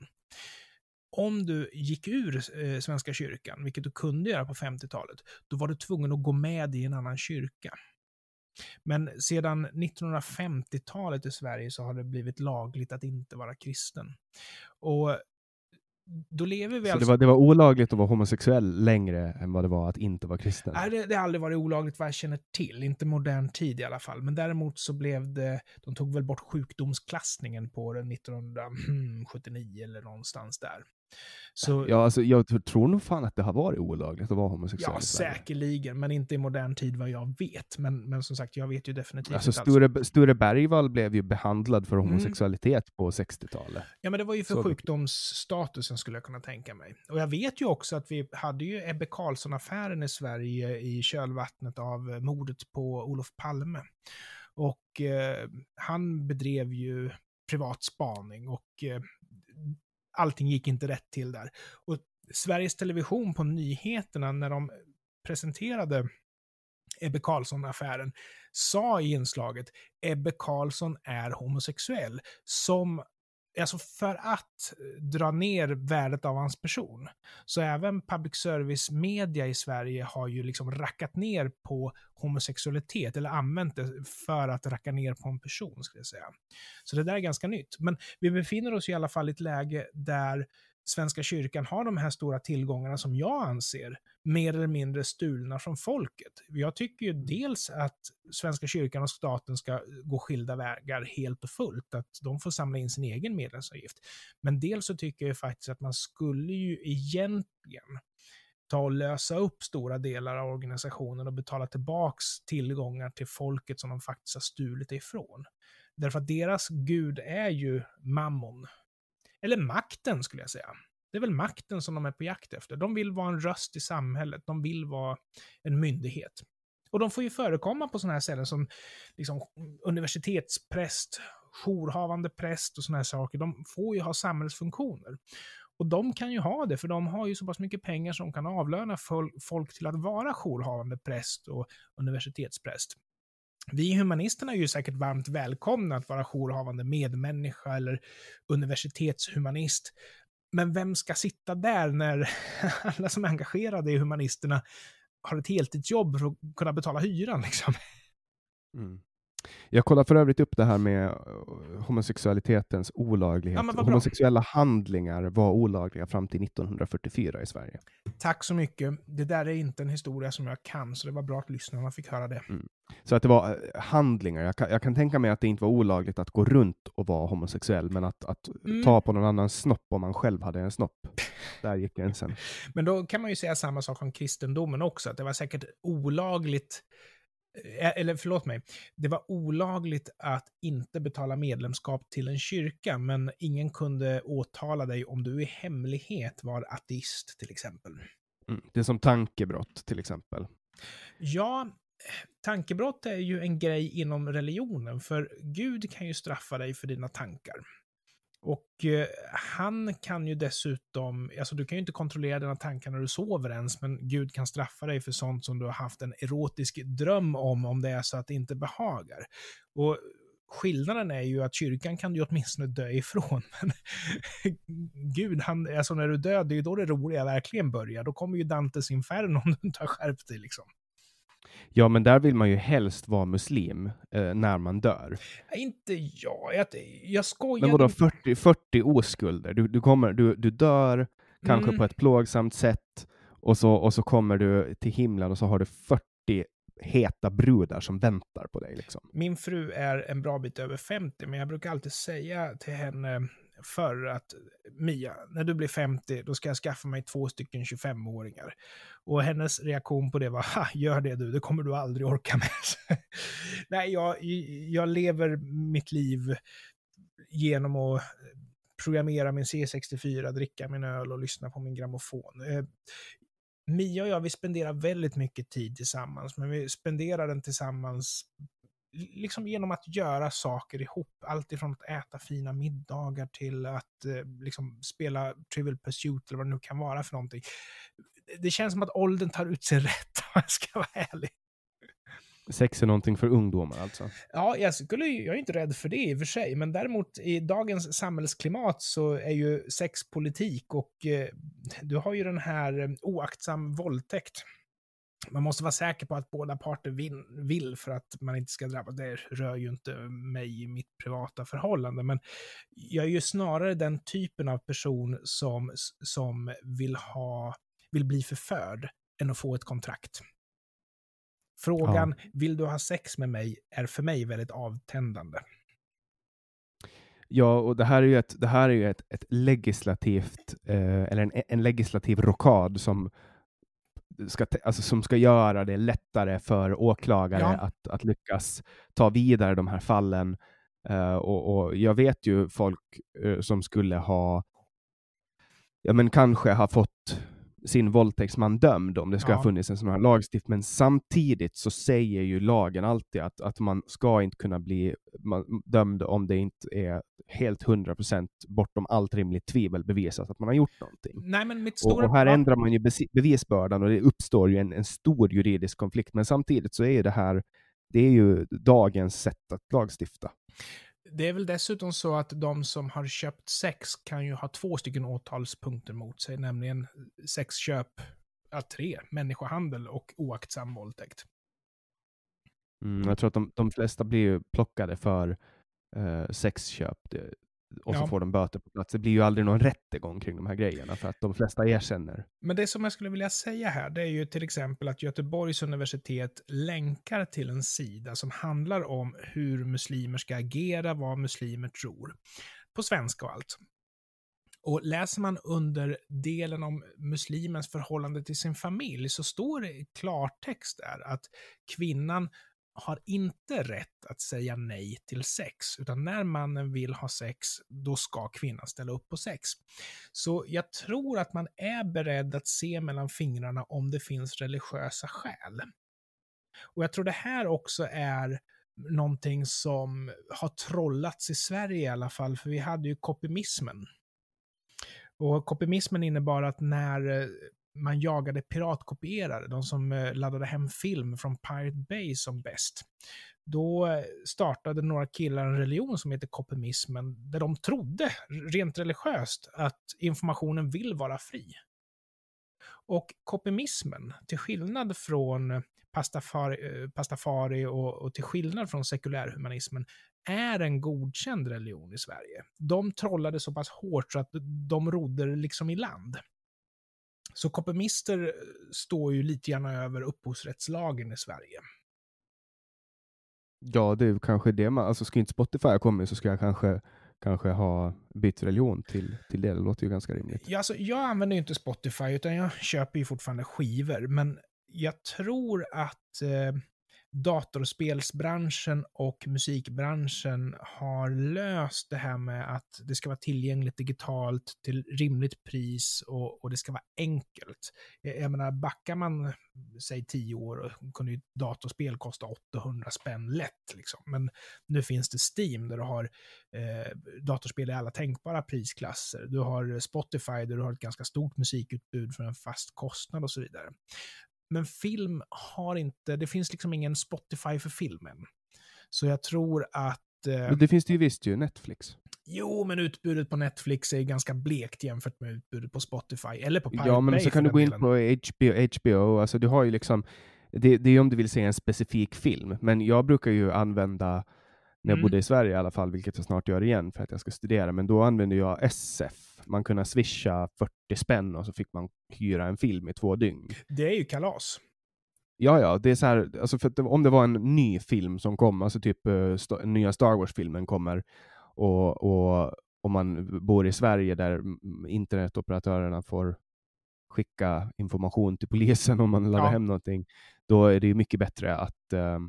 Om du gick ur eh, Svenska kyrkan, vilket du kunde göra på femtiotalet, då var du tvungen att gå med i en annan kyrka. Men sedan nittonhundrafemtiotalet i Sverige så har det blivit lagligt att inte vara kristen. Och då lever vi så alltså... det, var, det var olagligt att vara homosexuell längre än vad det var att inte vara kristen? Nej, det, det har aldrig varit olagligt vad jag känner till. Inte modern tid i alla fall. Men däremot så blev det... De tog väl bort sjukdomsklassningen på den nittonhundrasjuttionio eller någonstans där. Så, Ja, alltså, jag tror nog fan att det har varit olagligt att vara homosexuell ja, i Sverige. säkerligen, men inte i modern tid vad jag vet. Men, men som sagt, jag vet ju definitivt Alltså inte alls. Sture, Sture Bergvall blev ju behandlad för Mm. homosexualitet på sextiotalet. Ja, men det var ju för Så- sjukdomsstatusen skulle jag kunna tänka mig. Och jag vet ju också att vi hade ju Ebbe Carlsson-affären i Sverige i kölvattnet av mordet på Olof Palme. Och eh, han bedrev ju privat spaning och eh, allting gick inte rätt till där. Och Sveriges Television på nyheterna när de presenterade Ebbe Carlsson-affären sa i inslaget Ebbe Carlsson är homosexuell, som alltså för att dra ner värdet av hans person. Så även public service-media i Sverige har ju liksom rackat ner på homosexualitet, eller använt det för att racka ner på en person, skulle jag säga. Så det där är ganska nytt. Men vi befinner oss i alla fall i ett läge där Svenska kyrkan har de här stora tillgångarna som jag anser mer eller mindre stulna från folket. Jag tycker ju dels att Svenska kyrkan och staten ska gå skilda vägar helt och fullt, att de får samla in sin egen medlemsavgift. Men dels så tycker jag faktiskt att man skulle ju egentligen ta och lösa upp stora delar av organisationen och betala tillbaks tillgångar till folket som de faktiskt har stulit ifrån. Därför att deras gud är ju mammon. Eller makten skulle jag säga. Det är väl makten som de är på jakt efter. De vill vara en röst i samhället. De vill vara en myndighet. Och de får ju förekomma på sådana här ställen som liksom universitetspräst, jourhavande präst och sådana här saker. De får ju ha samhällsfunktioner. Och de kan ju ha det, för de har ju så pass mycket pengar som kan avlöna folk till att vara jourhavande präst och universitetspräst. Vi humanisterna är ju säkert varmt välkomna att vara jourhavande medmänniska eller universitetshumanist. Men vem ska sitta där när alla som är engagerade i humanisterna har ett heltidsjobb för att kunna betala hyran liksom? Mm. Jag kollar för övrigt upp det här med homosexualitetens olaglighet. Ja, homosexuella handlingar var olagliga fram till nittonhundrafyrtiofyra i Sverige. Tack så mycket. Det där är inte en historia som jag kan, så det var bra att lyssnarna fick höra det. Mm. Så att det var handlingar. Jag kan, jag kan tänka mig att det inte var olagligt att gå runt och vara homosexuell, men att, att mm. ta på någon annans snopp om man själv hade en snopp. Där gick gränsen. Men då kan man ju säga samma sak om kristendomen också, att det var säkert olagligt. Eller förlåt mig, det var olagligt att inte betala medlemskap till en kyrka, men ingen kunde åtala dig om du i hemlighet var ateist till exempel. Mm, det är som tankebrott till exempel. Ja, tankebrott är ju en grej inom religionen, för Gud kan ju straffa dig för dina tankar. Och eh, han kan ju dessutom, alltså du kan ju inte kontrollera dina tankar när du sover ens, men Gud kan straffa dig för sånt som du har haft en erotisk dröm om, om det är så att det inte behagar. Och skillnaden är ju att kyrkan kan du åtminstone dö ifrån, men Gud, han, alltså när du dör, det är ju då det roliga verkligen börjar. Då kommer ju Dantes Inferno om du inte har skärpt dig liksom. Ja, men där vill man ju helst vara muslim eh, när man dör. Inte jag. Jag, jag skojar. Men vadå, fyrtio, fyrtio oskulder? Du, du, kommer, du, du dör kanske mm. på ett plågsamt sätt och så, och så kommer du till himlen och så har du fyrtio heta brudar som väntar på dig. Liksom. Min fru är en bra bit över femtio, men jag brukar alltid säga till henne för att Mia, när du blir femtio, då ska jag skaffa mig två stycken tjugofemåringar. Och hennes reaktion på det var, ha, gör det du, det kommer du aldrig orka med. Nej, jag, jag lever mitt liv genom att programmera min C sextiofyra, dricka min öl och lyssna på min grammofon. Eh, Mia och jag, vi spenderar väldigt mycket tid tillsammans, men vi spenderar den tillsammans liksom genom att göra saker ihop. Allt ifrån att äta fina middagar till att eh, liksom spela Trivial Pursuit eller vad det nu kan vara för någonting. Det känns som att åldern tar ut sig rätt, om jag ska vara ärlig. Sex är någonting för ungdomar alltså? Ja, jag, skulle, jag är inte rädd för det i och för sig, men däremot i dagens samhällsklimat så är ju sex politik och eh, du har ju den här oaktsam våldtäkt. Man måste vara säker på att båda parter vill, vill för att man inte ska drabbas. Det rör ju inte mig i mitt privata förhållande, men jag är ju snarare den typen av person som, som vill, ha, vill bli förförd än att få ett kontrakt. Frågan, ja. Vill du ha sex med mig, är för mig väldigt avtändande. Ja, och det här är ju ett, det här är ju ett, ett legislativt, eh, eller en, en legislativ rockad som ska, alltså, som ska göra det lättare för åklagare Ja. att, att lyckas ta vidare de här fallen. Uh, och, och jag vet ju folk uh, som skulle ha, ja men kanske ha fått sin våldtäktsman dömd om det ska Ja. ha funnits en sån här lagstiftning, men samtidigt så säger ju lagen alltid att, att man ska inte kunna bli man, dömd om det inte är helt hundra procent bortom allt rimligt tvivel bevisat att man har gjort någonting. Nej, men mitt Och, stora... och här ändrar man ju bevisbördan och det uppstår ju en, en stor juridisk konflikt, men samtidigt så är ju det här, det är ju dagens sätt att lagstifta. Det är väl dessutom så att de som har köpt sex kan ju ha två stycken åtalspunkter mot sig, nämligen sexköp, ja, tre, människohandel och oaktsam våldtäkt. Mm, jag tror att de, de flesta blir ju plockade för eh, sexköp det, och Ja. så får de böter på plats. Det blir ju aldrig någon rättegång kring de här grejerna för att de flesta erkänner. Men det som jag skulle vilja säga här, det är ju till exempel att Göteborgs universitet länkar till en sida som handlar om hur muslimer ska agera, vad muslimer tror. På svenska och allt. Och läser man under delen om muslimens förhållande till sin familj så står det i klartext där att kvinnan har inte rätt att säga nej till sex, utan när mannen vill ha sex, då ska kvinnan ställa upp på sex. Så jag tror att man är beredd att se mellan fingrarna om det finns religiösa skäl. Och jag tror det här också är någonting som har trollats i Sverige i alla fall, för vi hade ju kopimismen. Och kopimismen innebar att när man jagade piratkopierare, de som laddade hem film från Pirate Bay som bäst, då startade några killar en religion som heter kopimismen, där de trodde rent religiöst att informationen vill vara fri. Och kopimismen, till skillnad från pastafari, pastafari och, och till skillnad från sekulärhumanismen, är en godkänd religion i Sverige. De trollade så pass hårt så att de rodde liksom i land. Så kopimister står ju lite grann över upphovsrättslagen i Sverige. Ja, det är kanske det man, alltså ska inte Spotify ha kommit så ska jag kanske, kanske ha bytt religion till, till det. Det låter ju ganska rimligt. Ja, alltså, jag använder ju inte Spotify utan jag köper ju fortfarande skivor, men jag tror att eh, datorspelsbranschen och musikbranschen har löst det här med att det ska vara tillgängligt digitalt till rimligt pris och, och det ska vara enkelt. Jag, jag menar, backar man säg tio år och kunde ju datorspel kosta åttahundra spänn lätt liksom. Men nu finns det Steam där du har eh, datorspel i alla tänkbara prisklasser. Du har Spotify där du har ett ganska stort musikutbud för en fast kostnad och så vidare. Men film har inte, det finns liksom ingen Spotify för filmen. Så jag tror att... Eh, men det finns det ju visst ju, Netflix. Jo, men utbudet på Netflix är ganska blekt jämfört med utbudet på Spotify eller på Pirate Ja, men Bay, så kan du gå in på H B O, H B O, alltså du har ju liksom, det, det är om du vill se en specifik film, men jag brukar ju använda, när jag Mm. bodde i Sverige i alla fall, vilket jag snart gör igen för att jag ska studera, men då använde jag S F. Man kunde swisha fyrtio spänn och så fick man hyra en film i två dygn. Det är ju kalas. Ja, ja, det är så här, alltså för att om det var en ny film som kom, alltså typ uh, st- nya Star Wars-filmen kommer och, och om man bor i Sverige där internetoperatörerna får skicka information till polisen om man laddar Ja. hem någonting, då är det ju mycket bättre att um,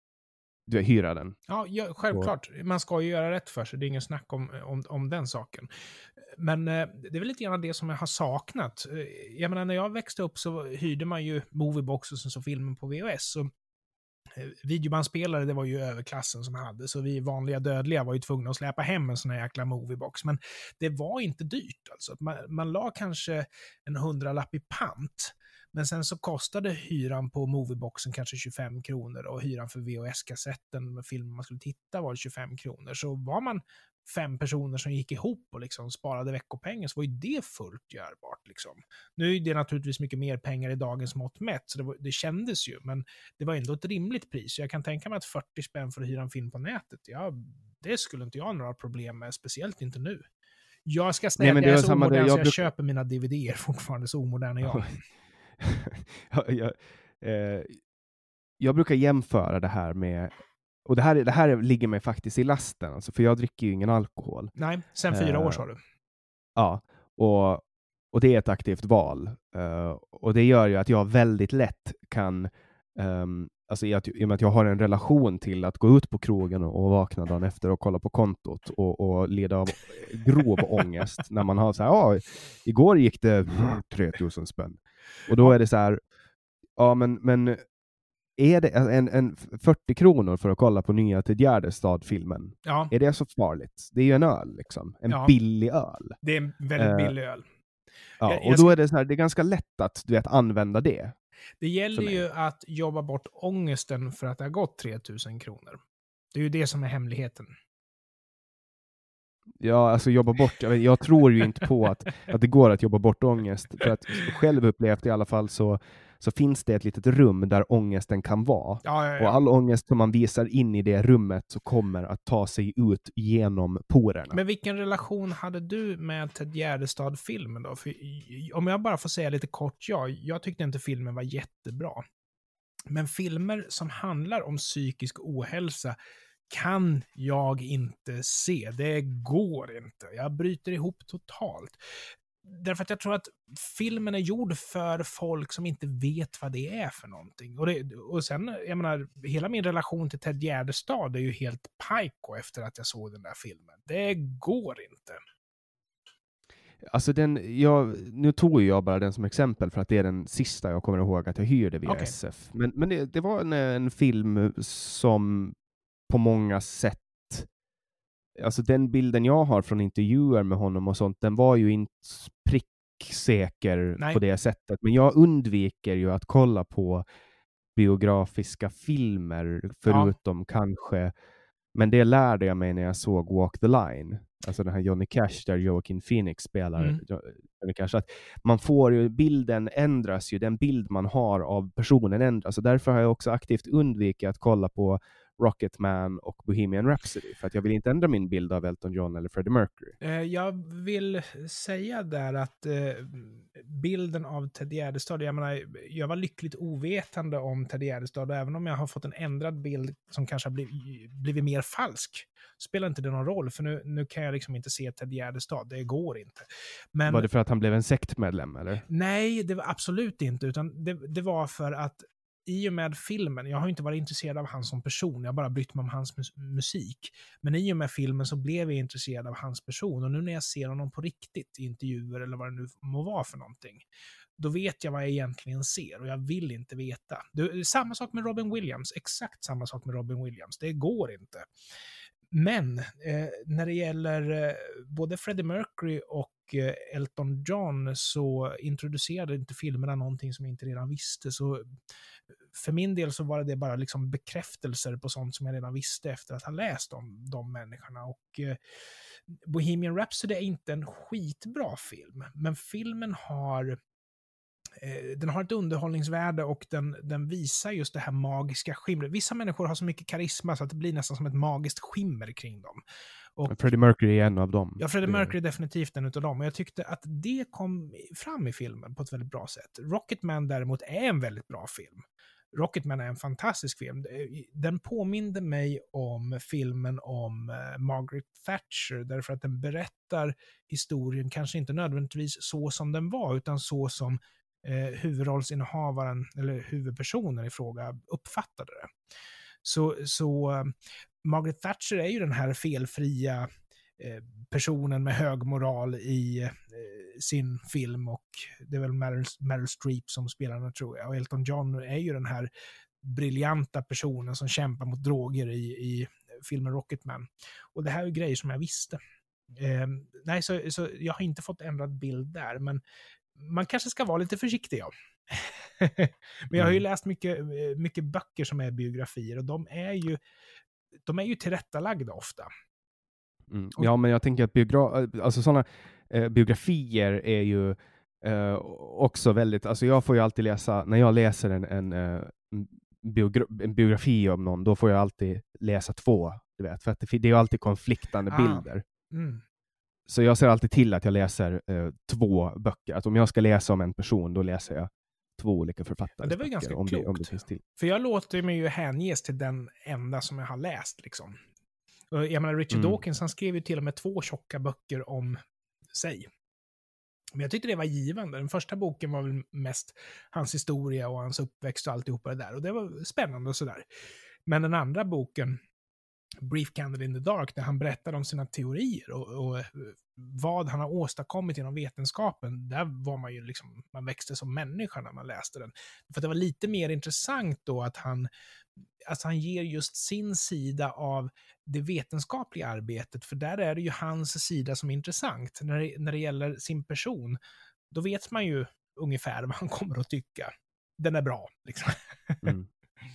du hyra den. Ja, ja, självklart. Man ska ju göra rätt för sig. Det är ingen snack om, om, om den saken. Men eh, det är väl lite grann det som jag har saknat. Eh, Jag menar, när jag växte upp så hyrde man ju Moviebox och sen så filmen på V H S. Och eh, videobandspelare, det var ju överklassen som hade. Så vi vanliga dödliga var ju tvungna att släpa hem en sån här jäkla Moviebox. Men det var inte dyrt alltså. Man, man la kanske en hundralapp i pant. Men sen så kostade hyran på Movieboxen kanske tjugofem kronor och hyran för V H S-kassetten med filmen man skulle titta var tjugofem kronor. Så var man fem personer som gick ihop och liksom sparade veckopengar så var ju det fullt görbart. Liksom. Nu är det naturligtvis mycket mer pengar i dagens mått mätt, så det, var, det kändes ju, men det var ändå ett rimligt pris. Så jag kan tänka mig att fyrtio spänn för att hyra en film på nätet, ja, det skulle inte jag ha några problem med, speciellt inte nu. Jag ska säga Nej, att jag är så samma, omodern jag så jag bruk... köper mina D V D-er fortfarande, så omodern är jag. jag, jag, eh, jag brukar jämföra det här med och det här, det här ligger mig faktiskt i lasten, alltså, för jag dricker ju ingen alkohol. Nej, sen fyra uh, år sa du. Ja, och, och det är ett aktivt val. Uh, och det gör ju att jag väldigt lätt kan, um, alltså i, att, i och med att jag har en relation till att gå ut på krogen och, och vakna dagen efter och kolla på kontot och, och leda av grov ångest när man har så här, ja, igår gick det tre tusen spänn. Och då är det så här, ja men, men är det en, en fyrtio kronor för att kolla på nya Ted Gärdestad-filmen? Ja. Är det så farligt? Det är ju en öl liksom. En Ja. billig öl. Det är en väldigt uh, billig öl. Ja, jag, och jag då är det så här, det är ganska lätt att du vet, använda det. Det gäller ju att jobba bort ångesten för att det har gått tre tusen kronor. Det är ju det som är hemligheten. Ja, alltså jobba bort. Jag, vet, jag tror ju inte på att, att det går att jobba bort ångest. För att själv upplevt i alla fall så, så finns det ett litet rum där ångesten kan vara. Ja, ja, ja. Och all ångest som man visar in i det rummet så kommer att ta sig ut genom porerna. Men vilken relation hade du med Ted Gärdestad-filmen då? För, om jag bara får säga lite kort, ja, jag tyckte inte filmen var jättebra. Men filmer som handlar om psykisk ohälsa kan jag inte se. Det går inte. Jag bryter ihop totalt. Därför att jag tror att filmen är gjord för folk som inte vet vad det är för någonting. Och, det, och sen, jag menar, hela min relation till Ted Gärdestad är ju helt pajko efter att jag såg den där filmen. Det går inte. Alltså den, jag, nu tog jag bara den som exempel för att det är den sista jag kommer ihåg att jag hyrde via Okay. S F. Men, men det, det var en, en film som på många sätt, alltså den bilden jag har från intervjuer med honom och sånt, den var ju inte pricksäker Nej. på det sättet. Men jag undviker ju att kolla på biografiska filmer förutom ja. kanske, men det lärde jag mig när jag såg Walk the Line. Alltså den här Johnny Cash där Joaquin Phoenix spelar mm. Johnny Cash. Att man får ju, bilden ändras ju, den bild man har av personen ändras. Så därför har jag också aktivt undvikit att kolla på Rocketman och Bohemian Rhapsody. För att jag vill inte ändra min bild av Elton John eller Freddie Mercury. Jag vill säga där att bilden av Ted Gärdestad, jag menar, jag var lyckligt ovetande om Ted Gärdestad, och även om jag har fått en ändrad bild som kanske har blivit, blivit mer falsk, spelar inte det någon roll, för nu, nu kan jag liksom inte se Ted Gärdestad, det går inte. Men, var det för att han blev en sektmedlem eller? Nej, det var absolut inte, utan det, det var för att i och med filmen, jag har inte varit intresserad av han som person, jag har bara brytt mig om hans mus- musik. Men i och med filmen så blev jag intresserad av hans person. Och nu när jag ser honom på riktigt i intervjuer eller vad det nu må vara för någonting, då vet jag vad jag egentligen ser och jag vill inte veta. Det är samma sak med Robin Williams, exakt samma sak med Robin Williams. Det går inte. Men eh, när det gäller eh, både Freddie Mercury och eh, Elton John så introducerade inte filmerna någonting som jag inte redan visste. Så för min del så var det bara liksom bekräftelser på sånt som jag redan visste efter att ha läst om de människorna. Och eh, Bohemian Rhapsody är inte en skitbra film, men filmen har den har ett underhållningsvärde och den, den visar just det här magiska skimret. Vissa människor har så mycket karisma så att det blir nästan som ett magiskt skimmer kring dem. Och Freddie Mercury är en av dem. Ja, Freddie Mercury är definitivt en av dem. Och jag tyckte att det kom fram i filmen på ett väldigt bra sätt. Rocketman däremot är en väldigt bra film. Rocketman är en fantastisk film. Den påminde mig om filmen om Margaret Thatcher, därför att den berättar historien kanske inte nödvändigtvis så som den var, utan så som Eh, huvudrollsinnehavaren eller huvudpersonen i fråga uppfattade det. Så, så uh, Margaret Thatcher är ju den här felfria eh, personen med hög moral i eh, sin film, och det är väl Meryl, Meryl Streep som spelar den, tror jag. Och Elton John är ju den här briljanta personen som kämpar mot droger i, i filmen Rocketman. Och det här är grejer som jag visste. Eh, nej, så, så jag har inte fått ändrad bild där, men man kanske ska vara lite försiktig, ja. Men jag har ju läst mycket, mycket böcker som är biografier, och de är ju, de är ju tillrättalagda ofta. Mm. Ja, men jag tänker att biogra- alltså sådana eh, biografier är ju eh, också väldigt, alltså jag får ju alltid läsa, när jag läser en, en, eh, biogra- en biografi om någon, då får jag alltid läsa två, du vet, för att det, det är ju alltid konfliktande ah. bilder. Mm. Så jag ser alltid till att jag läser eh, två böcker. Att om jag ska läsa om en person, då läser jag två olika författare. Ja, det var ju ganska om klokt. det, om det finns till. För jag låter mig ju hänges till den enda som jag har läst. Liksom. Och jag menar, Richard Mm. Dawkins, han skrev ju till och med två tjocka böcker om sig. Men jag tyckte det var givande. Den första boken var väl mest hans historia och hans uppväxt och alltihopa det där. Och det var spännande och sådär. Men den andra boken, Brief Candle in the Dark, där han berättar om sina teorier och, och vad han har åstadkommit inom vetenskapen, där var man ju liksom, man växte som människa när man läste den. För det var lite mer intressant då att han, alltså han ger just sin sida av det vetenskapliga arbetet, för där är det ju hans sida som är intressant. När det, när det gäller sin person, då vet man ju ungefär vad han kommer att tycka. Den är bra, liksom. Mm.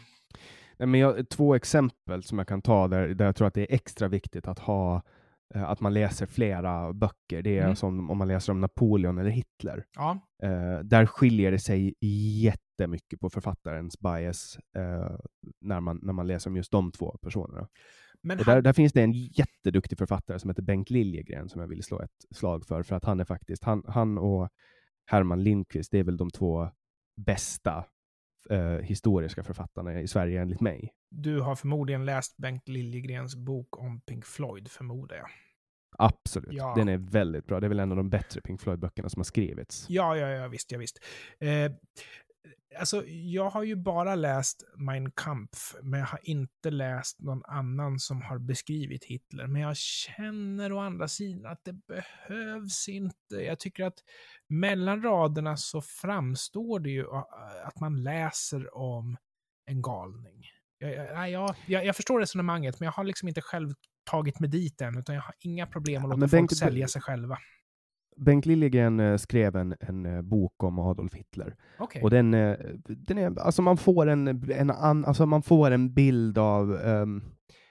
Nej, men jag, två exempel som jag kan ta där, där jag tror att det är extra viktigt att ha eh, att man läser flera böcker. Det är Mm. som om man läser om Napoleon eller Hitler. Ja. Eh, där skiljer det sig jättemycket på författarens bias eh, när, man, när man läser om just de två personerna. Men Och han, där, där finns det en jätteduktig författare som heter Bengt Liljegren som jag vill slå ett slag för. För att han är faktiskt, han, han och Herman Lindqvist, det är väl de två bästa eh, historiska författarna i Sverige enligt mig. du har förmodligen läst Bengt Liljegrens bok om Pink Floyd, förmodar jag. Absolut, Ja. den är väldigt bra. Det är väl en av de bättre Pink Floyd-böckerna som har skrivits. Ja, ja, ja, visst, ja, visst. Eh, alltså, jag har ju bara läst Mein Kampf, men jag har inte läst någon annan som har beskrivit Hitler. Men jag känner å andra sidan att det behövs inte. Jag tycker att mellan raderna så framstår det ju att man läser om en galning. Jag, jag, jag, jag, jag förstår resonemanget, men jag har liksom inte själv tagit mig dit än, utan jag har inga problem att Ja, låta men folk Bengt- sälja sig själva. Bengt Liljegren eh, skrev en, en eh, bok om Adolf Hitler. Okej. Och den, eh, den är, alltså man får en, en, an, alltså man får en bild av, ehm,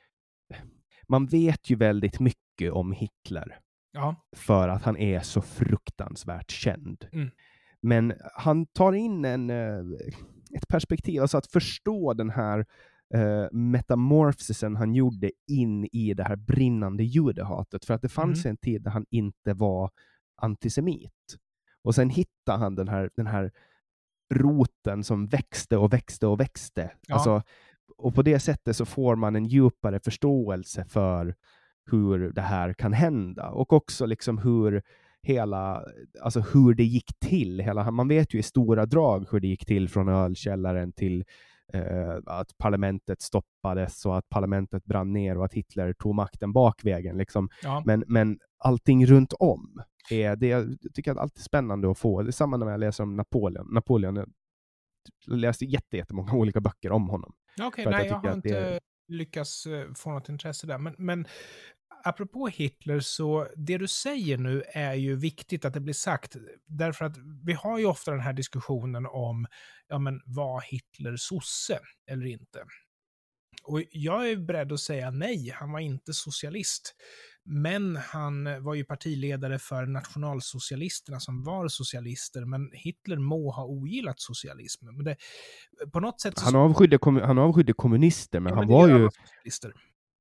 man vet ju väldigt mycket om Hitler Ja. för att han är så fruktansvärt känd. Mm. Men han tar in en, eh, ett perspektiv, alltså att förstå den här eh, metamorfsisen han gjorde in i det här brinnande judehatet. För att det fanns Mm. en tid där han inte var antisemit. Och sen hittade han den här, den här roten som växte och växte och växte. Ja. Alltså, och på det sättet så får man en djupare förståelse för hur det här kan hända. Och också liksom hur hela, alltså hur det gick till. Hela, man vet ju i stora drag hur det gick till från ölkällaren till eh, att parlamentet stoppades och att parlamentet brann ner och att Hitler tog makten bakvägen. Liksom. Ja. Men, men allting runt om är det, jag tycker att det är alltid spännande att få. Det är samma när jag läser om Napoleon. Napoleon, jag läste jätte, jättemånga olika böcker om honom. Okej, För att nej, jag jag tycker har att det inte är- lyckats eh, få något intresse där. Men, men apropå Hitler, så det du säger nu är ju viktigt att det blir sagt. Därför att vi har ju ofta den här diskussionen om, ja men var Hitler sosse eller inte? Och jag är beredd att säga nej, han var inte socialist. Men han var ju partiledare för nationalsocialisterna som var socialister. Men Hitler må ha ogillat socialismen. Men det, på något sätt så... Han avskydde, kom, han avskydde kommunister, men Ja, han det var gör ju... alla socialister.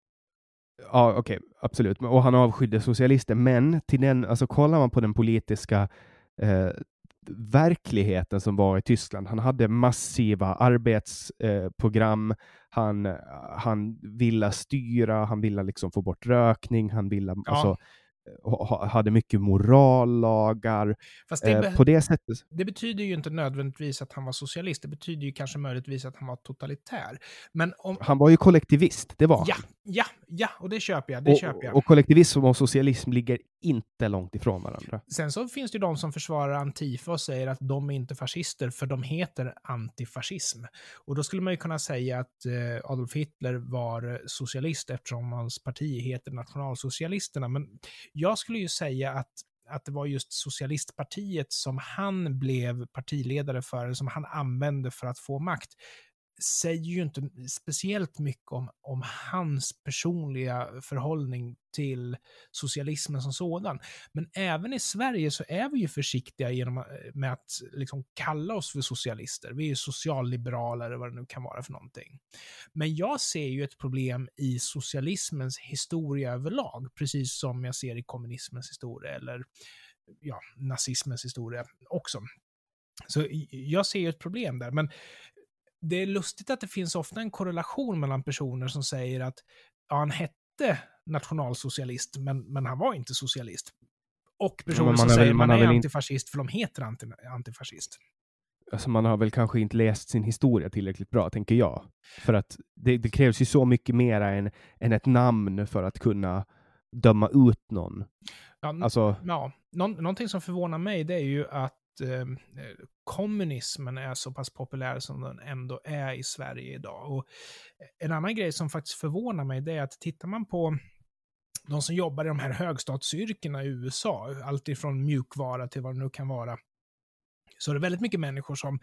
Ja, okej, absolut. Men- Och han avskydde socialister, men till den, alltså kollar man på den politiska eh, verkligheten som var i Tyskland. Han hade massiva arbetsprogram. Eh, han, han ville styra, han ville liksom få bort rökning, han ville, Ja. alltså, ha, hade mycket morallagar. Fast det, Eh, be- på det sättet. det betyder ju inte nödvändigtvis att han var socialist. Det betyder ju kanske möjligtvis att han var totalitär. Men om... Han var ju kollektivist, det var Ja, han. ja, ja, och det köper jag. Det köper jag. Och, och kollektivism och socialism ligger inte långt ifrån varandra. Sen så finns det ju de som försvarar Antifa och säger att de är inte fascister för de heter antifascism. Och då skulle man ju kunna säga att eh, Adolf Hitler var socialist eftersom hans parti heter Nationalsocialisterna. Men jag skulle ju säga att att det var just socialistpartiet som han blev partiledare för, som han använde för att få makt, säger ju inte speciellt mycket om, om hans personliga förhållning till socialismen som sådan. Men även i Sverige så är vi ju försiktiga genom, med att liksom kalla oss för socialister. Vi är ju socialliberaler eller vad det nu kan vara för någonting. Men jag ser ju ett problem i socialismens historia överlag, precis som jag ser i kommunismens historia eller ja, nazismens historia också. Så jag ser ju ett problem där, men det är lustigt att det finns ofta en korrelation mellan personer som säger att ja, han hette nationalsocialist, men, men han var inte socialist. Och personer man som har säger väl- man, man har är väl inte- antifascist för de heter anti, antifascist. Alltså man har väl kanske inte läst sin historia tillräckligt bra, tänker jag. För att det, det krävs ju så mycket mer än, än ett namn för att kunna döma ut någon. Ja, n- Alltså, ja, nå- någonting som förvånar mig det är ju att eh, kommunismen är så pass populär som den ändå är i Sverige idag. Och en annan grej som faktiskt förvånar mig det är att tittar man på de som jobbar i de här högstatsyrkena i U S A, allt ifrån mjukvara till vad det nu kan vara, så är det väldigt mycket människor som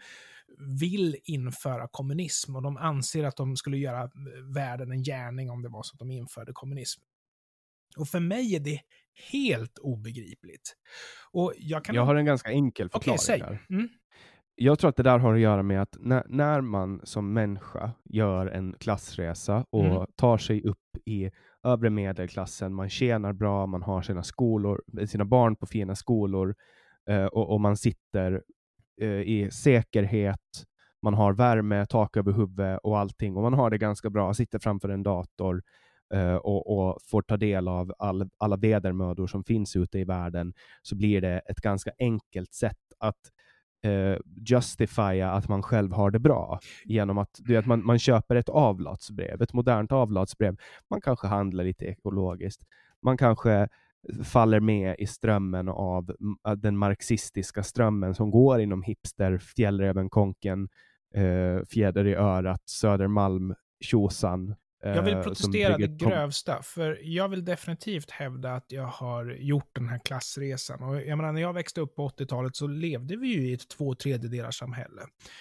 vill införa kommunism och de anser att de skulle göra världen en gärning om det var så att de införde kommunism. Och för mig är det helt obegripligt. Och jag kan... jag har en ganska enkel förklaring Okej, säg. här. Mm. Jag tror att det där har att göra med att när, när man som människa gör en klassresa och Mm. tar sig upp i övre medelklassen, man tjänar bra, man har sina skolor, sina barn på fina skolor eh, och, och man sitter eh, i säkerhet, man har värme, tak över huvudet och allting och man har det ganska bra, sitter framför en dator eh, och, och får ta del av all, alla vedermödor som finns ute i världen, så blir det ett ganska enkelt sätt att Uh, justifiera att man själv har det bra genom att, du vet, man, man köper ett avlatsbrev, ett modernt avlatsbrev, man kanske handlar lite ekologiskt, man kanske faller med i strömmen av uh, den marxistiska strömmen som går inom hipster, fjällrävenkonken, uh, fjäder i örat, Södermalm, tjosan. Jag vill protestera det grövsta, för jag vill definitivt hävda att jag har gjort den här klassresan. Och jag menar, när jag växte upp på åttiotalet så levde vi ju i ett två tredjedelars samhälle.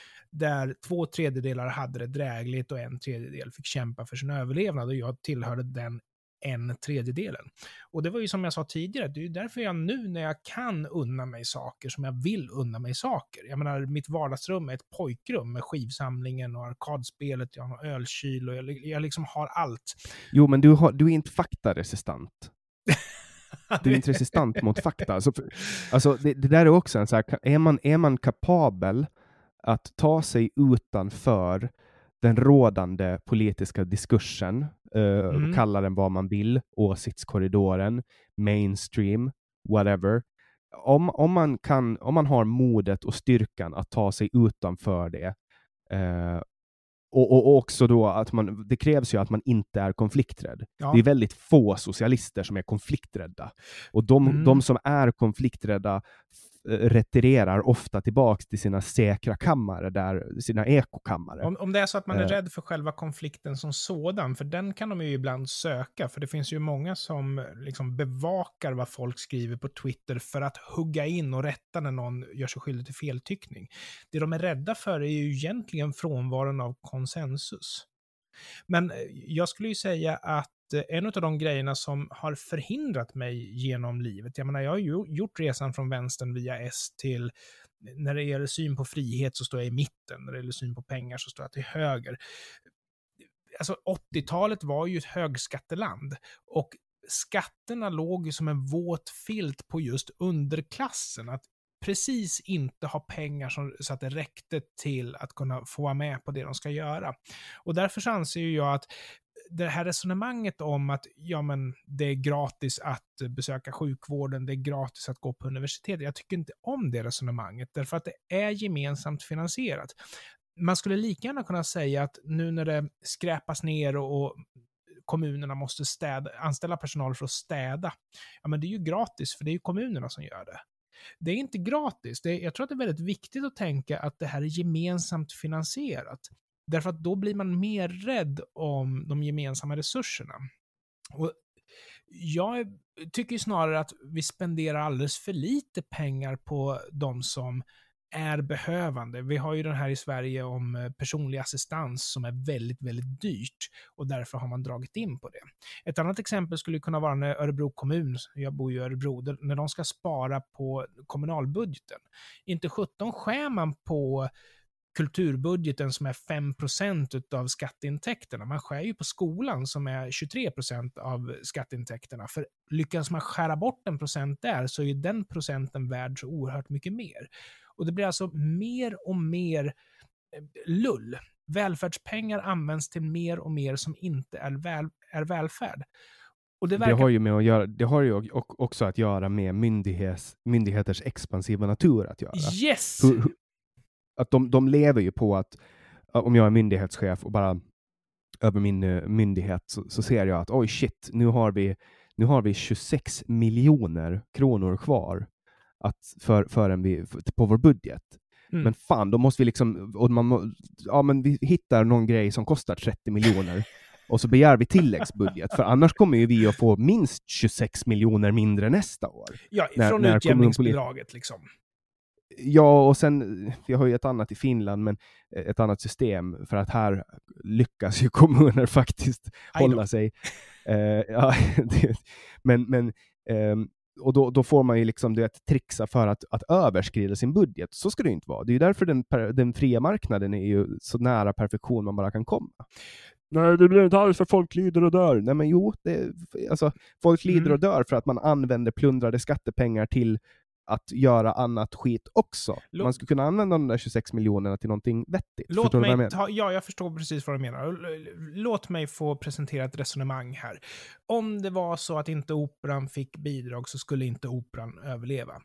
Där två tredjedelar hade det drägligt och en tredjedel fick kämpa för sin överlevnad. Och jag tillhörde den en tredjedelen. Och det var ju som jag sa tidigare, det är ju därför jag nu när jag kan unna mig saker som jag vill unna mig saker. Jag menar, mitt vardagsrum är ett pojkrum med skivsamlingen och arkadspelet, jag har ölkyl och jag, jag liksom har allt. Jo, men du, har, du är inte faktaresistant. Du är inte resistant mot fakta. Alltså, för, alltså det, det där är också en så här, är man, är man kapabel att ta sig utanför den rådande politiska diskursen, uh, Mm. kalla den vad man vill, åsiktskorridoren, mainstream, whatever. Om, om, man kan, om man har modet och styrkan att ta sig utanför det, uh, och, och, och också då att man, det krävs ju att man inte är konflikträdd. Ja. Det är väldigt få socialister som är konflikträdda. Och de, Mm. de som är konflikträdda retirerar ofta tillbaks till sina säkra kammare, där, sina ekokammare. Om, om det är så att man är Eh. rädd för själva konflikten som sådan, för den kan de ju ibland söka, för det finns ju många som liksom bevakar vad folk skriver på Twitter för att hugga in och rätta när någon gör sig skyldig till feltyckning. Det de är rädda för är ju egentligen frånvaron av konsensus. Men jag skulle ju säga att en av de grejerna som har förhindrat mig genom livet, jag menar, jag har ju gjort resan från vänstern via S till, när det gäller syn på frihet så står jag i mitten, när det gäller syn på pengar så står jag till höger. Alltså åttiotalet var ju ett högskatteland och skatterna låg ju som en våt filt på just underklassen, att precis inte ha pengar som, så att det räckte till att kunna få vara med på det de ska göra. Och därför så anser jag att det här resonemanget om att ja, men det är gratis att besöka sjukvården, det är gratis att gå på universitet. Jag tycker inte om det resonemanget, därför att det är gemensamt finansierat. Man skulle lika gärna kunna säga att nu när det skräpas ner och, och kommunerna måste städa, anställa personal för att städa, ja men det är ju gratis, för det är ju kommunerna som gör det. Det är inte gratis. Det är, jag tror att det är väldigt viktigt att tänka att det här är gemensamt finansierat. Därför att då blir man mer rädd om de gemensamma resurserna. Och jag tycker snarare att vi spenderar alldeles för lite pengar på de som är behövande. Vi har ju den här i Sverige om personlig assistans som är väldigt, väldigt dyrt och därför har man dragit in på det. Ett annat exempel skulle kunna vara när Örebro kommun, jag bor i Örebro, när de ska spara på kommunalbudgeten. Inte sjutton skär man på kulturbudgeten som är fem procent av skatteintäkterna. Man skär ju på skolan som är tjugotre procent av skatteintäkterna. För lyckas man skära bort en procent där så är den procenten värd så oerhört mycket mer. Och det blir alltså mer och mer lull. Välfärdspengar används till mer och mer som inte är, väl, är välfärd. Och det, verkar... det har ju med att göra, det har ju också att göra med myndighets, myndigheters expansiva natur att göra. Yes! Hur, hur, att de, de lever ju på att om jag är myndighetschef och bara över min uh, myndighet så, så ser jag att oj shit, nu har vi nu har vi tjugosex miljoner kronor kvar att för, för en vi, för, på vår budget. Mm. Men fan, då måste vi liksom och man, ja, men vi hittar någon grej som kostar trettio miljoner och så begär vi tilläggsbudget, för annars kommer ju vi att få minst tjugosex miljoner mindre nästa år. Ja, när, från när utjämningsbidraget liksom. Ja, och sen, vi har ju ett annat i Finland, men ett annat system, för att här lyckas ju kommuner faktiskt hålla sig. Uh, ja, det, men, men um, och då, då får man ju liksom det trixa för att, att överskrida sin budget. Så ska det ju inte vara. Det är ju därför den, den fria marknaden är ju så nära perfektion man bara kan komma. Nej, det blir inte alls för folk lider och dör. Nej, men jo, det, alltså, folk lider mm. och dör för att man använder plundrade skattepengar till att göra annat skit också. Låt, man skulle kunna använda de där tjugosex miljonerna till någonting vettigt. Låt mig jag ta, ja, jag förstår precis vad du menar. Låt mig få presentera ett resonemang här. Om det var så att inte operan fick bidrag så skulle inte operan överleva.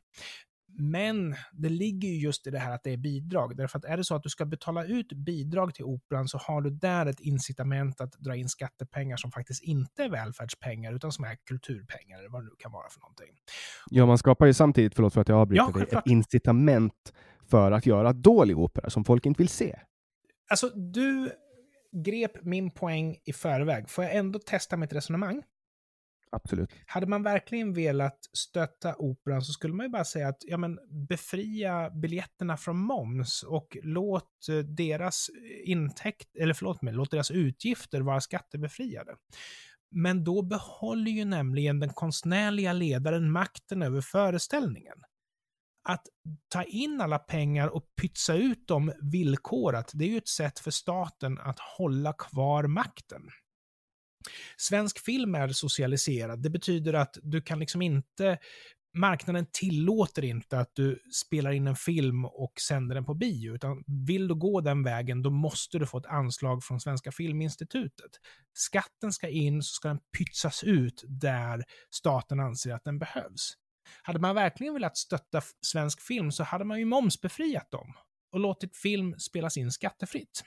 Men det ligger ju just i det här att det är bidrag. Därför att är det så att du ska betala ut bidrag till operan så har du där ett incitament att dra in skattepengar som faktiskt inte är välfärdspengar utan som är kulturpengar eller vad det nu kan vara för någonting. Ja, man skapar ju samtidigt, förlåt för att jag avbryter ja, dig, ett incitament för att göra dålig opera som folk inte vill se. Alltså, du grep min poäng i förväg. Får jag ändå testa mitt resonemang? Absolut. Hade man verkligen velat stötta operan så skulle man ju bara säga att ja, men befria biljetterna från moms och låt deras intäkt, eller förlåt mig, låt deras utgifter vara skattebefriade. Men då behåller ju nämligen den konstnärliga ledaren makten över föreställningen. Att ta in alla pengar och pytsa ut dem villkorat, det är ju ett sätt för staten att hålla kvar makten. Svensk film är socialiserad. Det betyder att du kan liksom inte, marknaden tillåter inte att du spelar in en film och sänder den på bio, utan vill du gå den vägen då måste du få ett anslag från Svenska Filminstitutet. Skatten ska in, så ska den pytsas ut där staten anser att den behövs. Hade man verkligen velat stötta svensk film så hade man ju momsbefriat dem och låtit film spelas in skattefritt.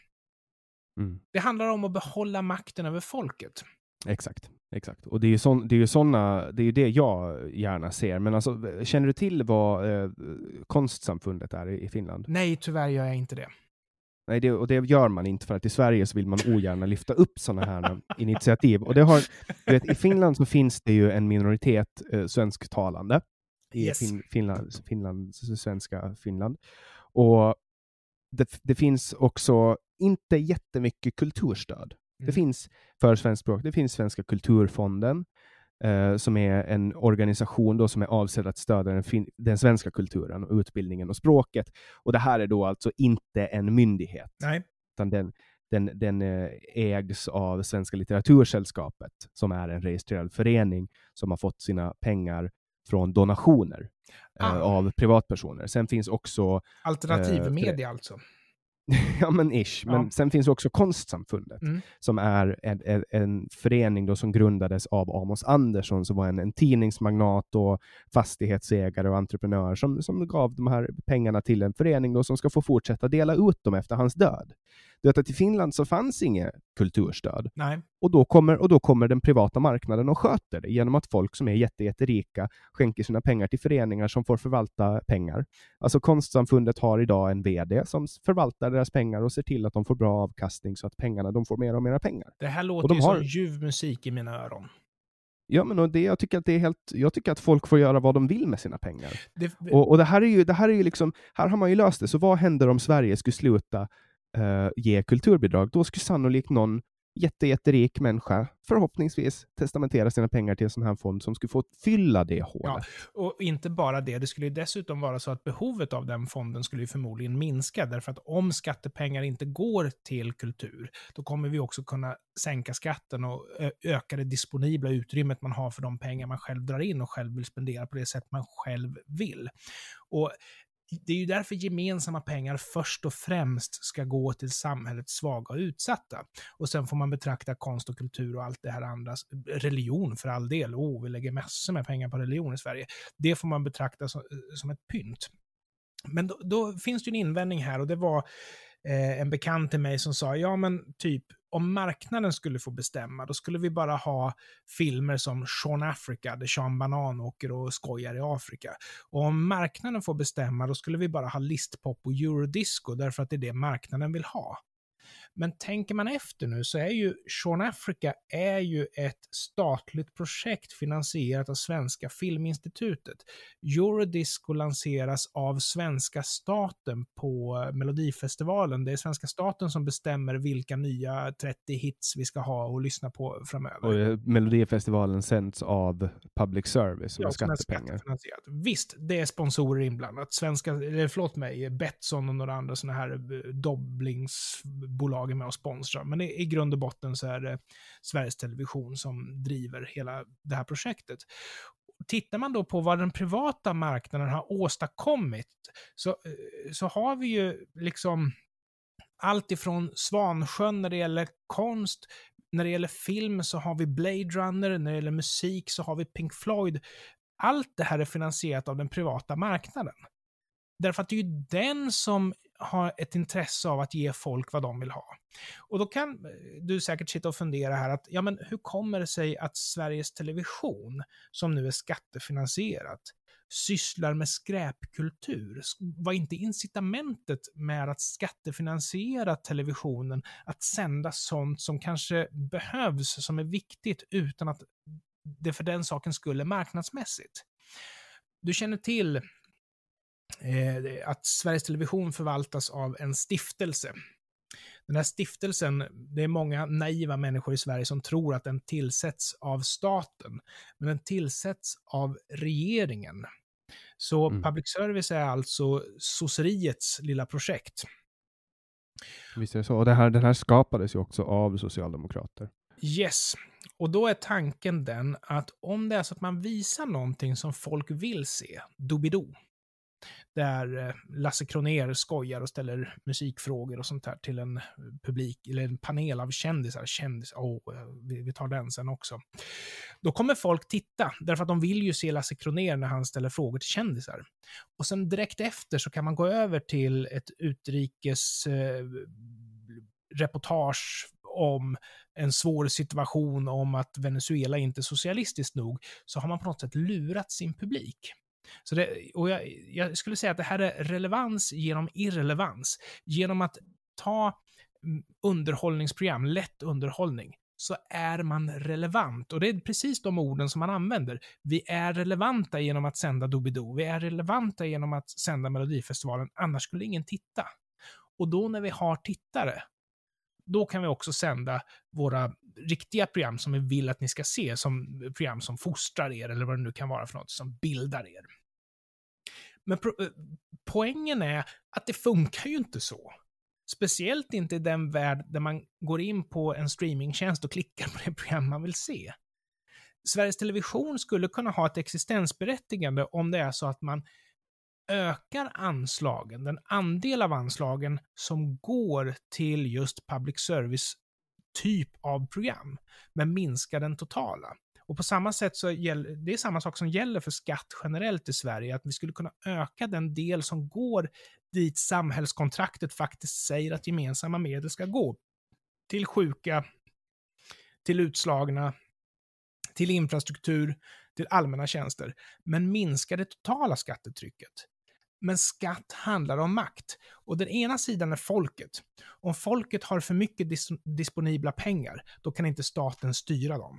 Mm. Det handlar om att behålla makten över folket. Exakt, exakt. Och det är ju sån, det är ju såna, det är ju det jag gärna ser. Men alltså, känner du till vad eh, konstsamfundet är i, i Finland? Nej, tyvärr gör jag inte det. Nej, det, och det gör man inte, för att i Sverige så vill man ogärna lyfta upp sådana här initiativ. Och det har, du vet, i Finland så finns det ju en minoritet eh, svensktalande i yes. fin, Finland, Finland, svenska Finland. Och det, det finns också inte jättemycket kulturstöd. Mm. Det finns för svenskt språk, det finns Svenska kulturfonden eh, som är en organisation då som är avsedd att stödja den, fin- den svenska kulturen och utbildningen och språket. Och det här är då alltså inte en myndighet. Nej. Utan den, den, den eh, ägs av Svenska litteratursällskapet som är en registrerad förening som har fått sina pengar från donationer eh, ah. av privatpersoner. Sen finns också alternativ eh, media alltså. Ja, men ish. Men ja. Sen finns också Konstsamfundet mm. som är en, en, en förening då som grundades av Amos Andersson som var en, en tidningsmagnat och fastighetsägare och entreprenör som, som gav de här pengarna till en förening då som ska få fortsätta dela ut dem efter hans död. Du vet att i Finland så fanns inget kulturstöd. Nej. Och då kommer, och då kommer den privata marknaden och sköter det genom att folk som är jätte, jätterika skänker sina pengar till föreningar som får förvalta pengar. Alltså Konstsamfundet har idag en vd som förvaltar deras pengar och ser till att de får bra avkastning så att pengarna, de får mer och mer pengar. Det här låter de ju har... som ljuv musik i mina öron. Ja, men och det, jag tycker att det är helt, jag tycker att folk får göra vad de vill med sina pengar. Det... Och, och det här är ju, det här är ju liksom, här har man ju löst det. Så vad händer om Sverige skulle sluta Uh, ge kulturbidrag? Då skulle sannolikt någon jätte, jätterik människa förhoppningsvis testamentera sina pengar till en sån här fond som skulle få fylla det hålet. Ja, och inte bara det. Det skulle ju dessutom vara så att behovet av den fonden skulle ju förmodligen minska, därför att om skattepengar inte går till kultur, då kommer vi också kunna sänka skatten och öka det disponibla utrymmet man har för de pengar man själv drar in och själv vill spendera på det sätt man själv vill. Och det är ju därför gemensamma pengar först och främst ska gå till samhällets svaga och utsatta. Och sen får man betrakta konst och kultur och allt det här andra, religion för all del, oh, vi lägger massor med pengar på religion i Sverige. Det får man betrakta som, som ett pynt. Men då, då finns det ju en invändning här, och det var eh, en bekant till mig som sa, ja men typ, om marknaden skulle få bestämma, då skulle vi bara ha filmer som Sean Africa, där Sean Banan åker och skojar i Afrika. Och om marknaden får bestämma, då skulle vi bara ha listpop och eurodisco, därför att det är det marknaden vill ha. Men tänker man efter nu, så är ju Sean Africa är ju ett statligt projekt finansierat av Svenska Filminstitutet. Eurodisco lanseras av svenska staten på Melodifestivalen. Det är svenska staten som bestämmer vilka nya trettio hits vi ska ha och lyssna på framöver. Och Melodifestivalen sänds av public service och ja, skattepengar. Visst, det är sponsorer inblandat. Svenska, eller förlåt mig, Betsson och några andra sådana här dobblingsbolag med och sponsrar. Men i, i grund och botten så är det Sveriges Television som driver hela det här projektet. Tittar man då på vad den privata marknaden har åstadkommit, så, så har vi ju liksom allt ifrån Svansjön när det gäller konst, när det gäller film så har vi Blade Runner, när det gäller musik så har vi Pink Floyd. Allt det här är finansierat av den privata marknaden. Därför att det är ju den som har ett intresse av att ge folk vad de vill ha. Och då kan du säkert sitta och fundera här att, ja men hur kommer det sig att Sveriges Television, som nu är skattefinansierat, sysslar med skräpkultur? Var inte incitamentet med att skattefinansiera televisionen att sända sånt som kanske behövs, som är viktigt, utan att det för den saken skulle marknadsmässigt? Du känner till eh, att Sveriges Television förvaltas av en stiftelse. Den här stiftelsen, det är många naiva människor i Sverige som tror att den tillsätts av staten, men den tillsätts av regeringen. Så mm. public service är alltså sosseriets lilla projekt. Visst är det så. Och det här, den här skapades ju också av socialdemokrater. Yes. Och då är tanken den att om det är så att man visar någonting som folk vill se, dobido, där Lasse Kronér skojar och ställer musikfrågor och sånt här till en publik, eller en panel av kändisar. Kändis, oh, vi, vi tar den sen också. Då kommer folk titta, därför att de vill ju se Lasse Kronér när han ställer frågor till kändisar. Och sen direkt efter så kan man gå över till ett utrikes eh, reportage om en svår situation, om att Venezuela inte är socialistiskt nog, så har man på något sätt lurat sin publik. Så det, och jag, jag skulle säga att det här är relevans genom irrelevans. Genom att ta underhållningsprogram, lätt underhållning, så är man relevant. Och det är precis de orden som man använder. Vi är relevanta genom att sända Doobidoo. Vi är relevanta genom att sända Melodifestivalen. Annars skulle ingen titta. Och då när vi har tittare, då kan vi också sända våra riktiga program som vi vill att ni ska se, som program som fostrar er, eller vad det nu kan vara för något, som bildar er. Men pro- poängen är att det funkar ju inte så. Speciellt inte i den värld där man går in på en streamingtjänst och klickar på det program man vill se. Sveriges Television skulle kunna ha ett existensberättigande om det är så att man ökar anslagen, den andel av anslagen som går till just public service typ av program, men minskar den totala. Och på samma sätt så gäller det är samma sak som gäller för skatt generellt i Sverige, att vi skulle kunna öka den del som går dit samhällskontraktet faktiskt säger att gemensamma medel ska gå. Till sjuka, till utslagna, till infrastruktur, till allmänna tjänster, men minska det totala skattetrycket. Men skatt handlar om makt. Och den ena sidan är folket. Om folket har för mycket dis- disponibla pengar, då kan inte staten styra dem.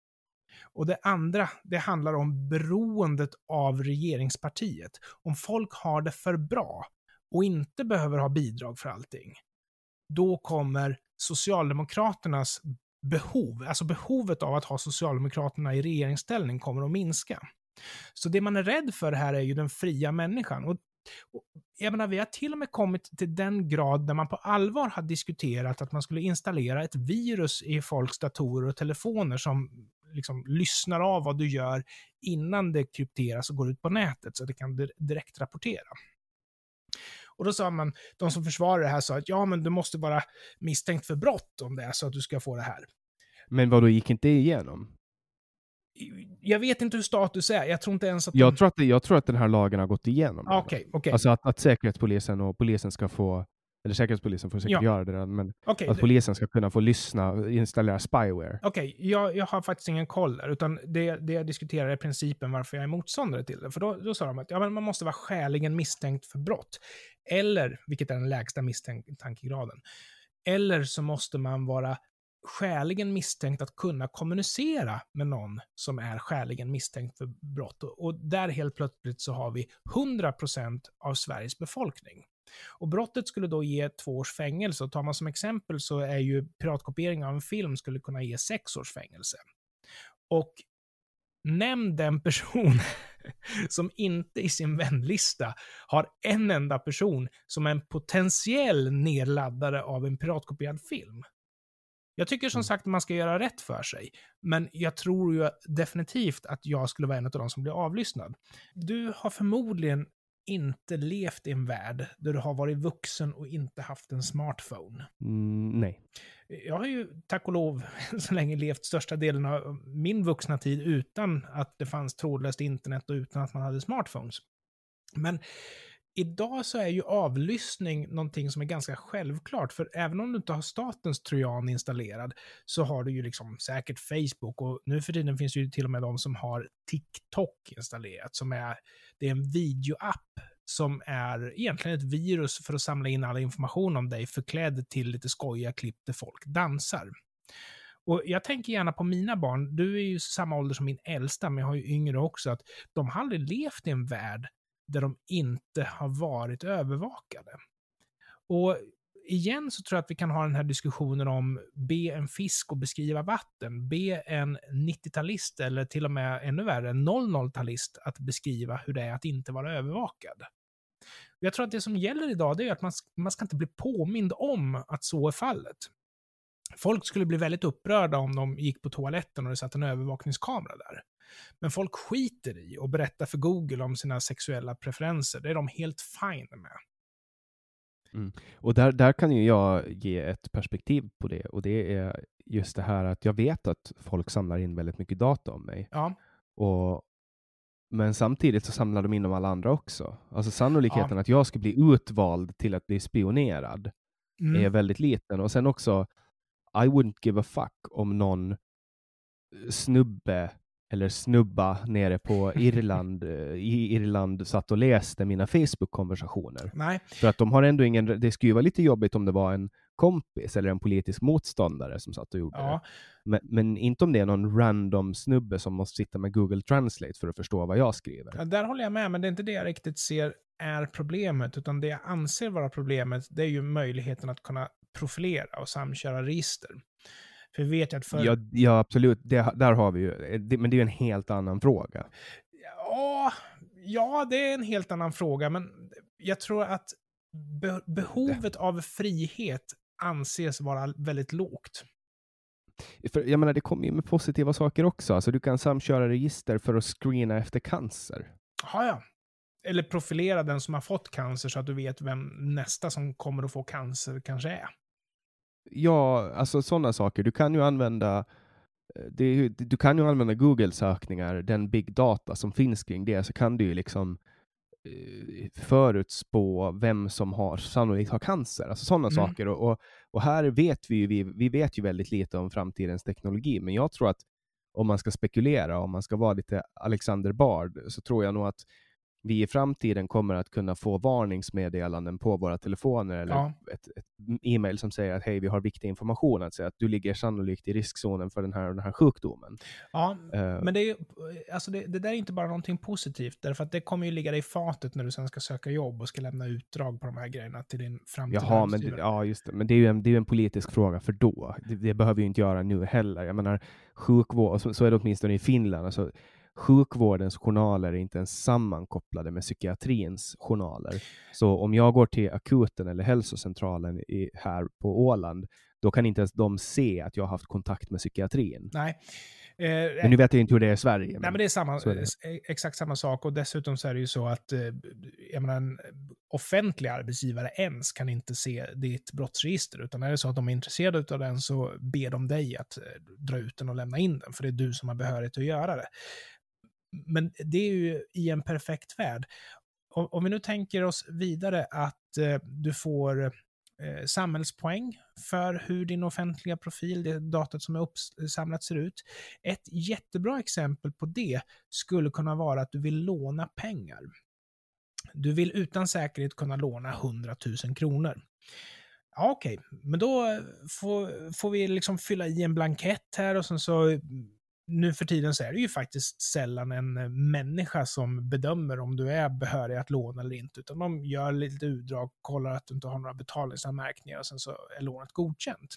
Och det andra, det handlar om beroendet av regeringspartiet. Om folk har det för bra och inte behöver ha bidrag för allting, då kommer Socialdemokraternas behov, alltså behovet av att ha Socialdemokraterna i regeringsställning, kommer att minska. Så det man är rädd för här är ju den fria människan. Och, och jag menar, vi har till och med kommit till den grad där man på allvar har diskuterat att man skulle installera ett virus i folks datorer och telefoner som liksom lyssnar av vad du gör innan det krypteras och går ut på nätet, så att det kan direkt rapportera. Och då sa man, de som försvarar det här sa att ja, men du måste vara misstänkt för brott om det är så att du ska få det här. Men vad då gick inte igenom? Jag vet inte hur status är. Jag tror inte ens att jag, de... tror att det, jag tror att den här lagen har gått igenom. Okej, okej. Okay. Alltså att, att säkerhetspolisen och polisen ska få, eller säkerhetspolisen får säkert ja. göra det, men okay, att det... polisen ska kunna få lyssna och installera spyware. Okej, okay, jag, jag har faktiskt ingen koll där, utan det, det jag diskuterar är principen varför jag är motståndare till det. För då, då sa de att ja, men man måste vara skäligen misstänkt för brott. Eller, vilket är den lägsta misstankegraden, eller så måste man vara skäligen misstänkt att kunna kommunicera med någon som är skäligen misstänkt för brott. Och, och där helt plötsligt så har vi hundra procent av Sveriges befolkning. Och brottet skulle då ge två års fängelse. Och tar man som exempel så är ju piratkopiering av en film skulle kunna ge sex års fängelse. Och nämn den person som inte i sin vänlista har en enda person som är en potentiell nedladdare av en piratkopierad film. Jag tycker som sagt att man ska göra rätt för sig. Men jag tror ju definitivt att jag skulle vara en av de som blir avlyssnad. Du har förmodligen inte levt i en värld där du har varit vuxen och inte haft en smartphone. Mm, nej. Jag har ju tack och lov så länge levt största delen av min vuxna tid utan att det fanns trådlöst internet och utan att man hade smartphones. Men idag så är ju avlyssning någonting som är ganska självklart, för även om du inte har statens trojan installerad så har du ju liksom säkert Facebook, och nu för tiden finns det ju till och med de som har TikTok installerat, som är, det är en videoapp som är egentligen ett virus för att samla in all information om dig förklädd till lite skojiga klipp där folk dansar. Och jag tänker gärna på mina barn, du är ju samma ålder som min äldsta, men jag har ju yngre också, att de har aldrig levt i en värld där de inte har varit övervakade. Och igen så tror jag att vi kan ha den här diskussionen om be en fisk att beskriva vatten, be en nittiotalist eller till och med ännu värre en noll noll-talist att beskriva hur det är att inte vara övervakad. Jag tror att det som gäller idag det är att man, man ska inte bli påmind om att så är fallet. Folk skulle bli väldigt upprörda om de gick på toaletten och det satt en övervakningskamera där. Men folk skiter i och berättar för Google om sina sexuella preferenser. Det är de helt fine med. Mm. Och där, där kan ju jag ge ett perspektiv på det. Och det är just det här att jag vet att folk samlar in väldigt mycket data om mig. Ja. Och, men samtidigt så samlar de in om alla andra också. Alltså sannolikheten ja. att jag ska bli utvald till att bli spionerad mm. är väldigt liten. Och sen också, I wouldn't give a fuck om någon snubbe eller snubba nere på Irland i Irland satt och läste mina Facebook-konversationer. Nej. För att de har ändå ingen, det skulle ju vara lite jobbigt om det var en kompis eller en politisk motståndare som satt och gjorde ja. det. Men, men inte om det är någon random snubbe som måste sitta med Google Translate för att förstå vad jag skriver. Ja, där håller jag med, men det är inte det jag riktigt ser är problemet, utan det jag anser vara problemet, det är ju möjligheten att kunna profilera och samköra register. För vi vet ju att för... ja, ja, absolut. Det, där har vi ju. Det, men det är ju en helt annan fråga. Ja, ja, det är en helt annan fråga. Men jag tror att be- behovet av frihet anses vara väldigt lågt. För, jag menar, det kommer ju med positiva saker också. Alltså, du kan samköra register för att screena efter cancer. Ja, ja. Eller profilera den som har fått cancer så att du vet vem nästa som kommer att få cancer kanske är. Ja, alltså sådana saker. Du kan ju använda det är, du kan ju använda Google-sökningar, den big data som finns kring det, så kan du ju liksom eh, förutspå vem som har sannolikt har cancer. Alltså sådana mm. saker. Och, och, och här vet vi ju, vi, vi vet ju väldigt lite om framtidens teknologi, men jag tror att om man ska spekulera, om man ska vara lite Alexander Bard, så tror jag nog att vi i framtiden kommer att kunna få varningsmeddelanden på våra telefoner eller ja. ett, ett, ett e-mail som säger att hej, vi har viktig information, att säga att du ligger sannolikt i riskzonen för den här, den här sjukdomen. Ja, uh, men det, är ju, alltså det, det där är inte bara någonting positivt, därför att det kommer ju ligga dig i fatet när du sen ska söka jobb och ska lämna utdrag på de här grejerna till din framtida Jaha, men det, ja, just det. Men det är ju en, det är en politisk fråga för då. Det, det behöver ju inte göra nu heller. Jag menar, sjukvård, så, så är det åtminstone i Finland. Alltså, sjukvårdens journaler är inte ens sammankopplade med psykiatrins journaler. Så om jag går till akuten eller hälsocentralen i, här på Åland, då kan inte ens de se att jag har haft kontakt med psykiatrin. Nej, Eh, men nu vet jag inte hur det är i Sverige. Men nej, men det är, samma, är det. exakt samma sak. Och dessutom så är det ju så att eh, jag menar, en offentlig arbetsgivare ens kan inte se ditt brottsregister. Utan är det så att de är intresserade av den så ber de dig att eh, dra ut den och lämna in den. För det är du som har behörighet att göra det. Men det är ju i en perfekt värld. Om vi nu tänker oss vidare att eh, du får eh, samhällspoäng för hur din offentliga profil, det datat som är uppsamlat, ser ut. Ett jättebra exempel på det skulle kunna vara att du vill låna pengar. Du vill utan säkerhet kunna låna hundratusen kronor. Ja, okej, okay. Men då får, får vi liksom fylla i en blankett här och sen så nu för tiden så är det ju faktiskt sällan en människa som bedömer om du är behörig att låna eller inte, utan de gör lite utdrag, kollar att du inte har några betalningsanmärkningar och sen så är lånet godkänt.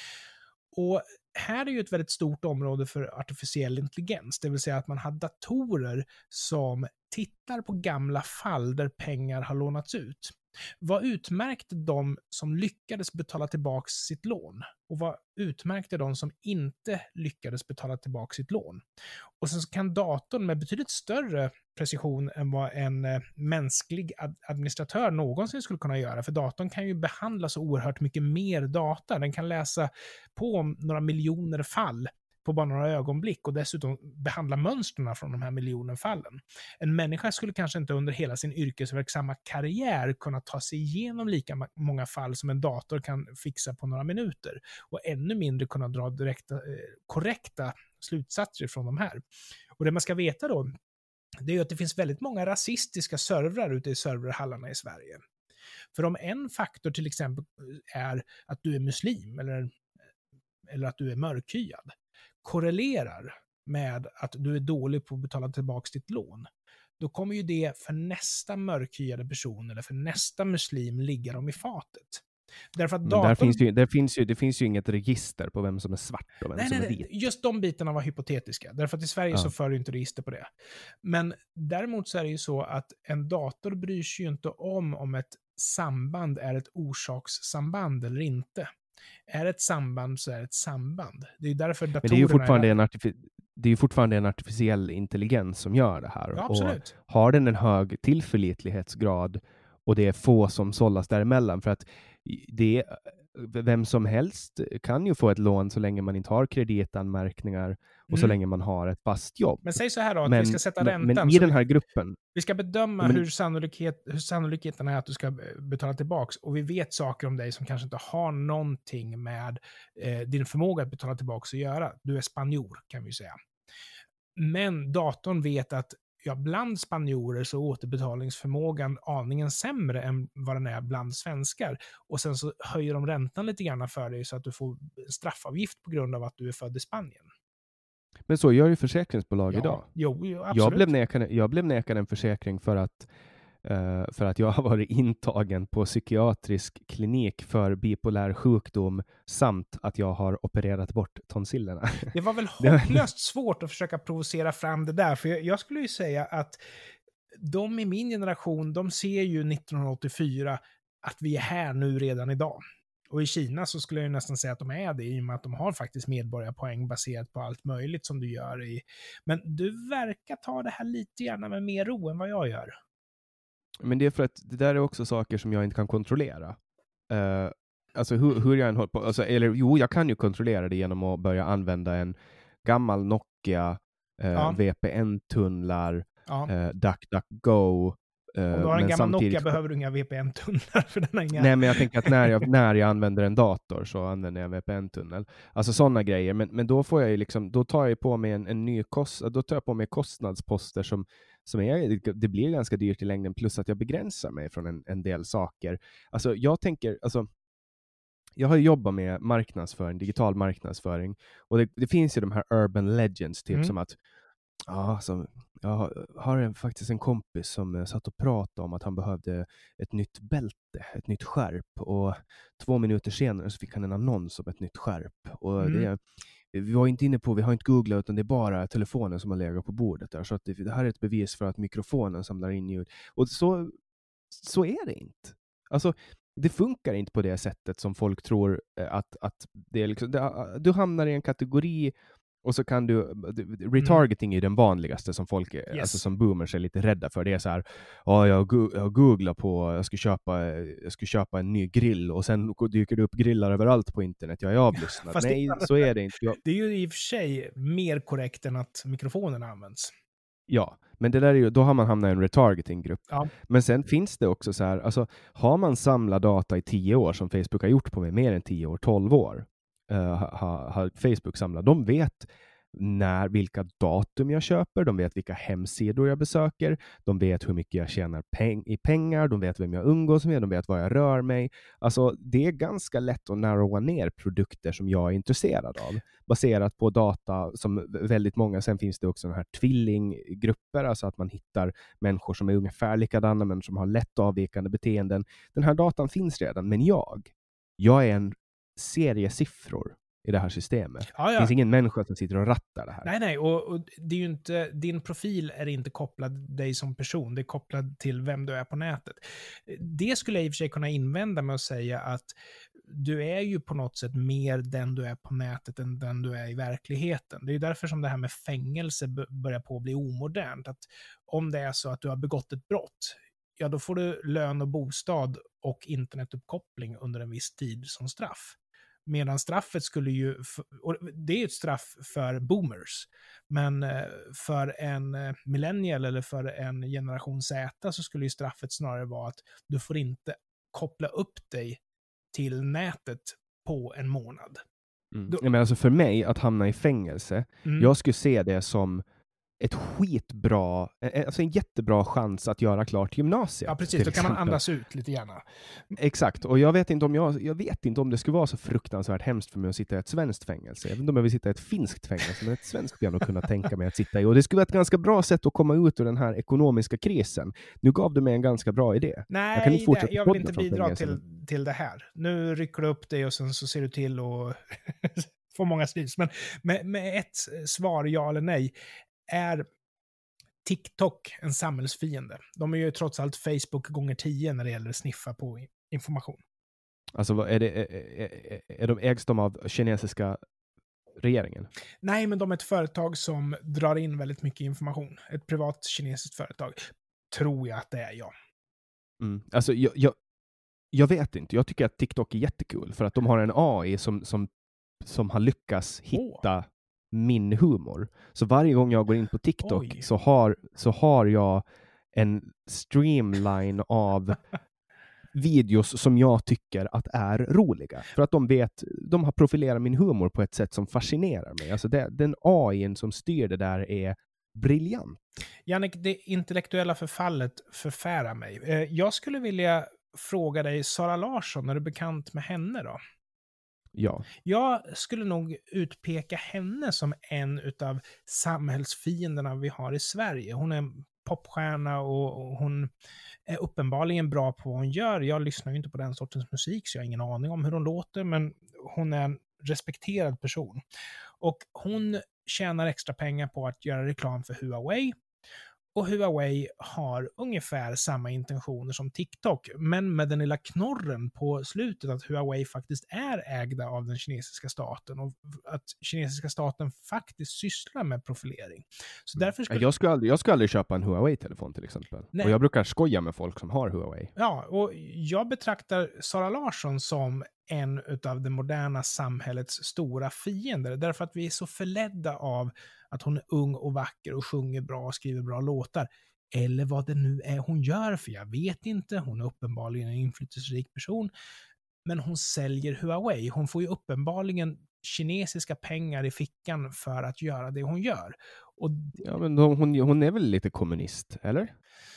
Och här är ju ett väldigt stort område för artificiell intelligens, det vill säga att man har datorer som tittar på gamla fall där pengar har lånats ut. Vad utmärkte de som lyckades betala tillbaka sitt lån? Och vad utmärkte de som inte lyckades betala tillbaka sitt lån? Och sen så kan datorn med betydligt större precision än vad en eh, mänsklig ad- administratör någonsin skulle kunna göra. För datorn kan ju behandla så oerhört mycket mer data. Den kan läsa på om några miljoner fall på bara några ögonblick och dessutom behandla mönsterna från de här miljoner fallen. En människa skulle kanske inte under hela sin yrkesverksamma karriär kunna ta sig igenom lika många fall som en dator kan fixa på några minuter och ännu mindre kunna dra direkta, eh, korrekta slutsatser från de här. Och det man ska veta då, det är ju att det finns väldigt många rasistiska servrar ute i serverhallarna i Sverige. För om en faktor till exempel är att du är muslim eller, eller att du är mörkhyad, korrelerar med att du är dålig på att betala tillbaka ditt lån, då kommer ju det för nästa mörkhyade person eller för nästa muslim ligga dem i fatet. Därför att datorn... där finns ju, där finns ju, det finns ju inget register på vem som är svart och vem nej, som nej, är vit. Just de bitarna var hypotetiska. Därför att i Sverige ja. så för du inte register på det. Men däremot så är det ju så att en dator bryr sig ju inte om om ett samband är ett orsakssamband eller inte. Är ett samband så är det ett samband. Det är därför datorerna... Men det är ju fortfarande, är... En, artific... det är ju fortfarande en artificiell intelligens som gör det här. Ja, absolut. Och har den en hög tillförlitlighetsgrad och det är få som sållas däremellan, för att det är, vem som helst kan ju få ett lån så länge man inte har kreditanmärkningar och mm. så länge man har ett fast jobb. Men säg så här då, att men, vi ska sätta men, räntan. Men i den här gruppen... Vi ska bedöma men, hur, sannolikhet, hur sannolikheten är att du ska betala tillbaks. Och vi vet saker om dig som kanske inte har någonting med eh, din förmåga att betala tillbaks att göra. Du är spanjor, kan vi säga. Men datorn vet att ja, bland spanjorer så är återbetalningsförmågan aningen sämre än vad den är bland svenskar. Och sen så höjer de räntan lite grann för dig så att du får straffavgift på grund av att du är född i Spanien. Men så gör ju försäkringsbolag ja, idag. Jo, jo, absolut. Jag blev nekad, jag blev nekad en försäkring för att, uh, för att jag har varit intagen på psykiatrisk klinik för bipolär sjukdom samt att jag har opererat bort tonsillerna. Det var väl hopplöst svårt att försöka provocera fram det där, för jag, jag skulle ju säga att de i min generation, de ser ju nittonhundraåttiofyra att vi är här nu redan idag. Och i Kina så skulle jag ju nästan säga att de är det, i och med att de har faktiskt medborgarpoäng baserat på allt möjligt som du gör i. Men du verkar ta det här lite gärna med mer ro än vad jag gör. Men det är för att det där är också saker som jag inte kan kontrollera. Uh, alltså hur, hur jag än håller på, alltså, eller jo, jag kan ju kontrollera det genom att börja använda en gammal Nokia, uh, ja. V P N-tunnlar, ja. uh, DuckDuckGo. Om du har en gammal Nokia behöver du inga V P N-tunnlar för den har inga... Nej, men jag tänker att när jag, när jag använder en dator så använder jag en V P N-tunnel. Alltså sådana grejer. Men, men då får jag ju liksom, då tar jag på mig en, en ny kost, då tar jag på mig kostnadsposter som, som är, det blir ganska dyrt i längden, plus att jag begränsar mig från en, en del saker. Alltså jag tänker, alltså jag har jobbat med marknadsföring, digital marknadsföring, och det, det finns ju de här urban legends typ mm. som att ja, som jag har en, faktiskt en kompis som satt och pratade om att han behövde ett nytt bälte, ett nytt skärp, och två minuter senare så fick han en annons om ett nytt skärp. Och mm. det, vi var inte inne på, vi har inte googlat, utan det är bara telefonen som har legat på bordet där. Så att det, det här är ett bevis för att mikrofonen samlar in ljud. Och så, så är det inte. Alltså, det funkar inte på det sättet som folk tror att, att det är liksom, det, du hamnar i en kategori. Och så kan du, retargeting är den vanligaste som folk, Yes. alltså som boomers är lite rädda för. Det är så här, ja jag, go- jag googlar på, jag ska köpa, jag ska köpa en ny grill och sen dyker det upp grillar överallt på internet. Jag är avlyssnad. Fast Nej, det, så är det inte. Jag, det är ju i och för sig mer korrekt än att mikrofonerna används. ja, men det där är ju, då har man hamnat i en retargeting-grupp. Ja. Men sen finns det också så här, alltså har man samlat data i tio år som Facebook har gjort på mig, mer än tio år, tolv år, uh, har ha Facebook samlat. De vet när, vilka datum jag köper, de vet vilka hemsidor jag besöker, de vet hur mycket jag tjänar peng- i pengar, de vet vem jag umgås med, de vet var jag rör mig. Alltså det är ganska lätt att narrowa ner produkter som jag är intresserad av, baserat på data som väldigt många. Sen finns det också den här tvillinggrupper, alltså att man hittar människor som är ungefär likadana men som har lätt avvikande beteenden. Den här datan finns redan, men jag, jag är en serie siffror i det här systemet. Ja, ja. Det finns ingen människa som sitter och rattar det här. Nej, nej, och, och det är ju inte, din profil är inte kopplad dig som person, det är kopplad till vem du är på nätet. Det skulle jag i och för sig kunna invända med att säga att du är ju på något sätt mer den du är på nätet än den du är i verkligheten. Det är ju därför som det här med fängelse börjar på att bli omodernt. Att om det är så att du har begått ett brott, ja då får du lön och bostad och internetuppkoppling under en viss tid som straff. Medan straffet skulle ju, och det är ett straff för boomers, men för en millennial eller för en generation Z så skulle ju straffet snarare vara att du får inte koppla upp dig till nätet på en månad. Mm. Då, ja, men alltså för mig att hamna i fängelse, mm. jag skulle se det som ett skitbra, alltså en jättebra chans att göra klart gymnasiet. Ja, precis. Då kan man andas ut lite gärna. Exakt. Och jag vet inte om jag, jag vet inte om det skulle vara så fruktansvärt hemskt för mig att sitta i ett svenskt fängelse. Jag vet inte om jag vill sitta i ett finskt fängelse, men ett svenskt vill jag nog kunna tänka mig att sitta i. Och det skulle vara ett ganska bra sätt att komma ut ur den här ekonomiska krisen. Nu gav du mig en ganska bra idé. Nej, jag, kan inte fortsätta det, jag vill inte från bidra till, till det här. Nu rycker du upp dig och sen så ser du till och får många slits. Men med, med ett svar, ja eller nej, är TikTok en samhällsfiende? De är ju trots allt Facebook gånger tio när det gäller att sniffa på information. Alltså vad är det, är, är, är de, ägs de av kinesiska regeringen? Nej, men de är ett företag som drar in väldigt mycket information. Ett privat kinesiskt företag. Tror jag att det är, ja. Mm. Alltså jag, jag, jag vet inte. Jag tycker att TikTok är jättekul för att de har en A I som, som, som har lyckats hitta oh. min humor. Så varje gång jag går in på TikTok så har, så har jag en streamline av videos som jag tycker att är roliga. För att de vet, de har profilerat min humor på ett sätt som fascinerar mig. Alltså det, den A I som styr det där är briljant. Jannik, det intellektuella förfallet förfärar mig. Jag skulle vilja fråga dig, Sara Larsson, är du bekant med henne då? Ja. Jag skulle nog utpeka henne som en utav samhällsfienderna vi har i Sverige. Hon är en popstjärna och hon är uppenbarligen bra på vad hon gör. Jag lyssnar ju inte på den sortens musik så jag har ingen aning om hur hon låter, men hon är en respekterad person. Och hon tjänar extra pengar på att göra reklam för Huawei. Och Huawei har ungefär samma intentioner som TikTok, men med den lilla knorren på slutet att Huawei faktiskt är ägda av den kinesiska staten och att kinesiska staten faktiskt sysslar med profilering. Så därför skulle... jag, skulle aldrig, jag skulle aldrig köpa en Huawei-telefon till exempel. Nej. Och jag brukar skoja med folk som har Huawei. Ja, och jag betraktar Sara Larsson som en utav det moderna samhällets stora fiender, därför att vi är så förledda av att hon är ung och vacker och sjunger bra och skriver bra låtar. Eller vad det nu är hon gör, för jag vet inte. Hon är uppenbarligen en inflytelserik person. Men hon säljer Huawei. Hon får ju uppenbarligen kinesiska pengar i fickan för att göra det hon gör. Och... Ja, men hon, hon är väl lite kommunist, eller?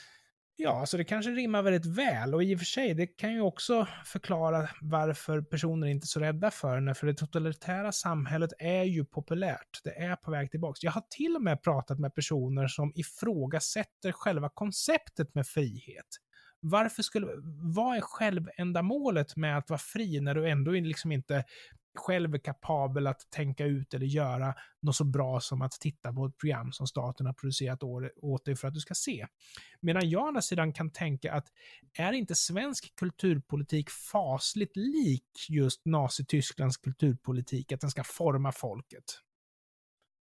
Ja, så det kanske rimmar väldigt väl. Och i och för sig, det kan ju också förklara varför personer inte är så rädda för henne. För det totalitära samhället är ju populärt. Det är på väg tillbaka. Jag har till och med pratat med personer som ifrågasätter själva konceptet med frihet. Varför skulle, vad är självändamålet med att vara fri när du ändå liksom inte själv är kapabel att tänka ut eller göra något så bra som att titta på ett program som staten har producerat åt dig för att du ska se. Medan jag å andra sidan kan tänka att är inte svensk kulturpolitik fasligt lik just Nazi-Tysklands kulturpolitik, att den ska forma folket?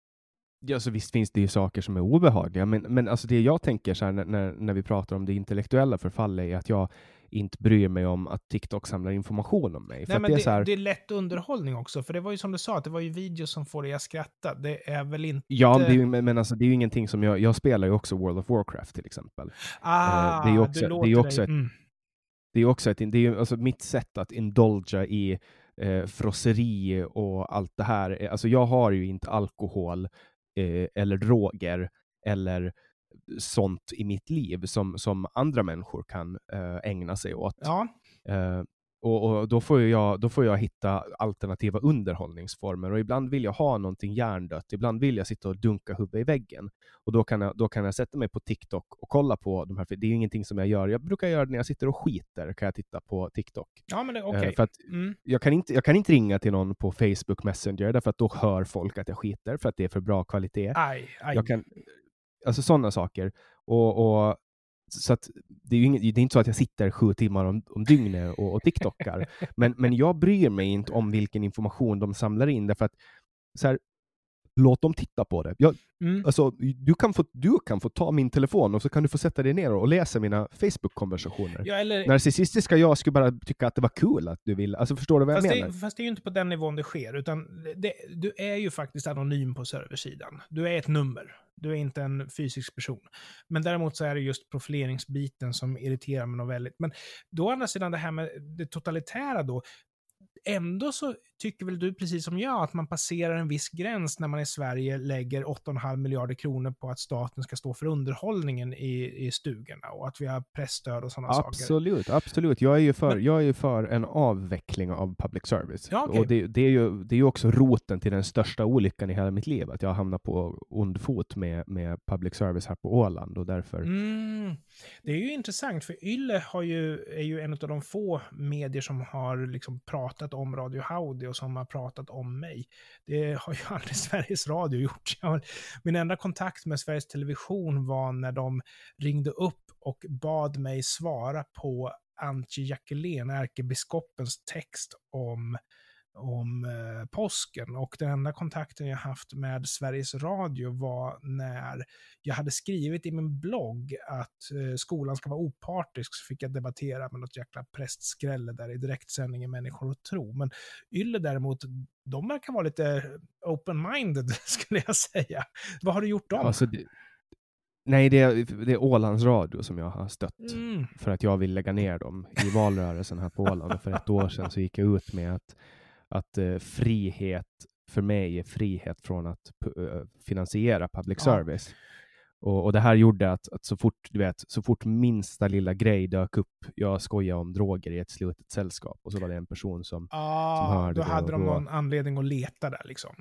Ja, så visst finns det ju saker som är obehagliga, men, men alltså det jag tänker så här när, när, när vi pratar om det intellektuella förfallet är att jag inte bryr mig om att TikTok samlar information om mig. För Nej, att men det, är det, så här, det är lätt underhållning också, för det var ju som du sa, att det var ju videos som får dig att skratta. Det är väl inte... ja, men, det är ju, men alltså, det är ju ingenting som jag... Jag spelar ju också World of Warcraft till exempel. Ah, eh, det är ju också, du låter det är ju också dig... ett, Mm. det är också ett, det är ju alltså mitt sätt att indulga i eh, frosseri och allt det här. Alltså jag har ju inte alkohol eh, eller droger eller sånt i mitt liv som, som andra människor kan eh, ägna sig åt. Ja. Eh, och, och då, får jag, då får jag hitta alternativa underhållningsformer, och ibland vill jag ha någonting hjärndött, ibland vill jag sitta och dunka huvudet i väggen, och då kan jag, då kan jag sätta mig på TikTok och kolla på de här, för det är ju ingenting som jag gör, jag brukar göra det när jag sitter och skiter, kan jag titta på TikTok. Ja, men det är okej. Eh, för att Mm. jag, kan inte, jag kan inte ringa till någon på Facebook Messenger, därför att då hör folk att jag skiter, för att det är för bra kvalitet. Aj, aj. Jag kan, alltså sådana saker. Och, och så att det är ju inget, det är inte så att jag sitter sju timmar om, om dygnet och, och TikTokar. men, men jag bryr mig inte om vilken information de samlar in, därför att så här, låt dem titta på det. Jag, Mm. alltså, du, kan få, du kan få ta min telefon och så kan du få sätta dig ner och läsa mina Facebook-konversationer. Ja, eller... Narcissistiska jag skulle bara tycka att det var kul att du vill. Alltså förstår du vad jag Fast menar? det, fast det är ju inte på den nivån det sker, utan det, du är ju faktiskt anonym på serversidan. Du är ett nummer. Du är inte en fysisk person. Men däremot så är det just profileringsbiten som irriterar mig något väldigt. Men då å andra sidan det här med det totalitära då, ändå så tycker väl du precis som jag att man passerar en viss gräns när man i Sverige lägger åtta komma fem miljarder kronor på att staten ska stå för underhållningen i, i stugorna och att vi har pressstöd och sådana saker. Absolut, absolut. Jag är ju för, Men, jag är ju för en avveckling av public service. Ja, okay. Och det, det, är ju, det är ju också roten till den största olyckan i hela mitt liv, att jag hamnar på ond fot med, med public service här på Åland, och därför... Mm. Det är ju intressant, för Yle har ju, är ju en av de få medier som har liksom pratat om Radio Howdy och som har pratat om mig. Det har ju aldrig Sveriges Radio gjort. Jag, min enda kontakt med Sveriges Television var när de ringde upp och bad mig svara på Antje Jackelén, ärkebiskopens text om om eh, påsken, och den enda kontakten jag haft med Sveriges Radio var när jag hade skrivit i min blogg att eh, skolan ska vara opartisk, så fick jag debattera med något jäkla prästskrälle där i direktsändning i Människor och tro. Men Yle däremot, de verkar vara lite open-minded skulle jag säga. Vad har du gjort dem? Alltså det, nej, det är, det är Ålands Radio som jag har stött Mm. för att jag vill lägga ner dem i valrörelsen här på Åland, och för ett år sedan så gick jag ut med att att uh, frihet för mig är frihet från att uh, finansiera public Ja. service. Och, och det här gjorde att, att så fort du vet, så fort minsta lilla grej dök upp, jag skojar om droger i ett slutet sällskap, och så var det en person som, Ah, som hörde då det, hade och de då, någon anledning att leta där liksom.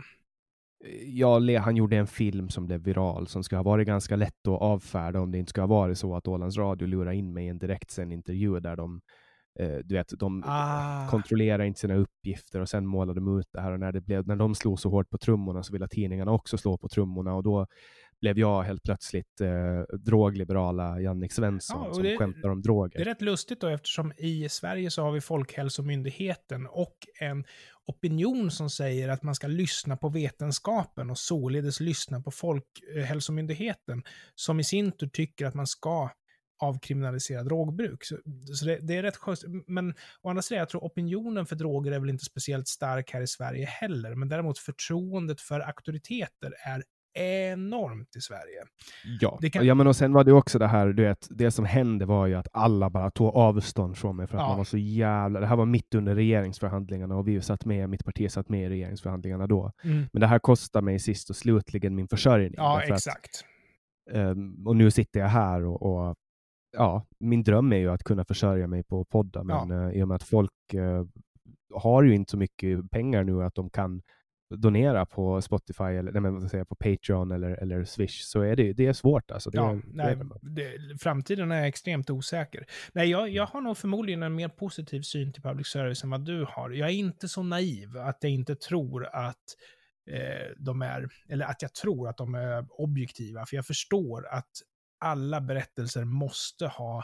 ja, han gjorde en film som blev viral som ska ha varit ganska lätt att avfärda om det inte ska ha varit så att Ålands Radio lurar in mig i en direktsänd intervju där de du vet, de Ah. kontrollerar inte sina uppgifter, och sen målade de ut det här, och när, det blev, när de slog så hårt på trummorna så ville tidningarna också slå på trummorna, och då blev jag helt plötsligt eh, drogliberala Jannik Svensson Ja, som det, skämtar om droger. Det är rätt lustigt då, eftersom i Sverige så har vi Folkhälsomyndigheten och en opinion som säger att man ska lyssna på vetenskapen och således lyssna på Folkhälsomyndigheten, som i sin tur tycker att man ska avkriminalisera drogbruk. Så, så det, det är rätt skönt. Men å andra sidan, jag tror opinionen för droger är väl inte speciellt stark här i Sverige heller. Men däremot förtroendet för auktoriteter är enormt i Sverige. Ja, det kan... ja, men och sen var det också det här, du vet, det som hände var ju att alla bara tog avstånd från mig för att ja. man var så jävla, det här var mitt under regeringsförhandlingarna, och vi satt med, mitt parti satt med i regeringsförhandlingarna då. Mm. Men det här kostade mig sist och slutligen min försörjning. Ja, exakt. Att, um, och nu sitter jag här och, och ja, min dröm är ju att kunna försörja mig på podda, men ja. uh, i och med att folk uh, har ju inte så mycket pengar nu att de kan donera på Spotify eller nej, men vad säga, på Patreon eller, eller Swish, så är det, det är svårt. Alltså. Det ja, är, nej, det är det, framtiden är extremt osäker. Nej, jag, jag har nog förmodligen en mer positiv syn till public service än vad du har. Jag är inte så naiv att jag inte tror att eh, de är, eller att jag tror att de är objektiva, för jag förstår att alla berättelser måste ha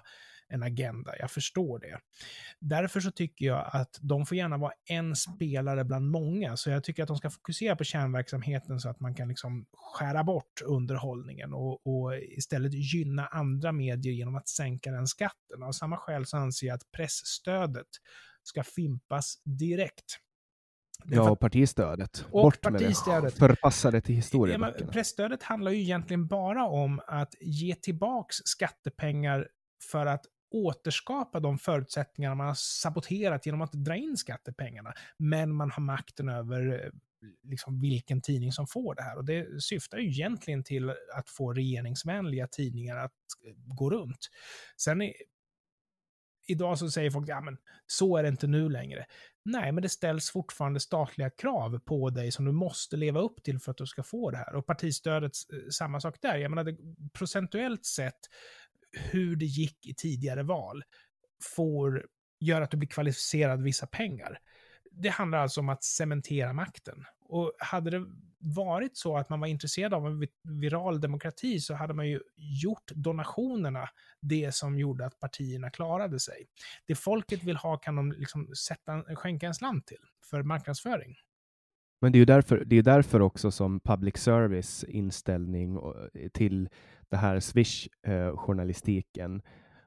en agenda. Jag förstår det. Därför så tycker jag att de får gärna vara en spelare bland många. Så jag tycker att de ska fokusera på kärnverksamheten så att man kan liksom skära bort underhållningen och, och istället gynna andra medier genom att sänka den skatten. Av samma skäl så anser jag att pressstödet ska fimpas direkt. Ja, och partistödet. Och Bort partistödet. med det. Förpassa det till Ja, historieböckerna. men pressstödet handlar ju egentligen bara om att ge tillbaks skattepengar för att återskapa de förutsättningar man har saboterat genom att dra in skattepengarna. Men man har makten över liksom vilken tidning som får det här. Och det syftar ju egentligen till att få regeringsvänliga tidningar att gå runt. Sen är idag så säger folk, ja men så är det inte nu längre. Nej, men det ställs fortfarande statliga krav på dig som du måste leva upp till för att du ska få det här. Och partistödet, samma sak där. Jag menar, det, procentuellt sett, hur det gick i tidigare val får göra att du blir kvalificerad vissa pengar. Det handlar alltså om att cementera makten. Och hade det varit så att man var intresserad av en viral demokrati så hade man ju gjort donationerna det som gjorde att partierna klarade sig. Det folket vill ha kan de liksom sätta, skänka en slant till för marknadsföring. Men det är ju därför, det är därför också som public service inställning till det här Swish-journalistiken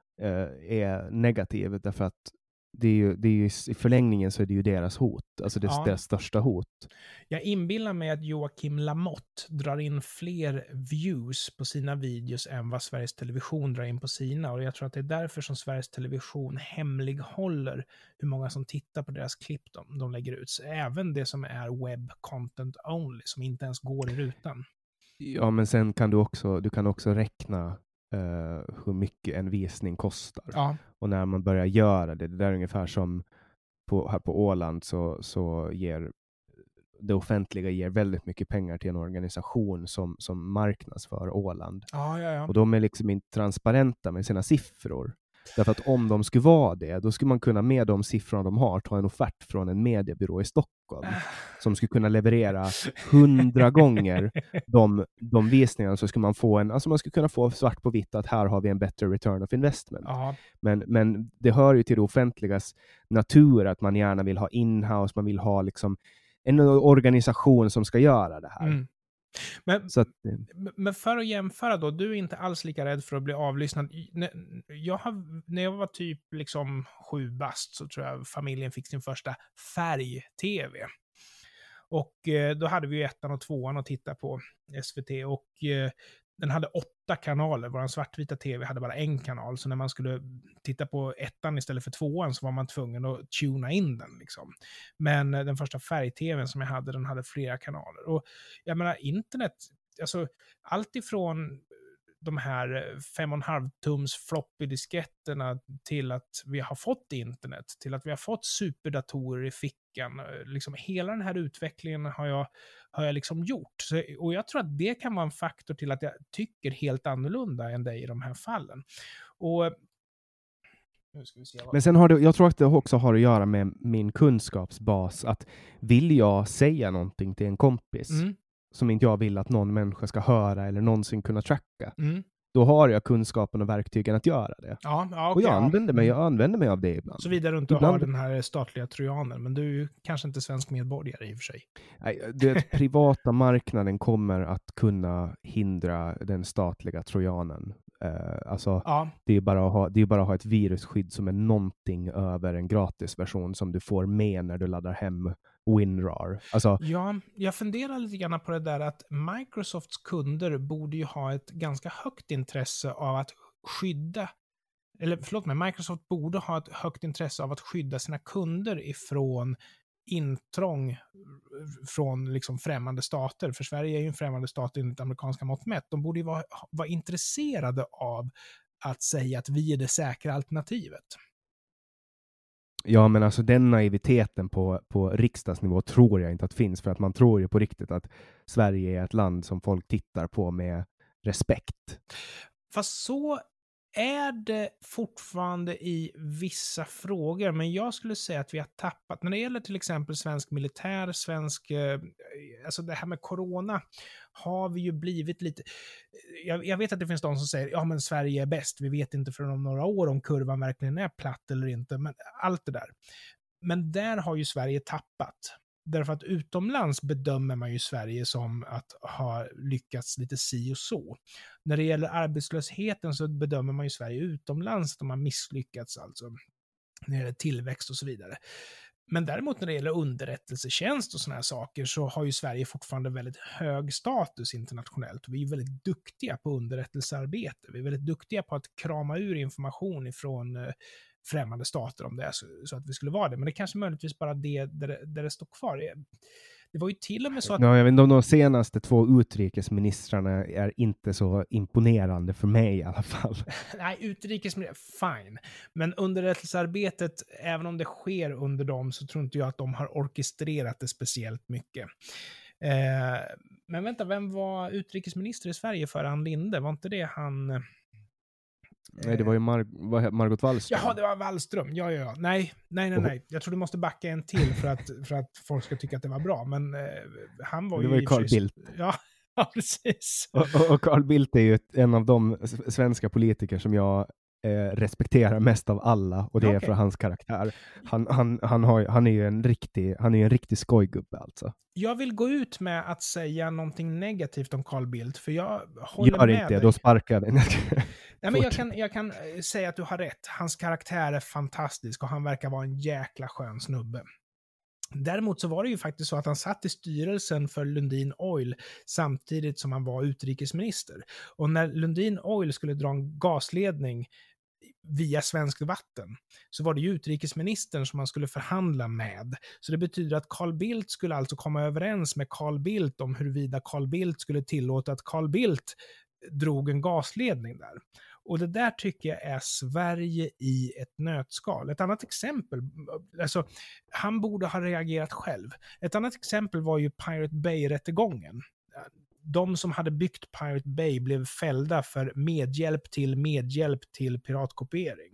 är negativ. Därför att det är ju, det är ju, i förlängningen så är det ju deras hot. Alltså det är Ja. deras största hot. Jag inbillar mig att Joakim Lamotte drar in fler views på sina videos än vad Sveriges Television drar in på sina. Och jag tror att det är därför som Sveriges Television hemlighåller hur många som tittar på deras klipp de, de lägger ut. Så även det som är web content only, som inte ens går i rutan. Ja, men sen kan du också, du kan också räkna Uh, hur mycket en visning kostar. Ja. Och när man börjar göra det, det där är ungefär som på, här på Åland så, så ger det offentliga ger väldigt mycket pengar till en organisation som, som marknadsför Åland. Ja, ja, ja. Och de är liksom inte transparenta med sina siffror. Därför att om de skulle vara det, då skulle man kunna med de siffrorna de har ta en offert från en mediebyrå i Stockholm som skulle kunna leverera hundra gånger de, de visningarna, så skulle man få en, alltså man skulle kunna få svart på vitt att här har vi en bättre return of investment. Ja. Men, men det hör ju till det offentligas natur att man gärna vill ha in-house, man vill ha liksom en organisation som ska göra det här. Mm. Men, så att, men för att jämföra då, du är inte alls lika rädd för att bli avlyssnad. Jag har, när jag var typ liksom sju bast så tror jag familjen fick sin första färg-tv. Och eh, då hade vi ju ettan och tvåan att titta på S V T och eh, den hade åtta kanaler. Vår svartvita tv hade bara en kanal. Så när man skulle titta på ettan istället för tvåan så var man tvungen att tuna in den. Liksom. Men den första färg-tvn som jag hade, den hade flera kanaler. Och jag menar, internet, alltså allt ifrån de här fem och en halv tums floppy-disketterna till att vi har fått internet, till att vi har fått superdatorer i fickan. Liksom hela den här utvecklingen har jag, har jag liksom gjort. Så, och jag tror att det kan vara en faktor till att jag tycker helt annorlunda än dig i de här fallen. Och nu ska vi se vad... Men sen har det, jag tror att det också har att göra med min kunskapsbas. Att vill jag säga någonting till en kompis mm. som inte jag vill att någon människa ska höra eller någonsin kunna tracka. Mm. Då har jag kunskapen och verktygen att göra det. Ja, ja, okay, och jag, ja. använder mig, jag använder mig av det ibland. Så vidare du inte ibland... har den här statliga trojanen. Men du är ju kanske inte svensk medborgare i och för sig. Nej, det privata marknaden kommer att kunna hindra den statliga trojanen. Uh, alltså, ja. det är bara att ha, det är bara att ha ett virusskydd som är någonting över en gratisversion som du får med när du laddar hem WinRAR. Alltså, ja, jag funderar lite grann på det där att Microsofts kunder borde ju ha ett ganska högt intresse av att skydda, eller förlåt mig, Microsoft borde ha ett högt intresse av att skydda sina kunder ifrån intrång från liksom främmande stater. För Sverige är ju en främmande stat enligt amerikanska mått mätt. De borde ju vara, vara intresserade av att säga att vi är det säkra alternativet. Ja, men alltså den naiviteten på, på riksdagsnivå tror jag inte att finns, för att man tror ju på riktigt att Sverige är ett land som folk tittar på med respekt. Fast så är det fortfarande i vissa frågor, men jag skulle säga att vi har tappat, när det gäller till exempel svensk militär, svensk eh, alltså det här med corona har vi ju blivit lite, jag, jag vet att det finns de som säger, ja men Sverige är bäst, vi vet inte förrän om några år om kurvan verkligen är platt eller inte, men allt det där. Men där har ju Sverige tappat. Därför att utomlands bedömer man ju Sverige som att ha lyckats lite si och så. När det gäller arbetslösheten så bedömer man ju Sverige utomlands att de har misslyckats alltså. När det gäller tillväxt och så vidare. Men däremot när det gäller underrättelsetjänst och såna här saker så har ju Sverige fortfarande väldigt hög status internationellt. Vi är väldigt duktiga på underrättelsearbete. Vi är väldigt duktiga på att krama ur information ifrån främmande stater om det är så, så att vi skulle vara det. Men det är kanske möjligtvis bara det där, där det står kvar. Det var ju till och med så att... Ja, jag vet inte om de senaste två utrikesministrarna är inte så imponerande för mig i alla fall. Nej, utrikesministrar, fine. Men underrättelsearbetet, även om det sker under dem, så tror inte jag att de har orkestrerat det speciellt mycket. Eh, men vänta, vem var utrikesminister i Sverige för Ann Linde? Var inte det han... Nej, det var ju Mar- Margot Wallström. Jaha, det var Wallström. Ja, ja, ja. Nej, nej, nej, nej. Jag tror du måste backa en till för att, för att folk ska tycka att det var bra. Men eh, han var det ju... var ju Carl Bildt. Ja, ja, precis. Och, och, och Carl Bildt är ju ett, en av de svenska politiker som jag eh, respekterar mest av alla. Och det okay. är för hans karaktär. Han, han, han, har, han är ju en riktig, han är en riktig skojgubbe alltså. Jag vill gå ut med att säga någonting negativt om Carl Bildt, för jag håller Gör med inte, dig. Då sparkar den. Nej, men jag kan, jag kan säga att du har rätt. Hans karaktär är fantastisk och han verkar vara en jäkla skön snubbe. Däremot så var det ju faktiskt så att han satt i styrelsen för Lundin Oil samtidigt som han var utrikesminister. Och när Lundin Oil skulle dra en gasledning via svenskt vatten så var det ju utrikesministern som man skulle förhandla med. Så det betyder att Carl Bildt skulle alltså komma överens med Carl Bildt om huruvida Carl Bildt skulle tillåta att Carl Bildt drog en gasledning där. Och det där tycker jag är Sverige i ett nötskal. Ett annat exempel, alltså han borde ha reagerat själv. Ett annat exempel var ju Pirate Bay-rättegången. De som hade byggt Pirate Bay blev fällda för medhjälp till medhjälp till piratkopiering.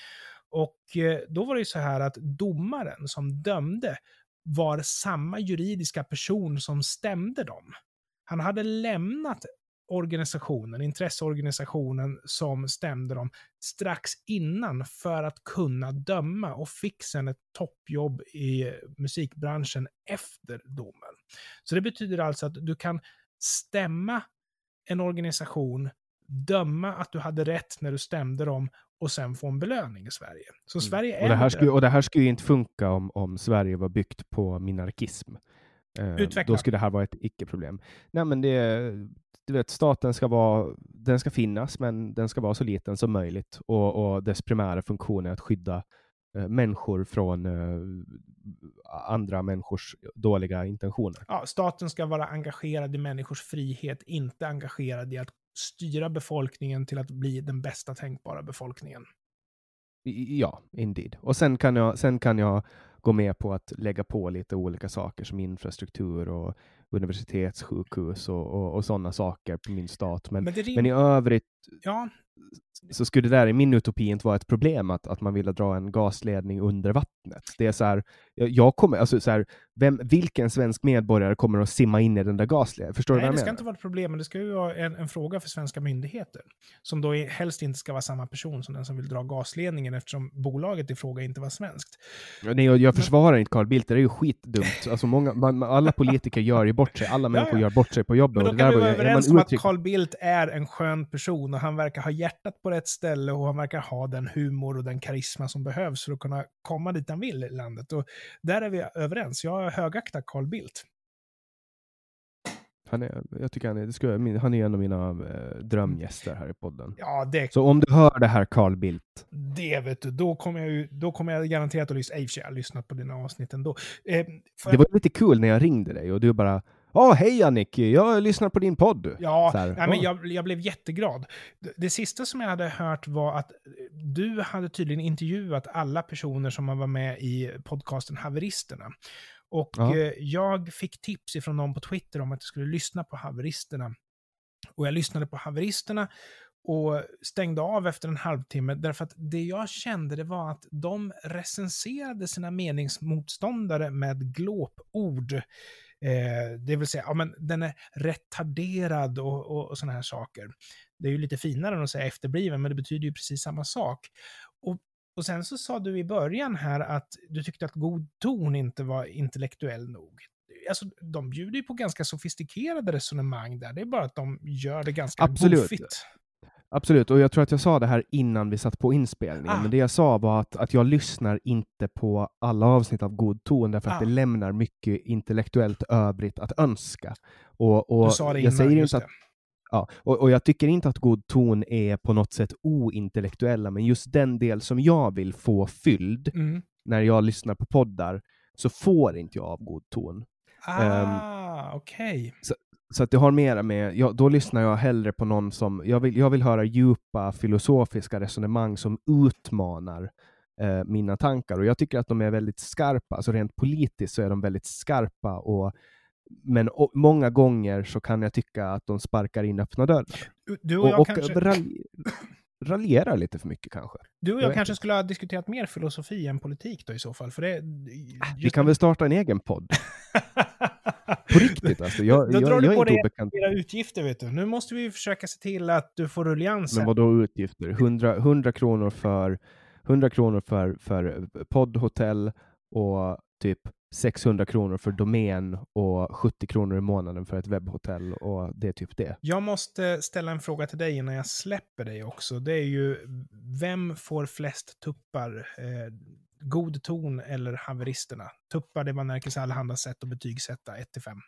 Och då var det ju så här att domaren som dömde var samma juridiska person som stämde dem. Han hade lämnat organisationen, intresseorganisationen som stämde dem strax innan för att kunna döma och fick sen ett toppjobb i musikbranschen efter domen. Så det betyder alltså att du kan stämma en organisation, döma att du hade rätt när du stämde dem och sen få en belöning i Sverige. Så Sverige är och, det här skulle, och det här skulle ju inte funka om, om Sverige var byggt på minarkism. Eh, då skulle det här vara ett icke-problem. Nej, men det, du vet, staten ska vara, den ska finnas, men den ska vara så liten som möjligt. Och, och dess primära funktion är att skydda eh, människor från eh, andra människors dåliga intentioner. Ja, staten ska vara engagerad i människors frihet, inte engagerad i att styra befolkningen till att bli den bästa tänkbara befolkningen. Ja, indeed. Och sen kan jag, sen kan jag gå med på att lägga på lite olika saker som infrastruktur och universitetssjukhus och, och, och sådana saker på min stat. Men, men, rim- men i övrigt ja. så skulle det där i min utopi inte vara ett problem att, att man vill dra en gasledning under vattnet. Det är så här, jag, jag kommer, alltså så här, vem, vilken svensk medborgare kommer att simma in i den där gasledningen? Förstår Nej, du vad jag det ska menar? inte vara ett problem, men det ska ju vara en, en fråga för svenska myndigheter. Som då är, helst inte ska vara samma person som den som vill dra gasledningen eftersom bolaget i fråga inte var svenskt. Nej, jag, jag försvarar men... inte Carl Bildt, det är ju skitdumt. Alltså många, man, alla politiker gör ju bort sig, alla människor ja, ja. gör bort sig på jobbet. Men då och kan det vi där vara var, överens om att Carl Bildt är en skön person och han verkar ha hjärtat på rätt ställe och han verkar ha den humor och den karisma som behövs för att kunna komma dit han vill i landet. Och där är vi överens. Jag högaktar Carl Bildt. Han är, jag tycker han är, det skulle, han är en av mina eh, drömgäster här i podden. Ja, det, så om du hör det här, Carl Bildt. Det vet du, då kommer jag, ju, då kommer jag garanterat att lyssna. Jag har lyssnat på dina avsnitt ändå. Eh, det jag... var lite kul när jag ringde dig och du bara, ja, oh, hej Annick, jag lyssnar på din podd. Ja, här, nej, men jag, jag blev jätteglad. Det, det sista som jag hade hört var att du hade tydligen intervjuat alla personer som var med i podcasten Haveristerna. Och ja. eh, jag fick tips ifrån någon på Twitter om att jag skulle lyssna på Haveristerna. Och jag lyssnade på Haveristerna och stängde av efter en halvtimme, därför att det jag kände det var att de recenserade sina meningsmotståndare med glåpord. Eh, det vill säga, ja, men den är retarderad och, och, och såna här saker. Det är ju lite finare än att säga efterbliven, men det betyder ju precis samma sak. Och, och sen så sa du i början här att du tyckte att god ton inte var intellektuell nog. Alltså, de bjuder ju på ganska sofistikerade resonemang där. Det är bara att de gör det ganska Absolut. boofigt. Absolut, och jag tror att jag sa det här innan vi satt på inspelningen, ah. men det jag sa var att, att jag lyssnar inte på alla avsnitt av god ton, därför att ah. det lämnar mycket intellektuellt övrigt att önska. Och, och du sa det innan, jag säger just inte att, ja, och, och jag tycker inte att god ton är på något sätt ointellektuella, men just den del som jag vill få fylld mm. när jag lyssnar på poddar, så får inte jag av god ton. Ah, um, okej. Okay. Så, så att det har mera med, ja, då lyssnar jag hellre på någon som, jag vill, jag vill höra djupa filosofiska resonemang som utmanar eh, mina tankar. Och jag tycker att de är väldigt skarpa, alltså rent politiskt så är de väldigt skarpa. Och, men och, många gånger så kan jag tycka att de sparkar in öppna dörrar. Du och jag och, kanske... och ralj, raljerar lite för mycket kanske. Du och jag, jag kanske inte. skulle ha diskuterat mer filosofi än politik då i så fall. För det, vi kan väl starta en egen podd. På riktigt alltså. Jag, då jag, drar jag du på är dig obekant. era utgifter, vet du. Nu måste vi försöka se till att du får rulliansen. Men vad då utgifter? hundra kronor för hundra kronor för, för poddhotell och typ sexhundra kronor för domän och sjuttio kronor i månaden för ett webbhotell, och det är typ det. Jag måste ställa en fråga till dig innan jag släpper dig också. Det är ju, vem får flest tuppar? Eh, god ton eller haveristerna? Tuppar, det man märker sig allehanda sätt att betygsätta ett till fem.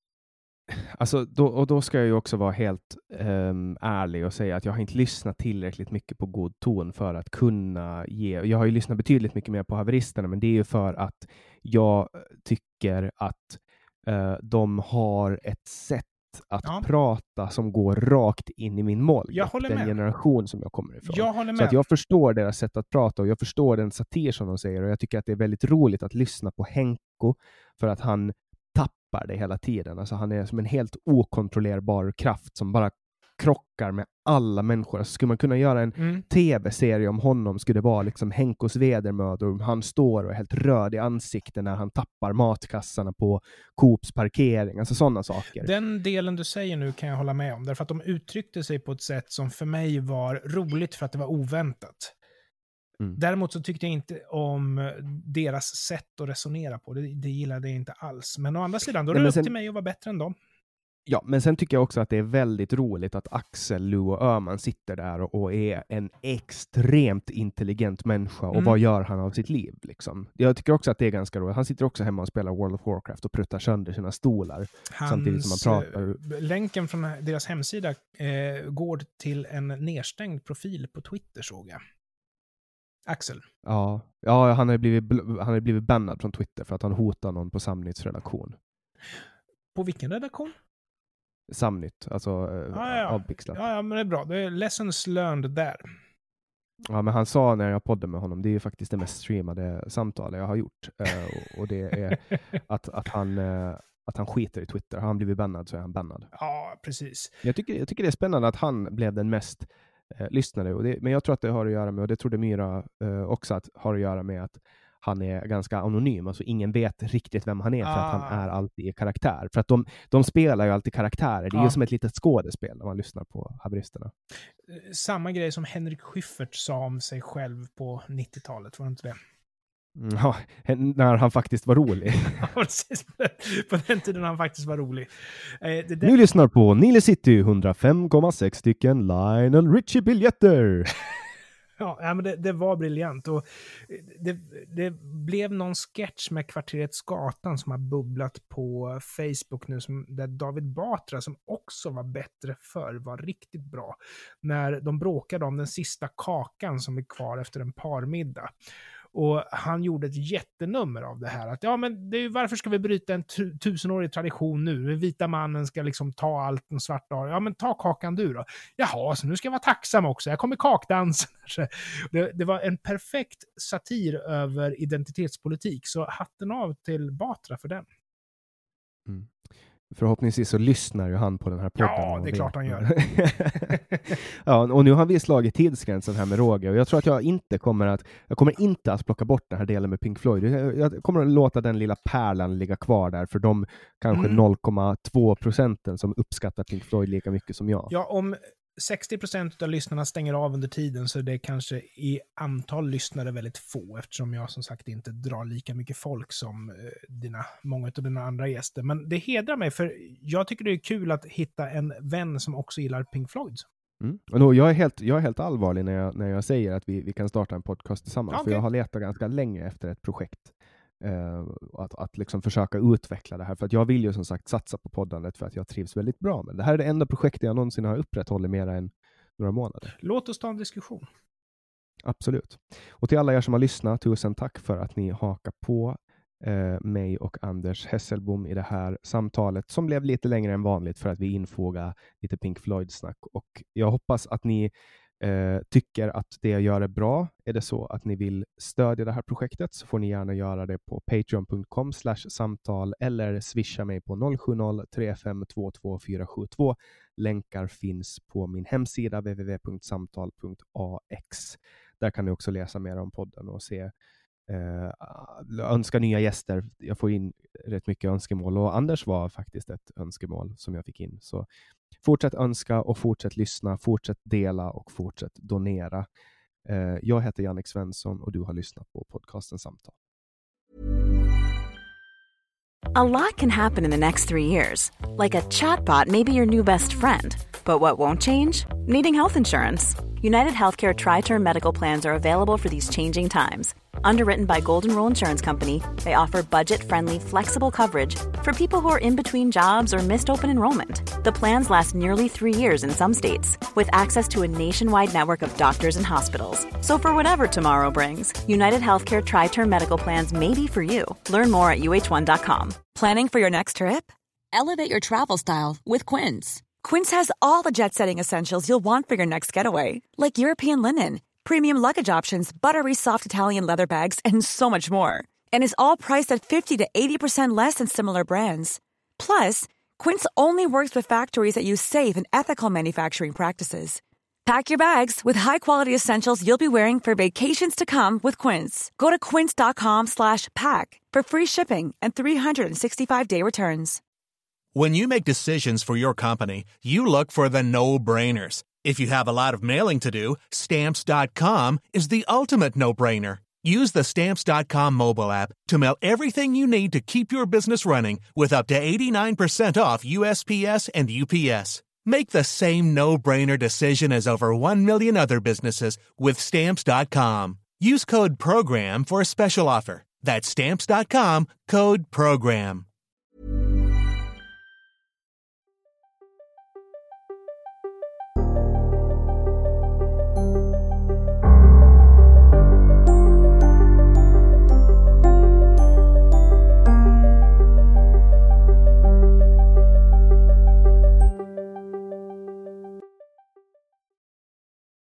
Alltså, då, och då ska jag ju också vara helt um, ärlig och säga att jag har inte lyssnat tillräckligt mycket på god ton för att kunna ge. Jag har ju lyssnat betydligt mycket mer på haveristerna, men det är ju för att jag tycker att uh, de har ett sätt att ja. prata som går rakt in i min målgrupp, den med. generation som jag kommer ifrån. Jag håller med. Så att jag förstår deras sätt att prata och jag förstår den satir som de säger, och jag tycker att det är väldigt roligt att lyssna på Henko för att han tappar det hela tiden. Alltså han är som en helt okontrollerbar kraft som bara krockar med alla människor. Alltså skulle man kunna göra en mm. tv-serie om honom, skulle det vara liksom Henkos vedermödor. Han står och är helt röd i ansiktet när han tappar matkassarna på Coops parkering. Alltså sådana saker. Den delen du säger nu kan jag hålla med om. Därför att de uttryckte sig på ett sätt som för mig var roligt för att det var oväntat. Mm. Däremot så tyckte jag inte om deras sätt att resonera på. Det, det gillade jag inte alls. Men å andra sidan, då är det Nej, upp sen... till mig att vara bättre än dem. Ja, men sen tycker jag också att det är väldigt roligt att Axel, Lou och Öhman sitter där och, och är en extremt intelligent människa. Och mm. vad gör han av sitt liv? Liksom? Jag tycker också att det är ganska roligt. Han sitter också hemma och spelar World of Warcraft och pruttar sönder sina stolar. Hans, samtidigt som han pratar. Länken från deras hemsida eh, går till en nedstängd profil på Twitter, såg jag. Axel. Ja, ja han har blivit, han har blivit bannad från Twitter för att han hotar någon på Samnytts redaktion. På vilken redaktion? Samnytt, alltså ja, ja. avpixlat. Ja, ja, men det är bra. Det är lessons learned där. Ja, men han sa när jag poddade med honom, det är ju faktiskt det mest streamade samtalet jag har gjort. Uh, och, och det är att, att, han, uh, att han skiter i Twitter. Har han blivit bannad så är han bannad. Ja, precis. Jag tycker, jag tycker det är spännande att han blev den mest uh, lyssnade. Och det, men jag tror att det har att göra med, och det trodde Myra uh, också att har att göra med att han är ganska anonym. Alltså ingen vet riktigt vem han är för ah. att han är alltid i karaktär. För att de, de spelar ju alltid karaktärer. Det är ah. ju som ett litet skådespel när man lyssnar på haveristerna. Samma grej som Henrik Schyffert sa om sig själv på nittiotalet, var det inte det? Ja, när han faktiskt var rolig. Ja, precis. På den tiden han faktiskt var rolig. Eh, det där... Ni lyssnar på Nile City, hundrafem komma sex stycken Lionel Richie-biljetter. Ja, men det, det var briljant. Och det, det blev någon sketch med Kvarteret Skatan som har bubblat på Facebook nu, som, där David Batra, som också var bättre förr, var riktigt bra. När de bråkade om den sista kakan som är kvar efter en parmiddag. Och han gjorde ett jättenummer av det här. Att ja, men det är, varför ska vi bryta en tu- tusenårig tradition nu? Den vita mannen ska liksom ta allt den svarta har. Ja, men ta kakan du då. Jaha, så nu ska jag vara tacksam också. Jag kommer kakdansen. Det, det var en perfekt satir över identitetspolitik. Så hatten av till Batra för den. Mm. Förhoppningsvis så lyssnar ju han på den här podden. Ja, det är klart han gör. Ja, och nu har vi slagit tidsgränsen här med Roger. Och jag tror att jag inte kommer att jag kommer inte att plocka bort den här delen med Pink Floyd. Jag, jag kommer att låta den lilla pärlan ligga kvar där för de kanske mm. noll komma två procenten som uppskattar Pink Floyd lika mycket som jag. Ja, om sextio procent av lyssnarna stänger av under tiden så är det kanske i antal lyssnare väldigt få, eftersom jag som sagt inte drar lika mycket folk som eh, dina, många av dina andra gäster. Men det hedrar mig, för jag tycker det är kul att hitta en vän som också gillar Pink Floyd. Mm. Och då, jag, är helt, jag är helt allvarlig när jag, när jag säger att vi, vi kan starta en podcast tillsammans. Okay. För jag har letat ganska länge efter ett projekt. Uh, att, att liksom försöka utveckla det här, för att jag vill ju som sagt satsa på poddandet för att jag trivs väldigt bra med det. Det här är det enda projektet jag någonsin har upprätthållit mer än några månader. Låt oss ta en diskussion. Absolut. Och till alla er som har lyssnat, tusen tack för att ni hakar på uh, mig och Anders Hesselbom i det här samtalet som blev lite längre än vanligt för att vi infogar lite Pink Floyd-snack, och jag hoppas att ni Eh, tycker att det jag gör är bra. Är det så att ni vill stödja det här projektet så får ni gärna göra det på patreon punkt com slash samtal eller swisha mig på noll sju noll tre fem två två fyra sju två. Länkar finns på min hemsida w w w punkt samtal punkt a x. Där kan ni också läsa mer om podden och se eh, önska nya gäster. Jag får in rätt mycket önskemål, och Anders var faktiskt ett önskemål som jag fick in. Så fortsätt önska och fortsätt lyssna, fortsätt dela och fortsätt donera. Eh, jag heter Jannik Svensson och du har lyssnat på podcasten Samtal. A lot can happen in the next three years. Like a chatbot may be your new best friend. But what won't change? Needing health insurance. United Healthcare Tri-Term Medical Plans are available for these changing times. Underwritten by Golden Rule Insurance Company, they offer budget-friendly, flexible coverage for people who are in between jobs or missed open enrollment. The plans last nearly three years in some states, with access to a nationwide network of doctors and hospitals. So for whatever tomorrow brings, United Healthcare Tri-Term Medical Plans may be for you. Learn more at U H one dot com. Planning for your next trip? Elevate your travel style with Quince. Quince has all the jet-setting essentials you'll want for your next getaway, like European linen, premium luggage options, buttery soft Italian leather bags, and so much more. And is all priced at fifty to eighty percent less than similar brands. Plus, Quince only works with factories that use safe and ethical manufacturing practices. Pack your bags with high-quality essentials you'll be wearing for vacations to come with Quince. Go to quince dot com slash pack for free shipping and three sixty-five day returns. When you make decisions for your company, you look for the no-brainers. If you have a lot of mailing to do, stamps dot com is the ultimate no-brainer. Use the stamps dot com mobile app to mail everything you need to keep your business running with up to eighty-nine percent off U S P S and U P S. Make the same no-brainer decision as over one million other businesses with stamps dot com. Use code PROGRAM for a special offer. That's stamps dot com, code PROGRAM.